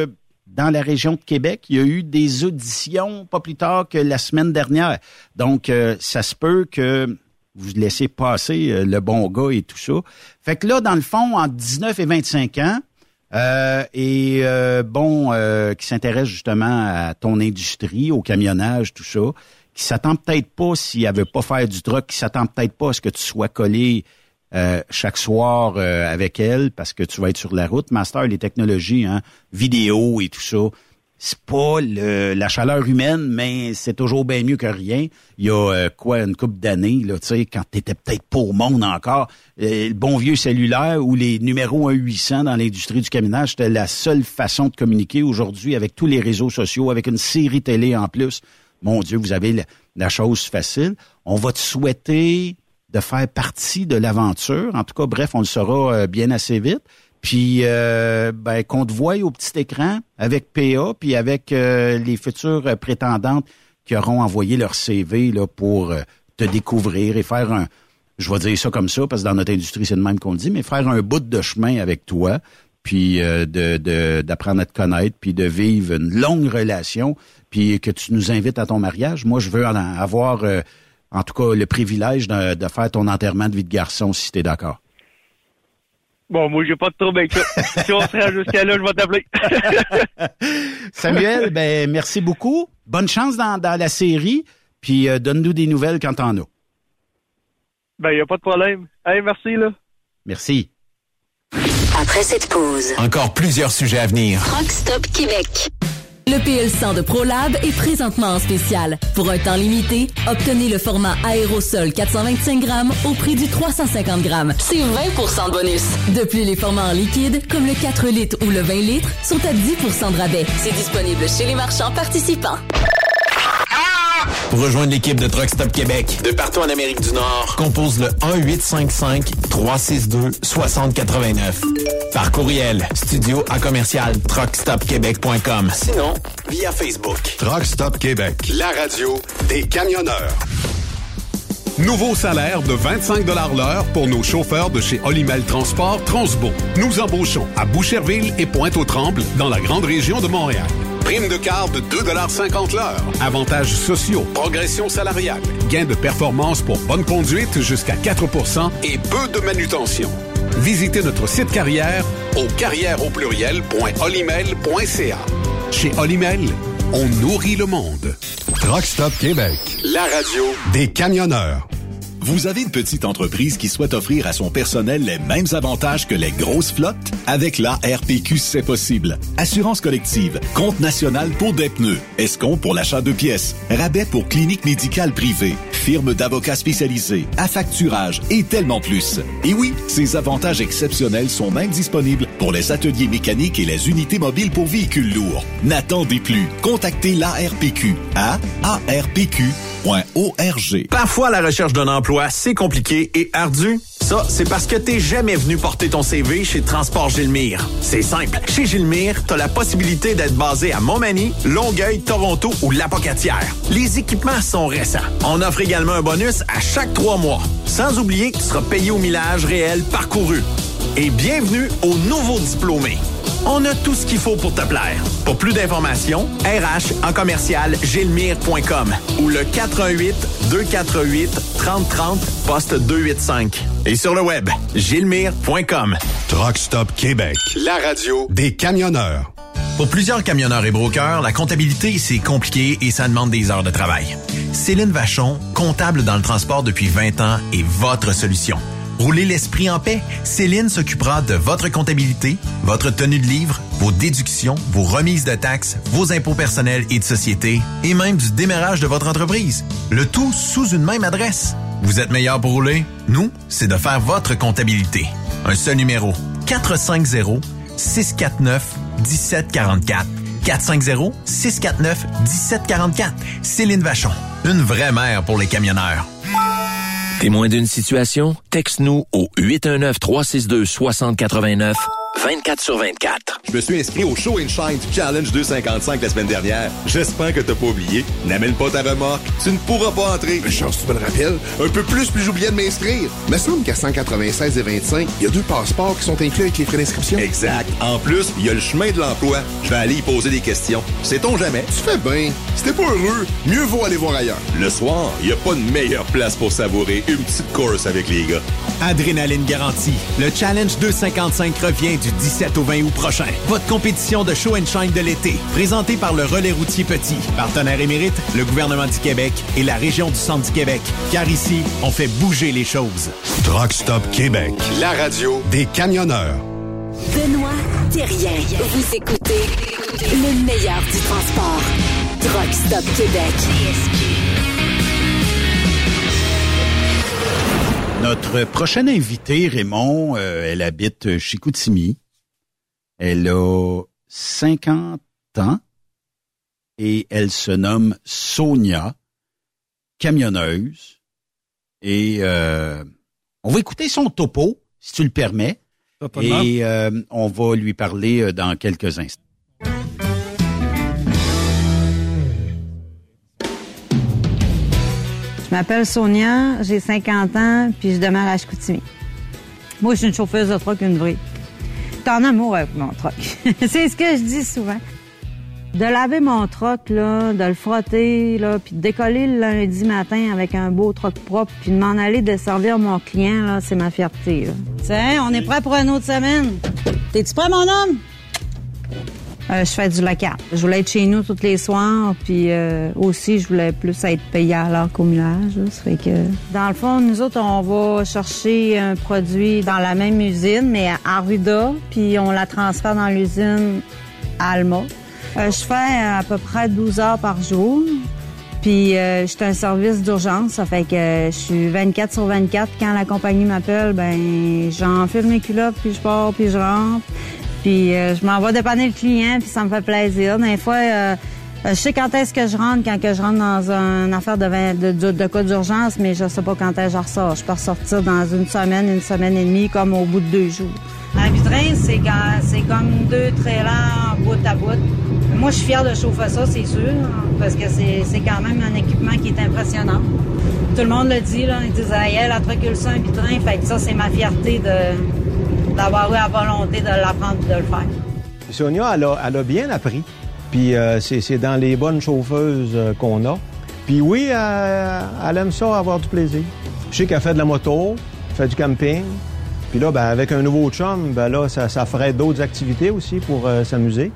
Speaker 9: dans la région de Québec. Il y a eu des auditions pas plus tard que la semaine dernière. Donc, euh, ça se peut que vous laissez passer euh, le bon gars et tout ça. Fait que là, dans le fond, entre dix-neuf et vingt-cinq ans, euh, et euh, bon, euh, qui s'intéresse justement à ton industrie, au camionnage, tout ça, qui s'attend peut-être pas, s'il ne veut pas faire du truck, qui s'attend peut-être pas à ce que tu sois collé Euh, chaque soir euh, avec elle parce que tu vas être sur la route. Master, les technologies, hein, vidéo et tout ça, c'est pas le, la chaleur humaine, mais c'est toujours bien mieux que rien. Il y a euh, quoi, une couple d'années, là, tu sais, quand t'étais peut-être pas au monde encore, euh, le bon vieux cellulaire ou les numéros un huit cents dans l'industrie du camionnage, c'était la seule façon de communiquer. Aujourd'hui, avec tous les réseaux sociaux, avec une série télé en plus, mon Dieu, vous avez la, la chose facile. On va te souhaiter de faire partie de l'aventure. En tout cas, bref, on le saura euh, bien assez vite. Puis, euh, ben, qu'on te voie au petit écran avec P A, puis avec euh, les futures prétendantes qui auront envoyé leur C V là, pour euh, te découvrir et faire un, je vais dire ça comme ça, parce que dans notre industrie, c'est de même qu'on le dit, mais faire un bout de chemin avec toi, puis euh, de, de d'apprendre à te connaître, puis de vivre une longue relation, puis que tu nous invites à ton mariage. Moi, je veux en avoir... Euh, en tout cas, le privilège de, de faire ton enterrement de vie de garçon, si t'es d'accord.
Speaker 20: Bon, moi, j'ai pas de trouble avec ça. Si on se rend jusqu'à là, je vais t'appeler.
Speaker 9: Samuel, ben merci beaucoup. Bonne chance dans, dans la série, puis euh, donne-nous des nouvelles quand t'en as.
Speaker 20: Ben, y a pas de problème. Hey, merci, là.
Speaker 9: Merci.
Speaker 14: Après cette pause,
Speaker 3: Encore plusieurs sujets à venir.
Speaker 14: Truck Stop Québec. Le P L cent de ProLab est présentement en spécial. Pour un temps limité, obtenez le format aérosol quatre cent vingt-cinq grammes au prix du trois cent cinquante grammes. C'est vingt pour cent de bonus. De plus, les formats en liquide, comme le quatre litres ou le vingt litres, sont à dix pour cent de rabais. C'est disponible chez les marchands participants.
Speaker 3: Pour rejoindre l'équipe de Truck Stop Québec, de partout en Amérique du Nord, compose le un huit cinq cinq trois six deux six zéro huit neuf. Par courriel, studio à commercial truck stop québec point com. Sinon, via Facebook.
Speaker 2: Truck Stop Québec, la radio des camionneurs. Nouveau salaire de vingt-cinq dollars l'heure pour nos chauffeurs de chez Olimel Transport Transbo. Nous embauchons à Boucherville et Pointe-aux-Trembles dans la grande région de Montréal. Prime de quart de deux dollars cinquante l'heure. Avantages sociaux, progression salariale, gains de performance pour bonne conduite jusqu'à quatre pour cent et peu de manutention. Visitez notre site carrière au carrière au pluriel point olimel point c a. Chez Olimel, on nourrit le monde. Truck Stop Québec, la radio des camionneurs.
Speaker 5: Vous avez une petite entreprise qui souhaite offrir à son personnel les mêmes avantages que les grosses flottes? Avec l'A R P Q, c'est possible. Assurance collective, compte national pour des pneus, escompte pour l'achat de pièces, rabais pour clinique médicale privée, firme d'avocats spécialisés, affacturage et tellement plus. Et oui, ces avantages exceptionnels sont même disponibles pour les ateliers mécaniques et les unités mobiles pour véhicules lourds. N'attendez plus. Contactez l'A R P Q à a r p q point org.
Speaker 3: Parfois, la recherche d'un emploi, c'est compliqué et ardu. Ça, c'est parce que t'es jamais venu porter ton C V chez Transport Gilmire. C'est simple. Chez Gilmire, t'as la possibilité d'être basé à Montmagny, Longueuil, Toronto ou Lapocatière. Les équipements sont récents. On offre également un bonus à chaque trois mois. Sans oublier que tu seras payé au millage réel parcouru. Et bienvenue aux nouveaux diplômés. On a tout ce qu'il faut pour te plaire. Pour plus d'informations, R H en commercial gilmire point com ou le quatre un huit deux quatre huit trente trente poste deux huit cinq. Et sur le web, gilmire point com.
Speaker 2: Truck Stop Québec, la radio des camionneurs.
Speaker 3: Pour plusieurs camionneurs et brokers, la comptabilité, c'est compliqué et ça demande des heures de travail. Céline Vachon, comptable dans le transport depuis vingt ans, est votre solution. Roulez l'esprit en paix. Céline s'occupera de votre comptabilité, votre tenue de livre, vos déductions, vos remises de taxes, vos impôts personnels et de société, et même du démarrage de votre entreprise. Le tout sous une même adresse. Vous êtes meilleur pour rouler? Nous, c'est de faire votre comptabilité. Un seul numéro. quatre cinq zéro six quatre neuf un sept quatre quatre. quatre cinq zéro six quatre neuf un sept quatre quatre. Céline Vachon. Une vraie mère pour les camionneurs.
Speaker 4: Témoin d'une situation? Texte-nous au huit un neuf trois six deux six zéro huit neuf vingt-quatre sur vingt-quatre.
Speaker 7: Je me suis inscrit au Show and Shine du Challenge deux cent cinquante-cinq la semaine dernière. J'espère que t'as pas oublié. N'amène pas ta remorque. Tu ne pourras pas entrer.
Speaker 8: Mais chance, tu me le rappelles. Un peu plus, puis j'oubliais de m'inscrire. Mais semble qu'à cent quatre-vingt-seize et vingt-cinq, il y a deux passeports qui sont inclus avec les frais d'inscription.
Speaker 7: Exact. En plus, il y a le chemin de l'emploi. Je vais aller y poser des questions. Sait-on jamais?
Speaker 8: Tu fais bien. Si t'es pas heureux, mieux vaut aller voir ailleurs.
Speaker 7: Le soir, il n'y a pas de meilleure place pour savourer une petite course avec les gars.
Speaker 3: Adrénaline garantie. Le Challenge deux cent cinquante-cinq revient du dix-sept au vingt août prochain. Votre compétition de show and shine de l'été, présentée par le Relais routier Petit, partenaire émérite, le gouvernement du Québec et la région du Centre du Québec. Car ici, on fait bouger les choses.
Speaker 2: Truck Stop Québec, la radio des camionneurs.
Speaker 14: Benoît Thérien. Vous écoutez le meilleur du transport. Truck Stop Québec.
Speaker 9: Notre prochaine invitée, Raymond, euh, elle habite Chicoutimi. Elle a cinquante ans et elle se nomme Sonia, camionneuse. Et euh, on va écouter son topo, si tu le permets.
Speaker 10: Totalement.
Speaker 9: Et euh, on va lui parler dans quelques instants.
Speaker 21: Je m'appelle Sonia, j'ai cinquante ans, puis je demeure à Chicoutimi. Moi, je suis une chauffeuse de truck, une vraie. T'es en amour avec mon truck. C'est ce que je dis souvent. De laver mon truck, là, de le frotter, là, puis de décoller le lundi matin avec un beau truck propre, puis de m'en aller desservir mon client, là, c'est ma fierté. Tiens, on est prêt pour une autre semaine. T'es-tu prêt, mon homme? Euh, je fais du local. Je voulais être chez nous tous les soirs, puis euh, aussi, je voulais plus être payée à l'heure qu'au millage. Là. Ça fait que, dans le fond, nous autres, on va chercher un produit dans la même usine, mais à Arvida, puis on la transfère dans l'usine à Alma. Euh, je fais à peu près douze heures par jour, puis euh, je suis un service d'urgence. Ça fait que euh, je suis vingt-quatre sur vingt-quatre. Quand la compagnie m'appelle, ben j'enfile mes culottes, puis je pars, puis je rentre. Puis euh, je m'en vais dépanner le client, puis ça me fait plaisir. Des fois, euh, je sais quand est-ce que je rentre, quand que je rentre dans une affaire de, vingt, de, de, de cas d'urgence, mais je sais pas quand est-ce que je ressors. Je peux ressortir dans une semaine, une semaine et demie, comme au bout de deux jours. Un vitrin, c'est, quand, c'est comme deux trailers bout à bout. Moi, je suis fière de chauffer ça, c'est sûr, parce que c'est, c'est quand même un équipement qui est impressionnant. Tout le monde le dit, là, ils disent « Hey, elle a propulsé un vitrin », fait que ça, c'est ma fierté de... d'avoir eu la volonté de l'apprendre et de le faire.
Speaker 22: Sonia, elle a, elle a bien appris. Puis euh, c'est, c'est dans les bonnes chauffeuses euh, qu'on a. Puis oui, euh, elle aime ça, avoir du plaisir. Je sais qu'elle fait de la moto, fait du camping. Puis là, ben, avec un nouveau chum, ben là, ça, ça ferait d'autres activités aussi pour euh, s'amuser.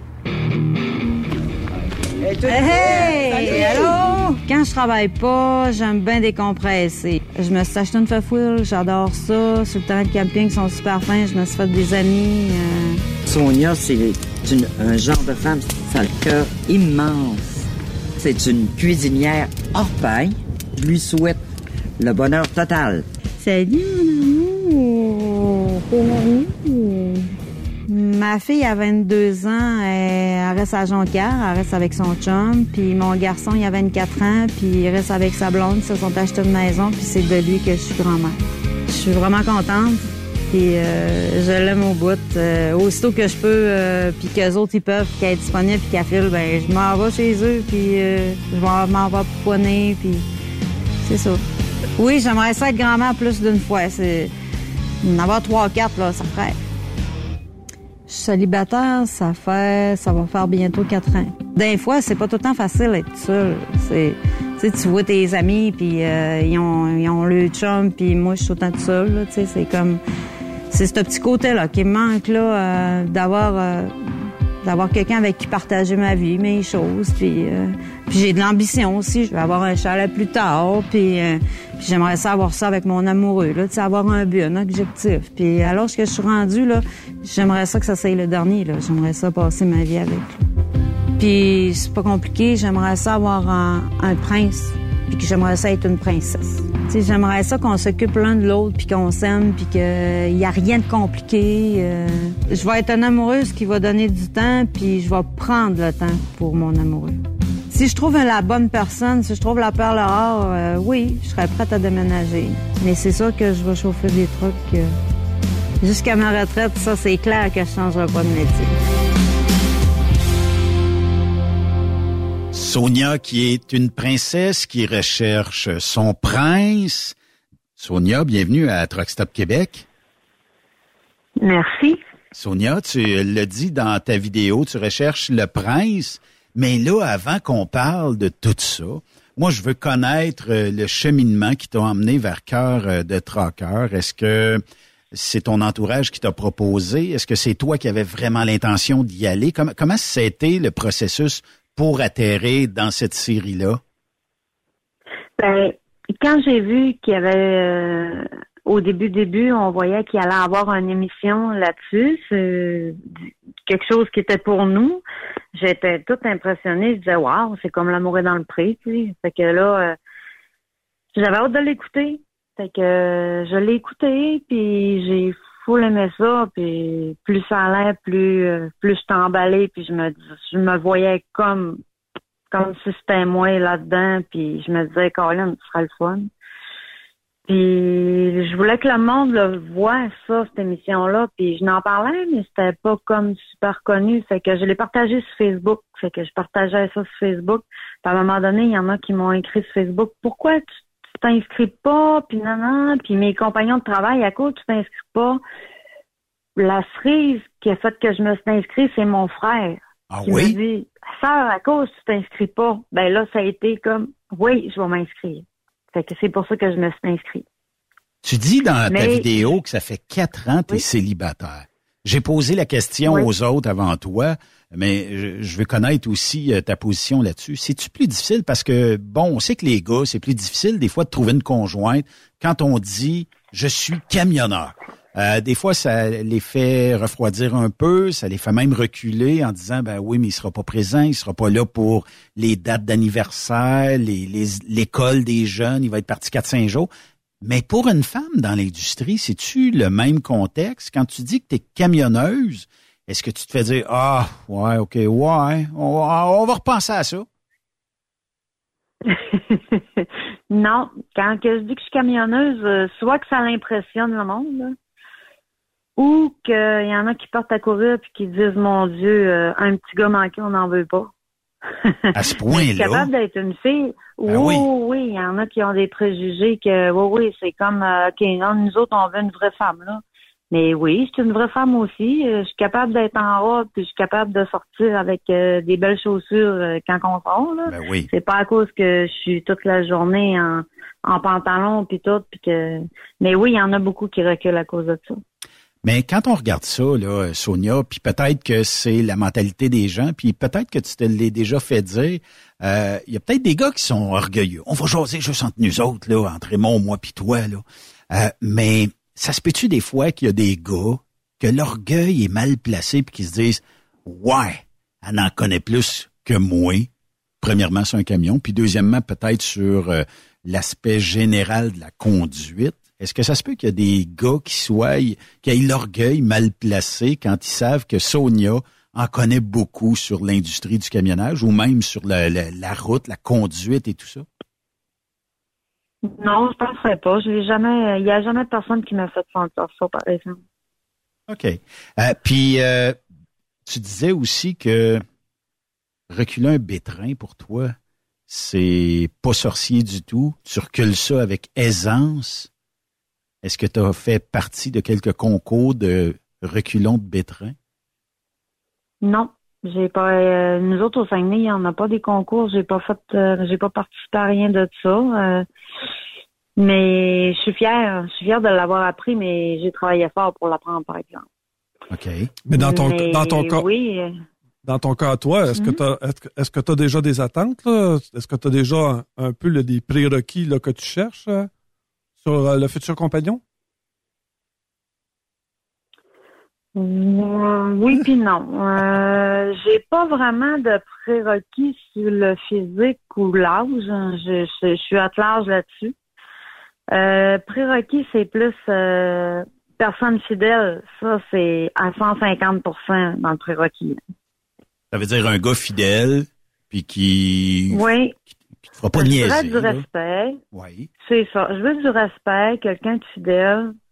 Speaker 21: Hey! Hey! Allô? Quand je travaille pas, j'aime bien décompresser. Je me suis acheté une fouille, j'adore ça. Sur le terrain de camping, ils sont super fins. Je me suis fait des amis. Euh...
Speaker 23: Sonia, c'est une, un genre de femme, ça a le cœur immense. C'est une cuisinière hors pair. Je lui souhaite le bonheur total.
Speaker 21: Salut, mon amour! Mon amour! Ma fille a vingt-deux ans, elle reste à Jonquière, elle reste avec son chum. Puis mon garçon, il a vingt-quatre ans, puis il reste avec sa blonde. Ils se sont achetés une maison, puis c'est de lui que je suis grand-mère. Je suis vraiment contente, puis euh, je l'aime au bout. Euh, aussitôt que je peux, euh, puis qu'eux autres, ils peuvent, puis qu'elle est disponible, puis qu'elle file, ben je m'en vais chez eux, puis euh, je m'en vais pouponner, puis c'est ça. Oui, j'aimerais ça être grand-mère plus d'une fois. C'est... En avoir trois, quatre, là, ça ferait... Je suis célibataire, ça fait, ça va faire bientôt quatre ans. Des fois, c'est pas tout le temps facile d'être seul. C'est, tu sais, tu vois tes amis, puis euh, ils ont, ils ont le chum, puis moi, je suis tout le temps toute seule. Tu sais, c'est comme, c'est ce petit côté-là qui me manque là, euh, d'avoir, euh, d'avoir quelqu'un avec qui partager ma vie, mes choses, puis, euh, puis j'ai de l'ambition aussi. Je vais avoir un chalet plus tard, puis. Euh, Puis j'aimerais ça avoir ça avec mon amoureux, là, tu sais, avoir un but, un objectif. Puis alors que je suis rendue, là, j'aimerais ça que ça soit le dernier, là. J'aimerais ça passer ma vie avec. Là. Puis c'est pas compliqué, j'aimerais ça avoir un, un prince, puis que j'aimerais ça être une princesse. Tu sais, j'aimerais ça qu'on s'occupe l'un de l'autre, puis qu'on s'aime, puis qu'il y a rien de compliqué. Euh... Je vais être une amoureuse qui va donner du temps, puis je vais prendre le temps pour mon amoureux. Si je trouve la bonne personne, si je trouve la perle rare, euh, oui, je serais prête à déménager. Mais c'est sûr que je vais chauffer des trucs euh, Jusqu'à ma retraite, ça, c'est clair que je ne changerai pas de métier.
Speaker 9: Sonia, qui est une princesse qui recherche son prince. Sonia, bienvenue à Truck Stop Québec.
Speaker 21: Merci.
Speaker 9: Sonia, tu l'as dit dans ta vidéo, tu recherches le prince. Mais là, avant qu'on parle de tout ça, moi, je veux connaître le cheminement qui t'a emmené vers Cœur de Trucker. Est-ce que c'est ton entourage qui t'a proposé? Est-ce que c'est toi qui avais vraiment l'intention d'y aller? Comment, comment ça a été le processus pour atterrir dans cette série-là?
Speaker 21: Ben, quand j'ai vu qu'il y avait, euh, au début, début, on voyait qu'il allait avoir une émission là-dessus, c'est quelque chose qui était pour nous. J'étais toute impressionnée. Je disais, waouh, c'est comme l'amour est dans le pré, tu sais. Fait que là, euh, j'avais hâte de l'écouter. Fait que euh, je l'ai écouté, puis j'ai full aimé ça, puis plus ça allait, plus euh, plus je t'emballais, puis je me je me voyais comme comme si c'était moi là-dedans, puis je me disais, Colin, ce sera le fun. Puis je voulais que le monde le voie, ça, cette émission-là, puis je n'en parlais, mais c'était pas comme super connu, fait que je l'ai partagé sur Facebook, fait que je partageais ça sur Facebook, puis à un moment donné, il y en a qui m'ont écrit sur Facebook, pourquoi tu tu t'inscris pas, puis non, non, puis mes compagnons de travail, à cause tu t'inscris pas. La cerise qui a fait que je me suis inscrit, c'est mon frère.
Speaker 9: Ah
Speaker 21: qui
Speaker 9: oui?
Speaker 21: m'a dit, sœur, à cause tu t'inscris pas. Ben là, ça a été comme, oui, je vais m'inscrire. Fait que c'est pour ça que je me suis inscrit.
Speaker 9: Tu dis dans
Speaker 21: Mais,
Speaker 9: ta vidéo que ça fait quatre ans que tu es
Speaker 21: oui.
Speaker 9: célibataire. J'ai posé la question
Speaker 21: Oui.
Speaker 9: aux autres avant toi, mais je, je veux connaître aussi euh, ta position là-dessus. C'est-tu plus difficile? Parce que, bon, on sait que les gars, c'est plus difficile des fois de trouver une conjointe quand on dit « je suis camionneur ». Euh, des fois, ça les fait refroidir un peu, ça les fait même reculer en disant « ben oui, mais il sera pas présent, il sera pas là pour les dates d'anniversaire, les, les, l'école des jeunes, il va être parti quatre cinq jours ». Mais pour une femme dans l'industrie, c'est-tu le même contexte? Quand tu dis que tu es camionneuse, est-ce que tu te fais dire « Ah, ouais, OK, ouais, on, on va repenser à ça ».
Speaker 21: Non, quand que je dis que je suis camionneuse, euh, soit que ça l'impressionne le monde, là, ou qu'il y en a qui partent à courir puis qui disent « Mon Dieu, euh, un petit gars manqué, on n'en veut pas ».
Speaker 9: À ce
Speaker 21: Je suis
Speaker 9: point-là?
Speaker 21: capable d'être une fille.
Speaker 9: Ben
Speaker 21: oui,
Speaker 9: oui.
Speaker 21: oui, il y en a qui ont des préjugés que, oui, oui, c'est comme, euh, OK, non, nous autres, on veut une vraie femme, là. Mais oui, je suis une vraie femme aussi. Euh, Je suis capable d'être en robe, puis je suis capable de sortir avec euh, des belles chaussures euh, quand on sort, là.
Speaker 9: Ben oui.
Speaker 21: C'est pas à cause que je suis toute la journée en, en pantalon puis tout, puis que. Mais oui, il y en a beaucoup qui reculent à cause de ça.
Speaker 9: Mais quand on regarde ça, là, Sonia, puis peut-être que c'est la mentalité des gens, puis peut-être que tu te l'as déjà fait dire, euh, il y a peut-être des gars qui sont orgueilleux. On va jaser juste entre nous autres, là, entre Raymond, moi puis toi, là. Euh, mais ça se peut-tu des fois qu'il y a des gars que l'orgueil est mal placé puis qui se disent « Ouais, elle en connaît plus que moi. » Premièrement, sur un camion, puis deuxièmement, peut-être sur euh, l'aspect général de la conduite. Est-ce que ça se peut qu'il y a des gars qui soient, qui aient l'orgueil mal placé quand ils savent que Sonia en connaît beaucoup sur l'industrie du camionnage ou même sur la, la, la route, la conduite et tout ça?
Speaker 21: Non, je penserais pas. Je l'ai jamais. Il n'y a jamais personne qui m'a fait sentir ça, par exemple.
Speaker 9: OK. Euh, puis euh, tu disais aussi que reculer un bétrin pour toi, c'est pas sorcier du tout. Tu recules ça avec aisance. Est-ce que tu as fait partie de quelques concours de reculons de bétrin?
Speaker 21: Non. J'ai pas. Euh, nous autres au Saguenay, il n'y en a pas des concours. J'ai pas fait. Euh, j'ai pas participé à rien de ça. Euh, mais je suis fière. Je suis fière de l'avoir appris, mais j'ai travaillé fort pour l'apprendre, par exemple.
Speaker 9: OK.
Speaker 10: Mais dans ton
Speaker 21: Mais
Speaker 10: dans ton cas.
Speaker 21: Oui. euh,
Speaker 10: Dans ton cas à toi, est-ce que
Speaker 21: Mhm.
Speaker 10: tu est-ce que est-ce que tu as déjà des attentes là? Est-ce que tu as déjà un, un peu là, des prérequis là, que tu cherches euh, sur euh, le futur compagnon?
Speaker 21: Euh, oui puis non. Euh, j'ai pas vraiment de prérequis sur le physique ou l'âge. Je, je, je suis à l'âge là-dessus. Euh, prérequis, c'est plus euh, personne fidèle. Ça, c'est à cent cinquante pour cent dans le prérequis.
Speaker 9: Ça veut dire un gars fidèle, puis qui
Speaker 21: Oui.
Speaker 9: qui te fera pas
Speaker 21: Je
Speaker 9: niaiser.
Speaker 21: voudrais du
Speaker 9: là.
Speaker 21: respect.
Speaker 9: Oui.
Speaker 21: C'est ça. Je veux du respect, quelqu'un de fidèle.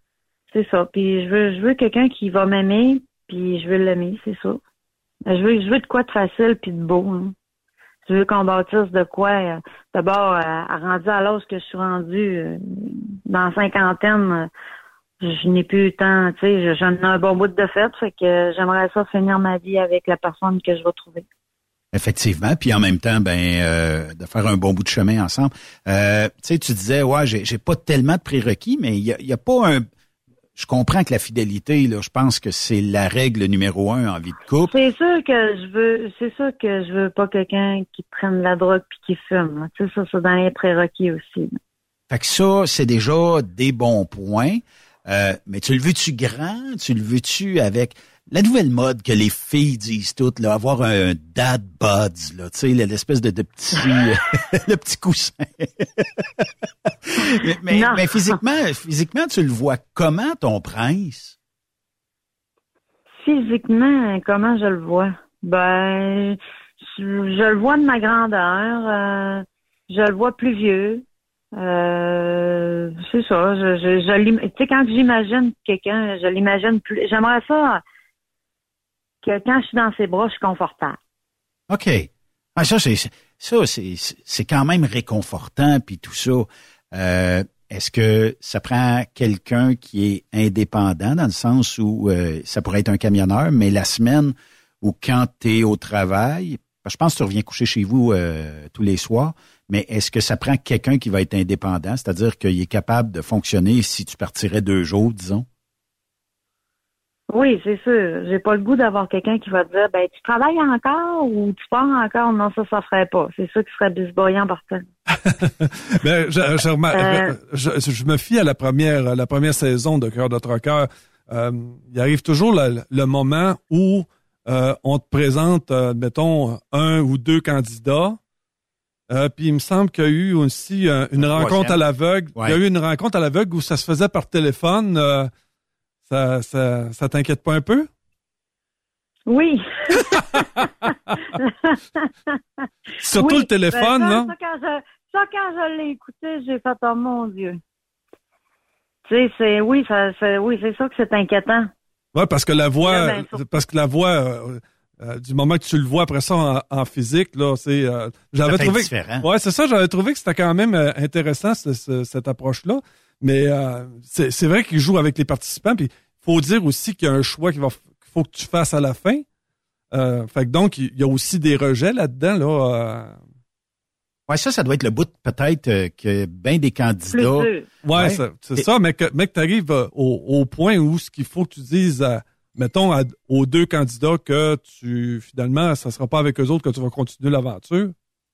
Speaker 21: C'est ça. Puis je veux, je veux quelqu'un qui va m'aimer, puis je veux l'aimer, c'est ça. Je veux, je veux de quoi de facile puis de beau. Hein. Je veux qu'on bâtisse de quoi. Euh, d'abord, à, à rendu à l'âge que je suis rendue, euh, dans la cinquantaine, euh, je n'ai plus eu tant, tu sais, j'en ai un bon bout de fête, fait que j'aimerais ça finir ma vie avec la personne que je vais trouver.
Speaker 9: Effectivement, puis en même temps, ben euh, de faire un bon bout de chemin ensemble. Euh, tu sais, tu disais, ouais, j'ai, j'ai pas tellement de prérequis, mais il y a, y a pas un. Je comprends que la fidélité, là, je pense que c'est la règle numéro un en vie de couple.
Speaker 21: C'est sûr que je veux, c'est sûr que je veux pas quelqu'un qui prenne la drogue puis qui fume. Tu sais, ça, c'est dans les prérequis aussi. Là.
Speaker 9: Fait que ça, c'est déjà des bons points. Euh, mais tu le veux-tu grand? Tu le veux-tu avec la nouvelle mode que les filles disent toutes, là, avoir un dad buds, là, tu sais, l'espèce de, de petit, le petit coussin. mais, mais, mais physiquement, physiquement, tu le vois comment, ton prince?
Speaker 21: Physiquement, comment je le vois? Ben, je, je le vois de ma grandeur. Euh, je le vois plus vieux. Euh, c'est ça. Je, je, je tu sais, quand j'imagine quelqu'un, je l'imagine plus. J'aimerais ça que quand je suis dans ses bras, je suis confortable.
Speaker 9: OK. Ah, ça, c'est ça, c'est, c'est quand même réconfortant, puis tout ça. Euh, est-ce que ça prend quelqu'un qui est indépendant, dans le sens où euh, ça pourrait être un camionneur, mais la semaine ou quand tu es au travail, je pense que tu reviens coucher chez vous euh, tous les soirs, mais est-ce que ça prend quelqu'un qui va être indépendant, c'est-à-dire qu'il est capable de fonctionner si tu partirais deux jours, disons?
Speaker 21: Oui, c'est sûr. J'ai pas le goût d'avoir quelqu'un qui va te dire, ben, tu travailles encore ou tu pars encore? Non, ça, ça ferait pas. C'est ça qui serait bisboyant partant.
Speaker 10: ben, je, je, euh... je, je, je me fie à la première, la première saison de Cœur de Trucker. Euh, il arrive toujours le, le moment où euh, on te présente, euh, mettons, un ou deux candidats. Euh, puis il me semble qu'il y a eu aussi euh, une rencontre à l'aveugle. Ouais. Il y a eu une rencontre à l'aveugle où ça se faisait par téléphone. Euh, Ça, ça, ça t'inquiète pas un peu?
Speaker 21: Oui.
Speaker 10: Surtout oui, le téléphone,
Speaker 21: ben, ça,
Speaker 10: là?
Speaker 21: Ça, quand je, ça, quand je l'ai écouté, j'ai fait, oh mon Dieu. Tu sais, c'est, oui, ça, c'est, oui, c'est ça que c'est inquiétant.
Speaker 10: Oui, parce que la voix,
Speaker 21: là, ben,
Speaker 10: parce que la voix, euh, euh, du moment que tu le vois après ça en, en physique, là, c'est, euh, j'avais
Speaker 9: ça
Speaker 10: trouvé,
Speaker 9: différent.
Speaker 10: Ouais, c'est ça, j'avais trouvé que c'était quand même euh, intéressant, ce, ce, cette approche-là. Mais euh, c'est, c'est vrai qu'il joue avec les participants. Puis il faut dire aussi qu'il y a un choix qu'il va qu'il faut que tu fasses à la fin. Euh, fait que donc il y a aussi des rejets là-dedans là. Euh...
Speaker 9: Ouais, ça, ça doit être le bout peut-être euh, que bien des candidats.
Speaker 10: Ouais, ouais. Ça, c'est Et... ça. Mais que mais que t'arrives au, au point où ce qu'il faut que tu dises, à, mettons à, aux deux candidats que tu finalement ça sera pas avec eux autres que tu vas continuer l'aventure.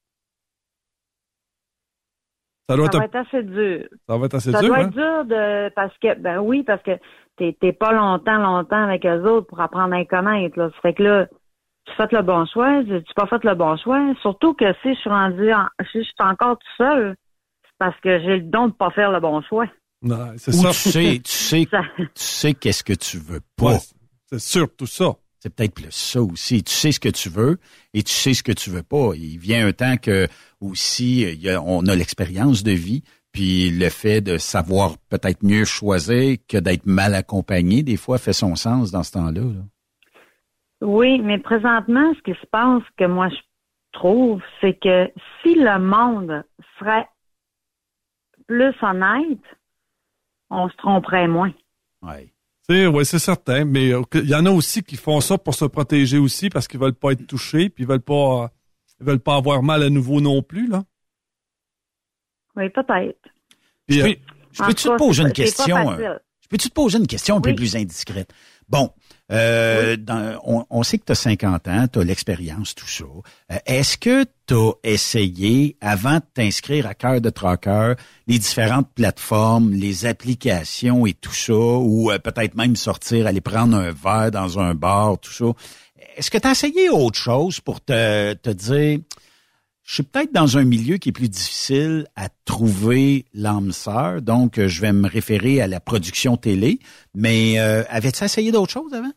Speaker 10: Ça, doit
Speaker 21: ça va
Speaker 10: être...
Speaker 21: être assez dur.
Speaker 10: Ça va être assez
Speaker 21: ça
Speaker 10: dur,
Speaker 21: doit
Speaker 10: hein?
Speaker 21: être dur de parce que ben oui, parce que t'es, t'es pas longtemps, longtemps avec eux autres pour apprendre à les connaître. Là. Ça fait que là, tu fais le bon choix, tu n'as pas fait le bon choix. Surtout que si je suis rendue en, si je suis encore tout seul, c'est parce que j'ai le don de pas faire le bon choix.
Speaker 10: Non, c'est
Speaker 9: Ou
Speaker 10: ça.
Speaker 9: tu sais, tu sais, tu sais qu'est-ce que tu veux pas.
Speaker 10: Ouais, c'est surtout ça.
Speaker 9: C'est peut-être plus ça aussi. Tu sais ce que tu veux et tu sais ce que tu veux pas. Il vient un temps que aussi il y a, on a l'expérience de vie, puis le fait de savoir peut-être mieux choisir que d'être mal accompagné, des fois, fait son sens dans ce temps-là. Là.
Speaker 21: Oui, mais présentement, ce qui se passe, que moi je trouve, c'est que si le monde serait plus honnête, on se tromperait moins.
Speaker 9: Oui.
Speaker 10: C'est, ouais, c'est certain, mais il euh, y en a aussi qui font ça pour se protéger aussi parce qu'ils veulent pas être touchés, puis ils veulent pas, euh, ils veulent pas avoir mal à nouveau non plus, là.
Speaker 21: Oui, peut-être.
Speaker 9: Puis, je, peux, je peux-tu te poser une question? Euh, je peux-tu te poser une question un oui. peu plus indiscrète? Bon, euh, oui. dans, on, on sait que tu as cinquante ans, tu as l'expérience, tout ça. Euh, est-ce que tu as essayé, avant de t'inscrire à Cœur de Trucker, les différentes plateformes, les applications et tout ça, ou euh, peut-être même sortir, aller prendre un verre dans un bar, tout ça? Est-ce que tu as essayé autre chose pour te, te dire... Je suis peut-être dans un milieu qui est plus difficile à trouver l'âme sœur, donc je vais me référer à la production télé. Mais euh, avais-tu essayé d'autres choses avant?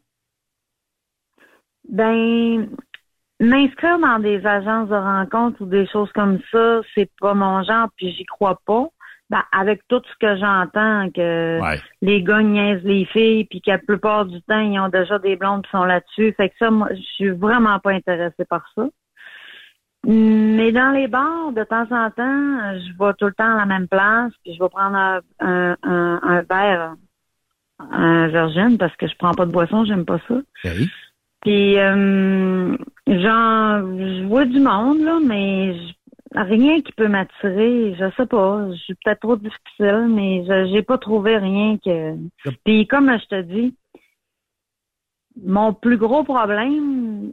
Speaker 21: Ben, m'inscrire dans des agences de rencontres ou des choses comme ça, c'est pas mon genre, puis j'y crois pas. Ben, avec tout ce que j'entends, que
Speaker 9: Ouais.
Speaker 21: les gars niaisent les filles, puis que la plupart du temps, ils ont déjà des blondes qui sont là-dessus. Fait que ça, moi, je suis vraiment pas intéressée par ça. Mais dans les bars, de temps en temps, je vais tout le temps à la même place, puis je vais prendre un, un, un, un verre, un virgin, parce que je prends pas de boisson, j'aime pas ça.
Speaker 9: Okay.
Speaker 21: Puis, euh, genre, je vois du monde, là, mais je- rien qui peut m'attirer, je sais pas. Je suis peut-être trop difficile, mais je, j'ai pas trouvé rien que... Puis, comme je te dis, mon plus gros problème,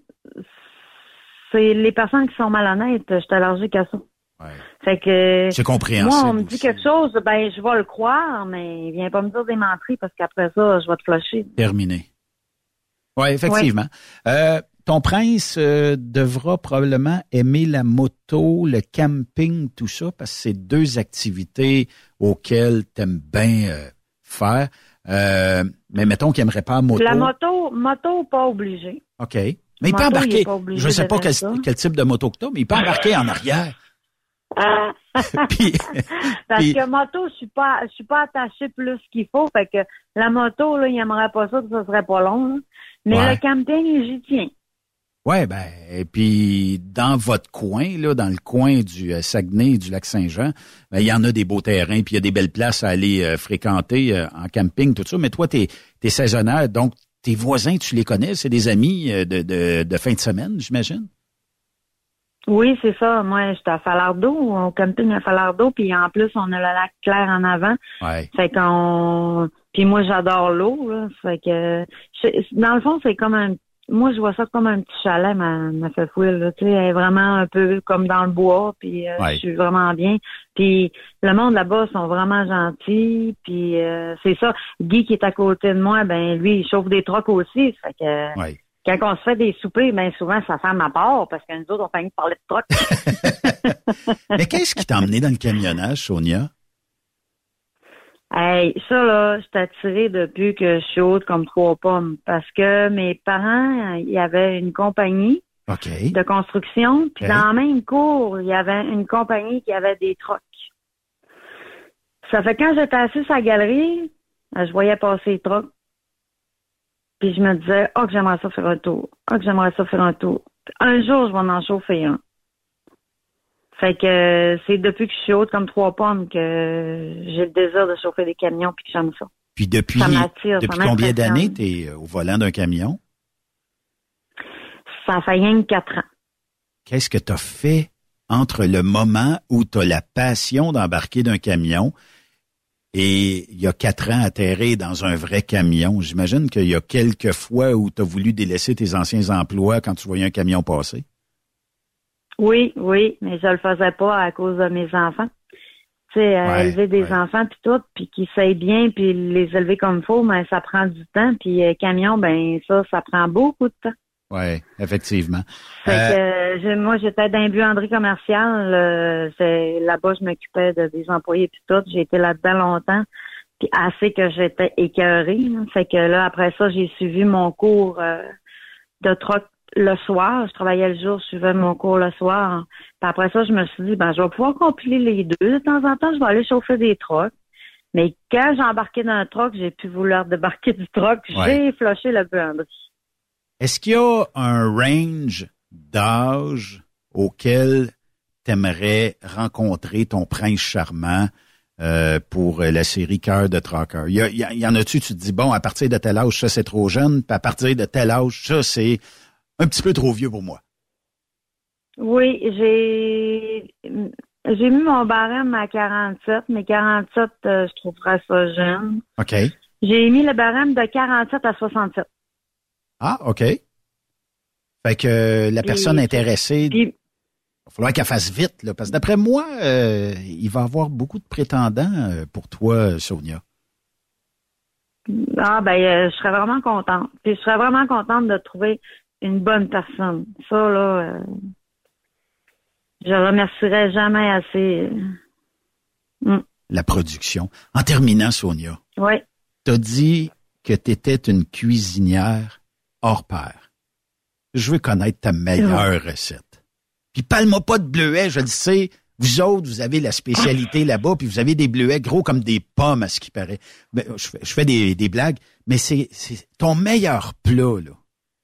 Speaker 21: c'est les personnes qui sont malhonnêtes. Je suis allergique à ça. Fait que...
Speaker 9: C'est compréhensible
Speaker 21: Moi, on me dit quelque chose, ben, je vais le croire, mais viens pas me dire des menteries parce qu'après ça, je vais te flusher.
Speaker 9: Terminé. Oui, effectivement. Euh, ton prince euh, devra probablement aimer la moto, le camping, tout ça, parce que c'est deux activités auxquelles tu aimes bien euh, faire. Euh, mais mettons qu'il n'aimerait pas la moto.
Speaker 21: La moto, moto, pas obligé.
Speaker 9: OK. Mais il peut
Speaker 21: Moto, il
Speaker 9: embarquer.
Speaker 21: est pas obligé
Speaker 9: Je ne sais
Speaker 21: de
Speaker 9: pas
Speaker 21: faire
Speaker 9: quel,
Speaker 21: ça.
Speaker 9: quel type de moto que tu as, mais il peut embarquer en arrière.
Speaker 21: Ah. Parce
Speaker 9: puis-
Speaker 21: que moto, je suis pas, je suis pas attachée plus qu'il faut. Fait que la moto, là, il aimerait pas ça, ça serait pas long. Là. Mais
Speaker 9: Ouais.
Speaker 21: le camping, j'y tiens.
Speaker 9: Ouais, ben, et puis dans votre coin, là, dans le coin du euh, Saguenay et du Lac-Saint-Jean, ben, il y en a des beaux terrains, puis il y a des belles places à aller euh, fréquenter euh, en camping, tout ça. Mais toi, t'es t'es saisonnière, donc tes voisins, tu les connais, c'est des amis euh, de, de, de fin de semaine, j'imagine?
Speaker 21: Oui, c'est ça. Moi, j'étais à Falardeau, au camping à Falardeau, puis en plus, on a le lac clair en avant.
Speaker 9: Ouais.
Speaker 21: Fait qu'on... Puis moi, j'adore l'eau, là. Fait que... je- Dans le fond, c'est comme un... Moi, je vois ça comme un petit chalet, ma, ma fefouille, là. Tu sais, elle est vraiment un peu comme dans le bois, puis euh,
Speaker 1: Ouais.
Speaker 21: je suis vraiment bien. Puis le monde là-bas sont vraiment gentils, puis euh, c'est ça. Guy qui est à côté de moi, ben lui, il chauffe des trucks aussi. Fait que...
Speaker 9: Ouais.
Speaker 21: Quand on se fait des soupers, bien souvent, ça fait à ma part, parce que nous autres, on fait rien que parler de truck.
Speaker 9: Mais qu'est-ce qui t'a emmené dans le camionnage, Sonia?
Speaker 21: Hey, ça, là, je suis attirée depuis que je suis haute comme trois pommes. Parce que mes parents, il y avait une compagnie
Speaker 9: OK.
Speaker 21: de construction. Puis
Speaker 9: OK.
Speaker 21: dans la même cour, il y avait une compagnie qui avait des trucks. Ça fait que quand j'étais assise à la galerie, je voyais passer les trucks. Puis je me disais, oh, que j'aimerais ça faire un tour. Oh, que j'aimerais ça faire un tour. Un jour, je vais en chauffer un. Fait que euh, c'est depuis que je suis haute comme trois pommes que j'ai le désir de chauffer des camions puis que j'aime ça.
Speaker 9: Puis depuis,
Speaker 21: Ça m'attire,
Speaker 9: depuis
Speaker 21: ça
Speaker 9: combien
Speaker 21: m'impressionne.
Speaker 9: d'années t'es euh, au volant d'un camion?
Speaker 21: Ça fait rien que quatre ans.
Speaker 9: Qu'est-ce que t'as fait entre le moment où t'as la passion d'embarquer d'un camion et il y a quatre ans atterrir dans un vrai camion? J'imagine qu'il y a quelques fois où t'as voulu délaisser tes anciens emplois quand tu voyais un camion passer.
Speaker 21: Oui, oui, mais je le faisais pas à cause de mes enfants. Tu sais, euh,
Speaker 9: Ouais,
Speaker 21: élever des enfants puis tout, puis qu'ils s'aillent bien, puis les élever comme il faut, ben ça prend du temps. Puis euh, camion, ben ça, ça prend beaucoup de temps.
Speaker 9: Oui, effectivement.
Speaker 21: Fait
Speaker 9: Euh,
Speaker 21: que euh, j'ai- moi, j'étais dans une buanderie commerciale. euh, c'est- là-bas, je m'occupais de, des employés puis tout. J'ai été là-dedans longtemps. Puis assez que j'étais écœurée. Là. Fait que là, après ça, j'ai suivi mon cours euh, de troc le soir. Je travaillais le jour, je suivais mon cours le soir. Puis après ça, je me suis dit, ben, je vais pouvoir compiler les deux. De temps en temps, je vais aller chauffer des trocs. Mais quand j'ai embarqué dans un troc, j'ai plus vouloir débarquer du troc.
Speaker 9: Ouais.
Speaker 21: J'ai flushé le buanderie.
Speaker 9: Est-ce qu'il y a un range d'âge auquel tu aimerais rencontrer ton prince charmant euh, pour la série Cœur de Trucker? Il y, a- il y a- il y en a-tu, tu te dis, bon, à partir de tel âge, ça c'est trop jeune, puis à partir de tel âge, ça c'est un petit peu trop vieux pour moi.
Speaker 21: Oui, j'ai j'ai mis mon barème à quarante-sept, mais quarante-sept, euh, je trouverais ça jeune.
Speaker 9: OK.
Speaker 21: J'ai mis le barème de quarante-sept à soixante-sept.
Speaker 9: Ah, OK. Fait que euh, la
Speaker 21: Puis-
Speaker 9: personne intéressée, il
Speaker 21: puis-
Speaker 9: va falloir qu'elle fasse vite, là, parce que d'après moi, euh, il va y avoir beaucoup de prétendants euh, pour toi, Sonia.
Speaker 21: Ah ben, euh, je serais vraiment contente. Puis je serais vraiment contente de trouver une bonne personne. Ça, là, euh, je remercierais jamais assez. Mm.
Speaker 9: La production. En terminant, Sonia,
Speaker 21: Oui.
Speaker 9: t'as dit que t'étais une cuisinière hors pair. Je veux connaître ta meilleure recette. Puis parle-moi pas de bleuet, je le sais. Vous autres, vous avez la spécialité là-bas, puis vous avez des bleuets gros comme des pommes, à ce qui paraît. Ben, je fais, je fais des, des blagues, mais c'est, c'est ton meilleur plat, là.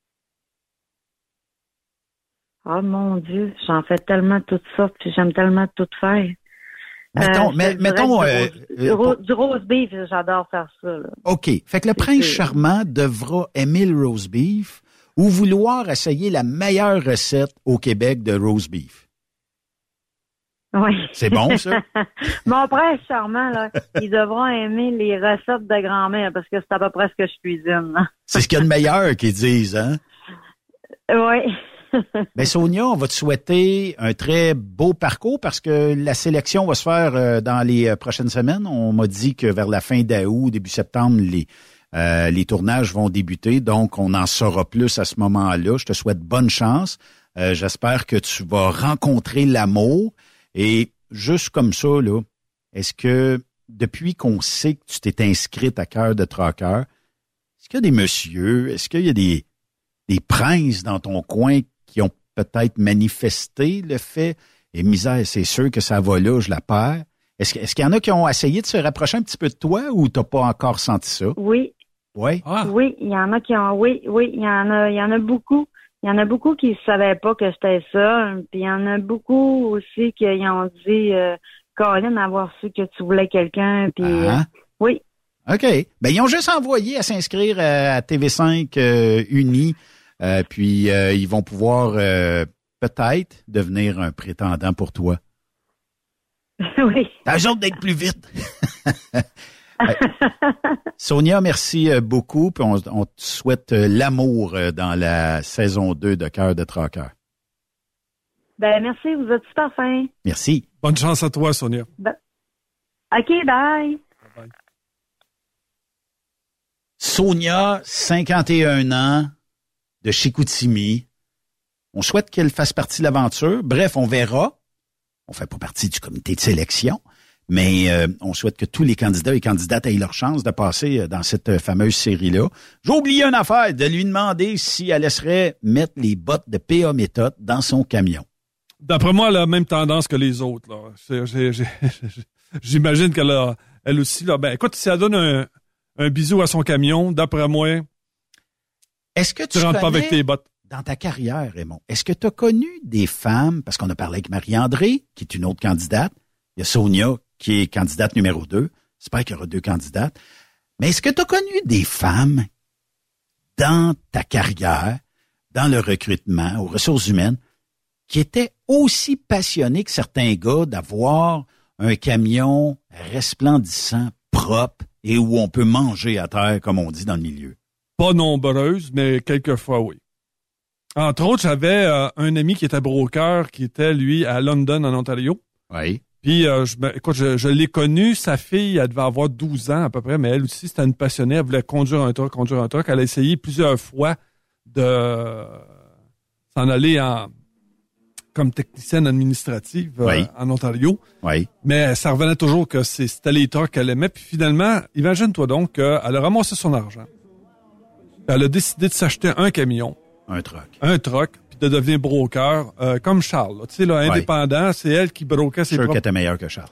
Speaker 21: Oh mon Dieu, j'en fais tellement toutes sortes, puis j'aime tellement tout faire.
Speaker 9: Mettons,
Speaker 21: Euh,
Speaker 9: mais,
Speaker 21: je te
Speaker 9: mettons,
Speaker 21: dirais
Speaker 9: euh,
Speaker 21: du,
Speaker 9: euh,
Speaker 21: ro- du rose beef, j'adore faire ça. Là.
Speaker 9: OK. Fait que le prince charmant devra aimer le roast beef ou vouloir essayer la meilleure recette au Québec de roast beef.
Speaker 21: Oui.
Speaker 9: C'est bon, ça?
Speaker 21: Mon prince charmant, là, il devra aimer les recettes de grand-mère parce que c'est à peu près ce que je cuisine. Là.
Speaker 9: C'est ce qu'il y a de meilleur qu'ils disent, hein?
Speaker 21: Oui.
Speaker 9: Ben Sonia, on va te souhaiter un très beau parcours parce que la sélection va se faire euh, dans les euh, prochaines semaines. On m'a dit que vers la fin d'août, début septembre, les euh, les tournages vont débuter, donc on en saura plus à ce moment-là. Je te souhaite bonne chance. Euh, j'espère que tu vas rencontrer l'amour et juste comme ça, là, est-ce que depuis qu'on sait que tu t'es inscrite à Cœur de Traqueur, est-ce qu'il y a des messieurs, est-ce qu'il y a des des princes dans ton coin qui ont peut-être manifesté le fait, et misère, c'est sûr que ça va là, je la perds. Est-ce, est-ce qu'il y en a qui ont essayé de se rapprocher un petit peu de toi ou t'as pas encore senti ça?
Speaker 21: Oui.
Speaker 9: Oui?
Speaker 21: Ah. Oui, il y en a qui ont, oui, oui, il y en a, il y en a beaucoup. Il y en a beaucoup qui ne savaient pas que c'était ça. Puis il y en a beaucoup aussi qui ont dit, euh, Colin, avoir su que tu voulais quelqu'un. Puis,
Speaker 9: Ah.
Speaker 21: euh, oui.
Speaker 9: OK. Ben, ils ont juste envoyé à s'inscrire à, à T V cinq euh, Uni. Euh, puis, euh, ils vont pouvoir euh, peut-être devenir un prétendant pour toi.
Speaker 21: Oui.
Speaker 9: T'as besoin d'être plus vite. Ouais. Sonia, merci euh, beaucoup. Puis on, on te souhaite euh, l'amour euh, dans la saison deux de Cœur de Traqueur.
Speaker 21: Ben, merci, vous êtes super fin.
Speaker 9: Merci.
Speaker 10: Bonne chance à toi, Sonia.
Speaker 21: Ben, OK, bye.
Speaker 9: Sonia, cinquante et un ans, de Chicoutimi. On souhaite qu'elle fasse partie de l'aventure. Bref, on verra. On fait pas partie du comité de sélection, mais euh, on souhaite que tous les candidats et candidates aient leur chance de passer dans cette fameuse série-là. J'ai oublié une affaire, de lui demander si elle laisserait mettre les bottes de P A Méthode dans son camion.
Speaker 10: D'après moi, elle a la même tendance que les autres. Là. C'est, j'ai, j'ai, j'imagine qu'elle a, elle aussi. Là, ben, écoute, si elle donne un, un bisou à son camion, d'après moi,
Speaker 9: est-ce que tu,
Speaker 10: tu rentres pas avec tes bottes.
Speaker 9: Dans ta carrière, Raymond, est-ce que tu as connu des femmes, parce qu'on a parlé avec Marie-André, qui est une autre candidate, il y a Sonia, qui est candidate numéro deux, j'espère qu'il y aura deux candidates, mais est-ce que tu as connu des femmes dans ta carrière, dans le recrutement, aux ressources humaines, qui étaient aussi passionnées que certains gars d'avoir un camion resplendissant, propre, et où on peut manger à terre, comme on dit dans le milieu?
Speaker 10: Pas nombreuses, mais quelquefois, oui. Entre autres, j'avais euh, un ami qui était broker, qui était, lui, à London, en Ontario.
Speaker 9: Oui.
Speaker 10: Puis, euh, je, ben, écoute, je, je l'ai connu. Sa fille, elle devait avoir douze ans à peu près, mais elle aussi, c'était une passionnée. Elle voulait conduire un truck, conduire un truck. Elle a essayé plusieurs fois de euh, s'en aller en comme technicienne administrative euh,
Speaker 9: oui.
Speaker 10: en Ontario.
Speaker 9: Oui.
Speaker 10: Mais ça revenait toujours que c'est, c'était les trucks qu'elle aimait. Puis finalement, imagine-toi donc qu'elle a ramassé son argent. Elle a décidé de s'acheter un camion.
Speaker 9: Un truck.
Speaker 10: Un truck, puis de devenir broker, euh, comme Charles. Tu sais, là, indépendant, ouais. C'est elle qui broquait ses
Speaker 9: propres... Je suis sûr
Speaker 10: propres...
Speaker 9: qu'elle était meilleure que Charles.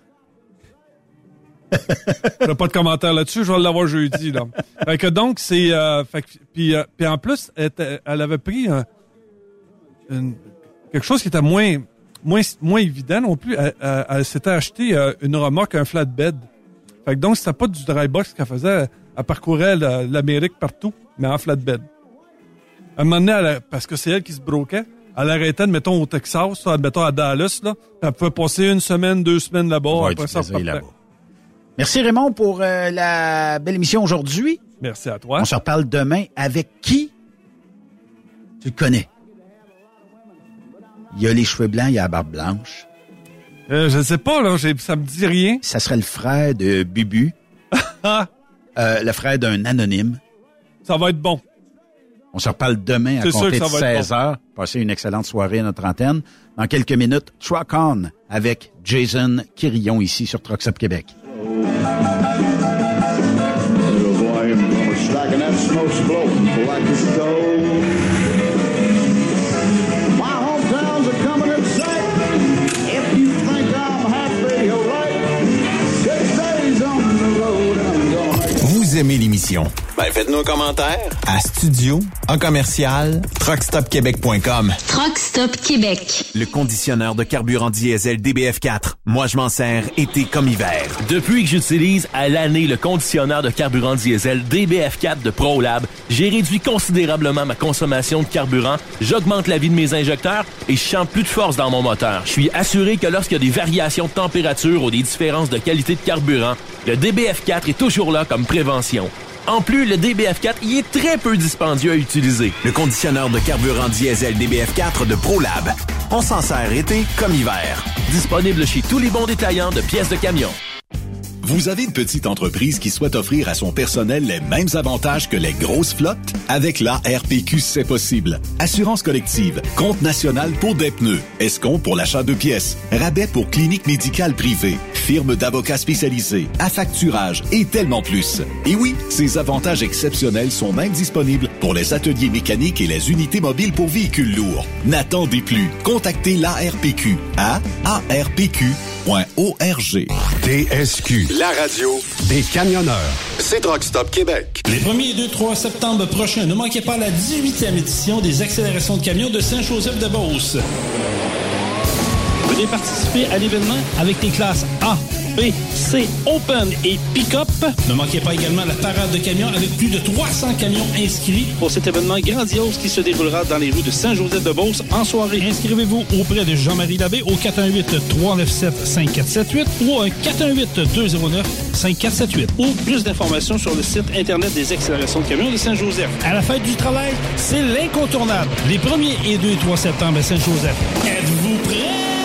Speaker 10: Je n'ai pas de commentaire là-dessus, je vais l'avoir jeudi. Là. Fait que donc, c'est... Euh, fait que, puis, euh, puis en plus, elle, était, elle avait pris un, une, quelque chose qui était moins, moins, moins évident non plus. Elle, elle, elle s'était acheté euh, une remorque, un flatbed. Fait que donc, c'était pas du dry box qu'elle faisait. Elle parcourait la, l'Amérique partout, mais en flatbed. À un moment donné, elle, parce que c'est elle qui se broquait, elle arrêtait, mettons, au Texas, là, mettons, à Dallas, là. Elle pouvait passer une semaine, deux semaines là-bas. Après ça,
Speaker 9: là-bas. Merci Raymond pour euh, la belle émission aujourd'hui.
Speaker 10: Merci à toi.
Speaker 9: On se reparle demain. Avec qui? Tu le connais. Il y a les cheveux blancs, il y a la barbe blanche.
Speaker 10: Euh, je sais pas, là, j'ai, ça me dit rien.
Speaker 9: Ça serait le frère de Bubu. euh, le frère d'un anonyme.
Speaker 10: Ça va être bon.
Speaker 9: On se reparle demain à
Speaker 10: C'est
Speaker 9: compter de seize heures.
Speaker 10: Bon.
Speaker 9: Passez une excellente soirée à notre antenne. Dans quelques minutes, Truck On avec Jason Quirillon ici sur Truck Stop Québec.
Speaker 1: My hometowns are coming in sight. If you think I'm
Speaker 3: aimez l'émission, ben faites-nous un commentaire à studio en commercial truck stop québec point com.
Speaker 14: Truck Stop Québec.
Speaker 3: Le conditionneur de carburant diesel D B F quatre. Moi, je m'en sers été comme hiver.
Speaker 15: Depuis que j'utilise à l'année le conditionneur de carburant diesel D B F quatre de ProLab, j'ai réduit considérablement ma consommation de carburant, j'augmente la vie de mes injecteurs et je sens plus de force dans mon moteur. Je suis assuré que lorsqu'il y a des variations de température ou des différences de qualité de carburant, le D B F quatre est toujours là comme prévention. En plus, le D B F quatre y est très peu dispendieux à utiliser.
Speaker 3: Le conditionneur de carburant diesel D B F quatre de ProLab. On s'en sert été comme hiver.
Speaker 15: Disponible chez tous les bons détaillants de pièces de camion.
Speaker 5: Vous avez une petite entreprise qui souhaite offrir à son personnel les mêmes avantages que les grosses flottes? Avec l'A R P Q, c'est possible. Assurance collective, compte national pour des pneus, escompte pour l'achat de pièces, rabais pour clinique médicale privée, firme d'avocats spécialisés, affacturage et tellement plus. Et oui, ces avantages exceptionnels sont même disponibles pour les ateliers mécaniques et les unités mobiles pour véhicules lourds. N'attendez plus. Contactez l'A R P Q à a r p q point org.
Speaker 2: T S Q, la radio des camionneurs. C'est Truck Stop Québec.
Speaker 1: Les premier et deux trois septembre prochains, ne manquez pas la dix-huitième édition des accélérations de camions de Saint-Joseph-de-Beauce. Venez participer à l'événement avec les classes A, B, C, Open et Pick-up. Ne manquez pas également la parade de camions avec plus de trois cents camions inscrits pour cet événement grandiose qui se déroulera dans les rues de Saint-Joseph-de-Beauce en soirée. Inscrivez-vous auprès de Jean-Marie Labbé au quatre un huit, trois neuf sept, cinq quatre sept huit ou au quatre un huit, deux zéro neuf, cinq quatre sept huit. Ou plus d'informations sur le site Internet des accélérations de camions de Saint-Joseph. À la fête du travail, c'est l'incontournable. Les premiers et deux et trois septembre à Saint-Joseph. Êtes-vous prêts?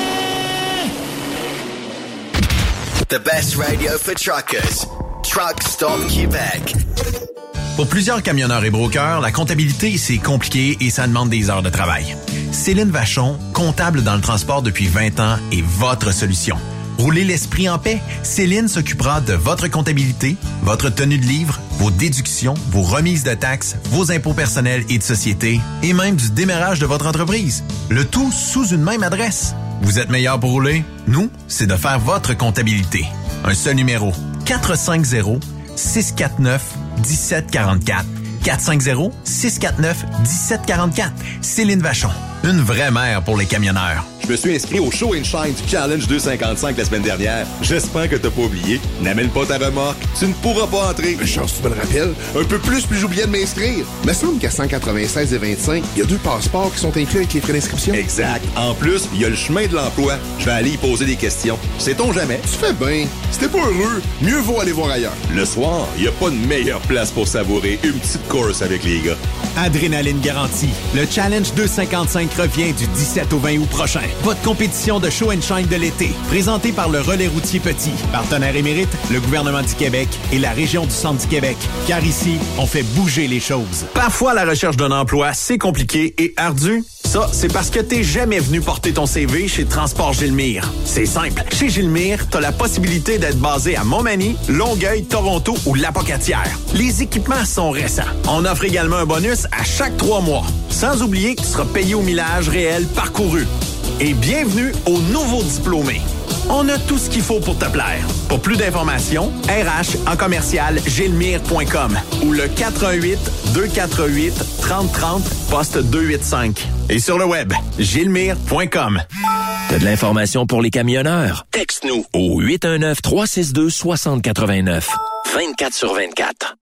Speaker 6: The best radio for truckers. Truck Stop Québec.
Speaker 3: Pour plusieurs camionneurs et brokers, la comptabilité, c'est compliqué et ça demande des heures de travail. Céline Vachon, comptable dans le transport depuis vingt ans, est votre solution. Roulez l'esprit en paix. Céline s'occupera de votre comptabilité, votre tenue de livre, vos déductions, vos remises de taxes, vos impôts personnels et de société, et même du démarrage de votre entreprise. Le tout sous une même adresse. Vous êtes meilleur pour rouler? Nous, c'est de faire votre comptabilité. Un seul numéro. quatre cinq zéro, six quatre neuf, un sept quatre quatre. quatre cinq zéro, six quatre neuf, un sept quatre quatre. Céline Vachon. Une vraie mère pour les camionneurs.
Speaker 7: Je me suis inscrit au Show and Shine du Challenge deux cent cinquante-cinq la semaine dernière. J'espère que t'as pas oublié. N'amène pas ta remorque. Tu ne pourras pas entrer.
Speaker 8: Une chance, tu me le rappelles. Un peu plus, puis j'oubliais de m'inscrire. Il me semble qu'à cent quatre-vingt-seize et vingt-cinq, il y a deux passeports qui sont inclus avec les frais d'inscription.
Speaker 7: Exact. En plus, il y a le chemin de l'emploi. Je vais aller y poser des questions. Sait-on jamais?
Speaker 8: Tu fais bien. Si t'es pas heureux, mieux vaut aller voir ailleurs.
Speaker 7: Le soir, il n'y a pas de meilleure place pour savourer une petite course avec les gars.
Speaker 3: Adrénaline garantie. Le Challenge deux cent cinquante-cinq revient du dix-sept au vingt août prochain. Votre compétition de show and shine de l'été, présentée par le Relais routier Petit, partenaire émérite, le gouvernement du Québec et la région du Centre du Québec. Car ici, on fait bouger les choses. Parfois, la recherche d'un emploi, c'est compliqué et ardu. Ça, c'est parce que t'es jamais venu porter ton C V chez Transport Gilmire. C'est simple. Chez Gilmire, t'as la possibilité d'être basé à Montmagny, Longueuil, Toronto ou Lapocatière. Les équipements sont récents. On offre également un bonus à chaque trois mois. Sans oublier que tu seras payé au millage réel parcouru. Et bienvenue aux nouveaux diplômés. On a tout ce qu'il faut pour te plaire. Pour plus d'informations, R H en commercial gilmire point com ou le quatre un huit, deux quatre huit, trente trente, poste deux huit cinq. Et sur le web, gilmire point com.
Speaker 4: T'as de l'information pour les camionneurs? Texte-nous au huit un neuf, trois six deux, six zéro huit neuf. vingt-quatre sur vingt-quatre.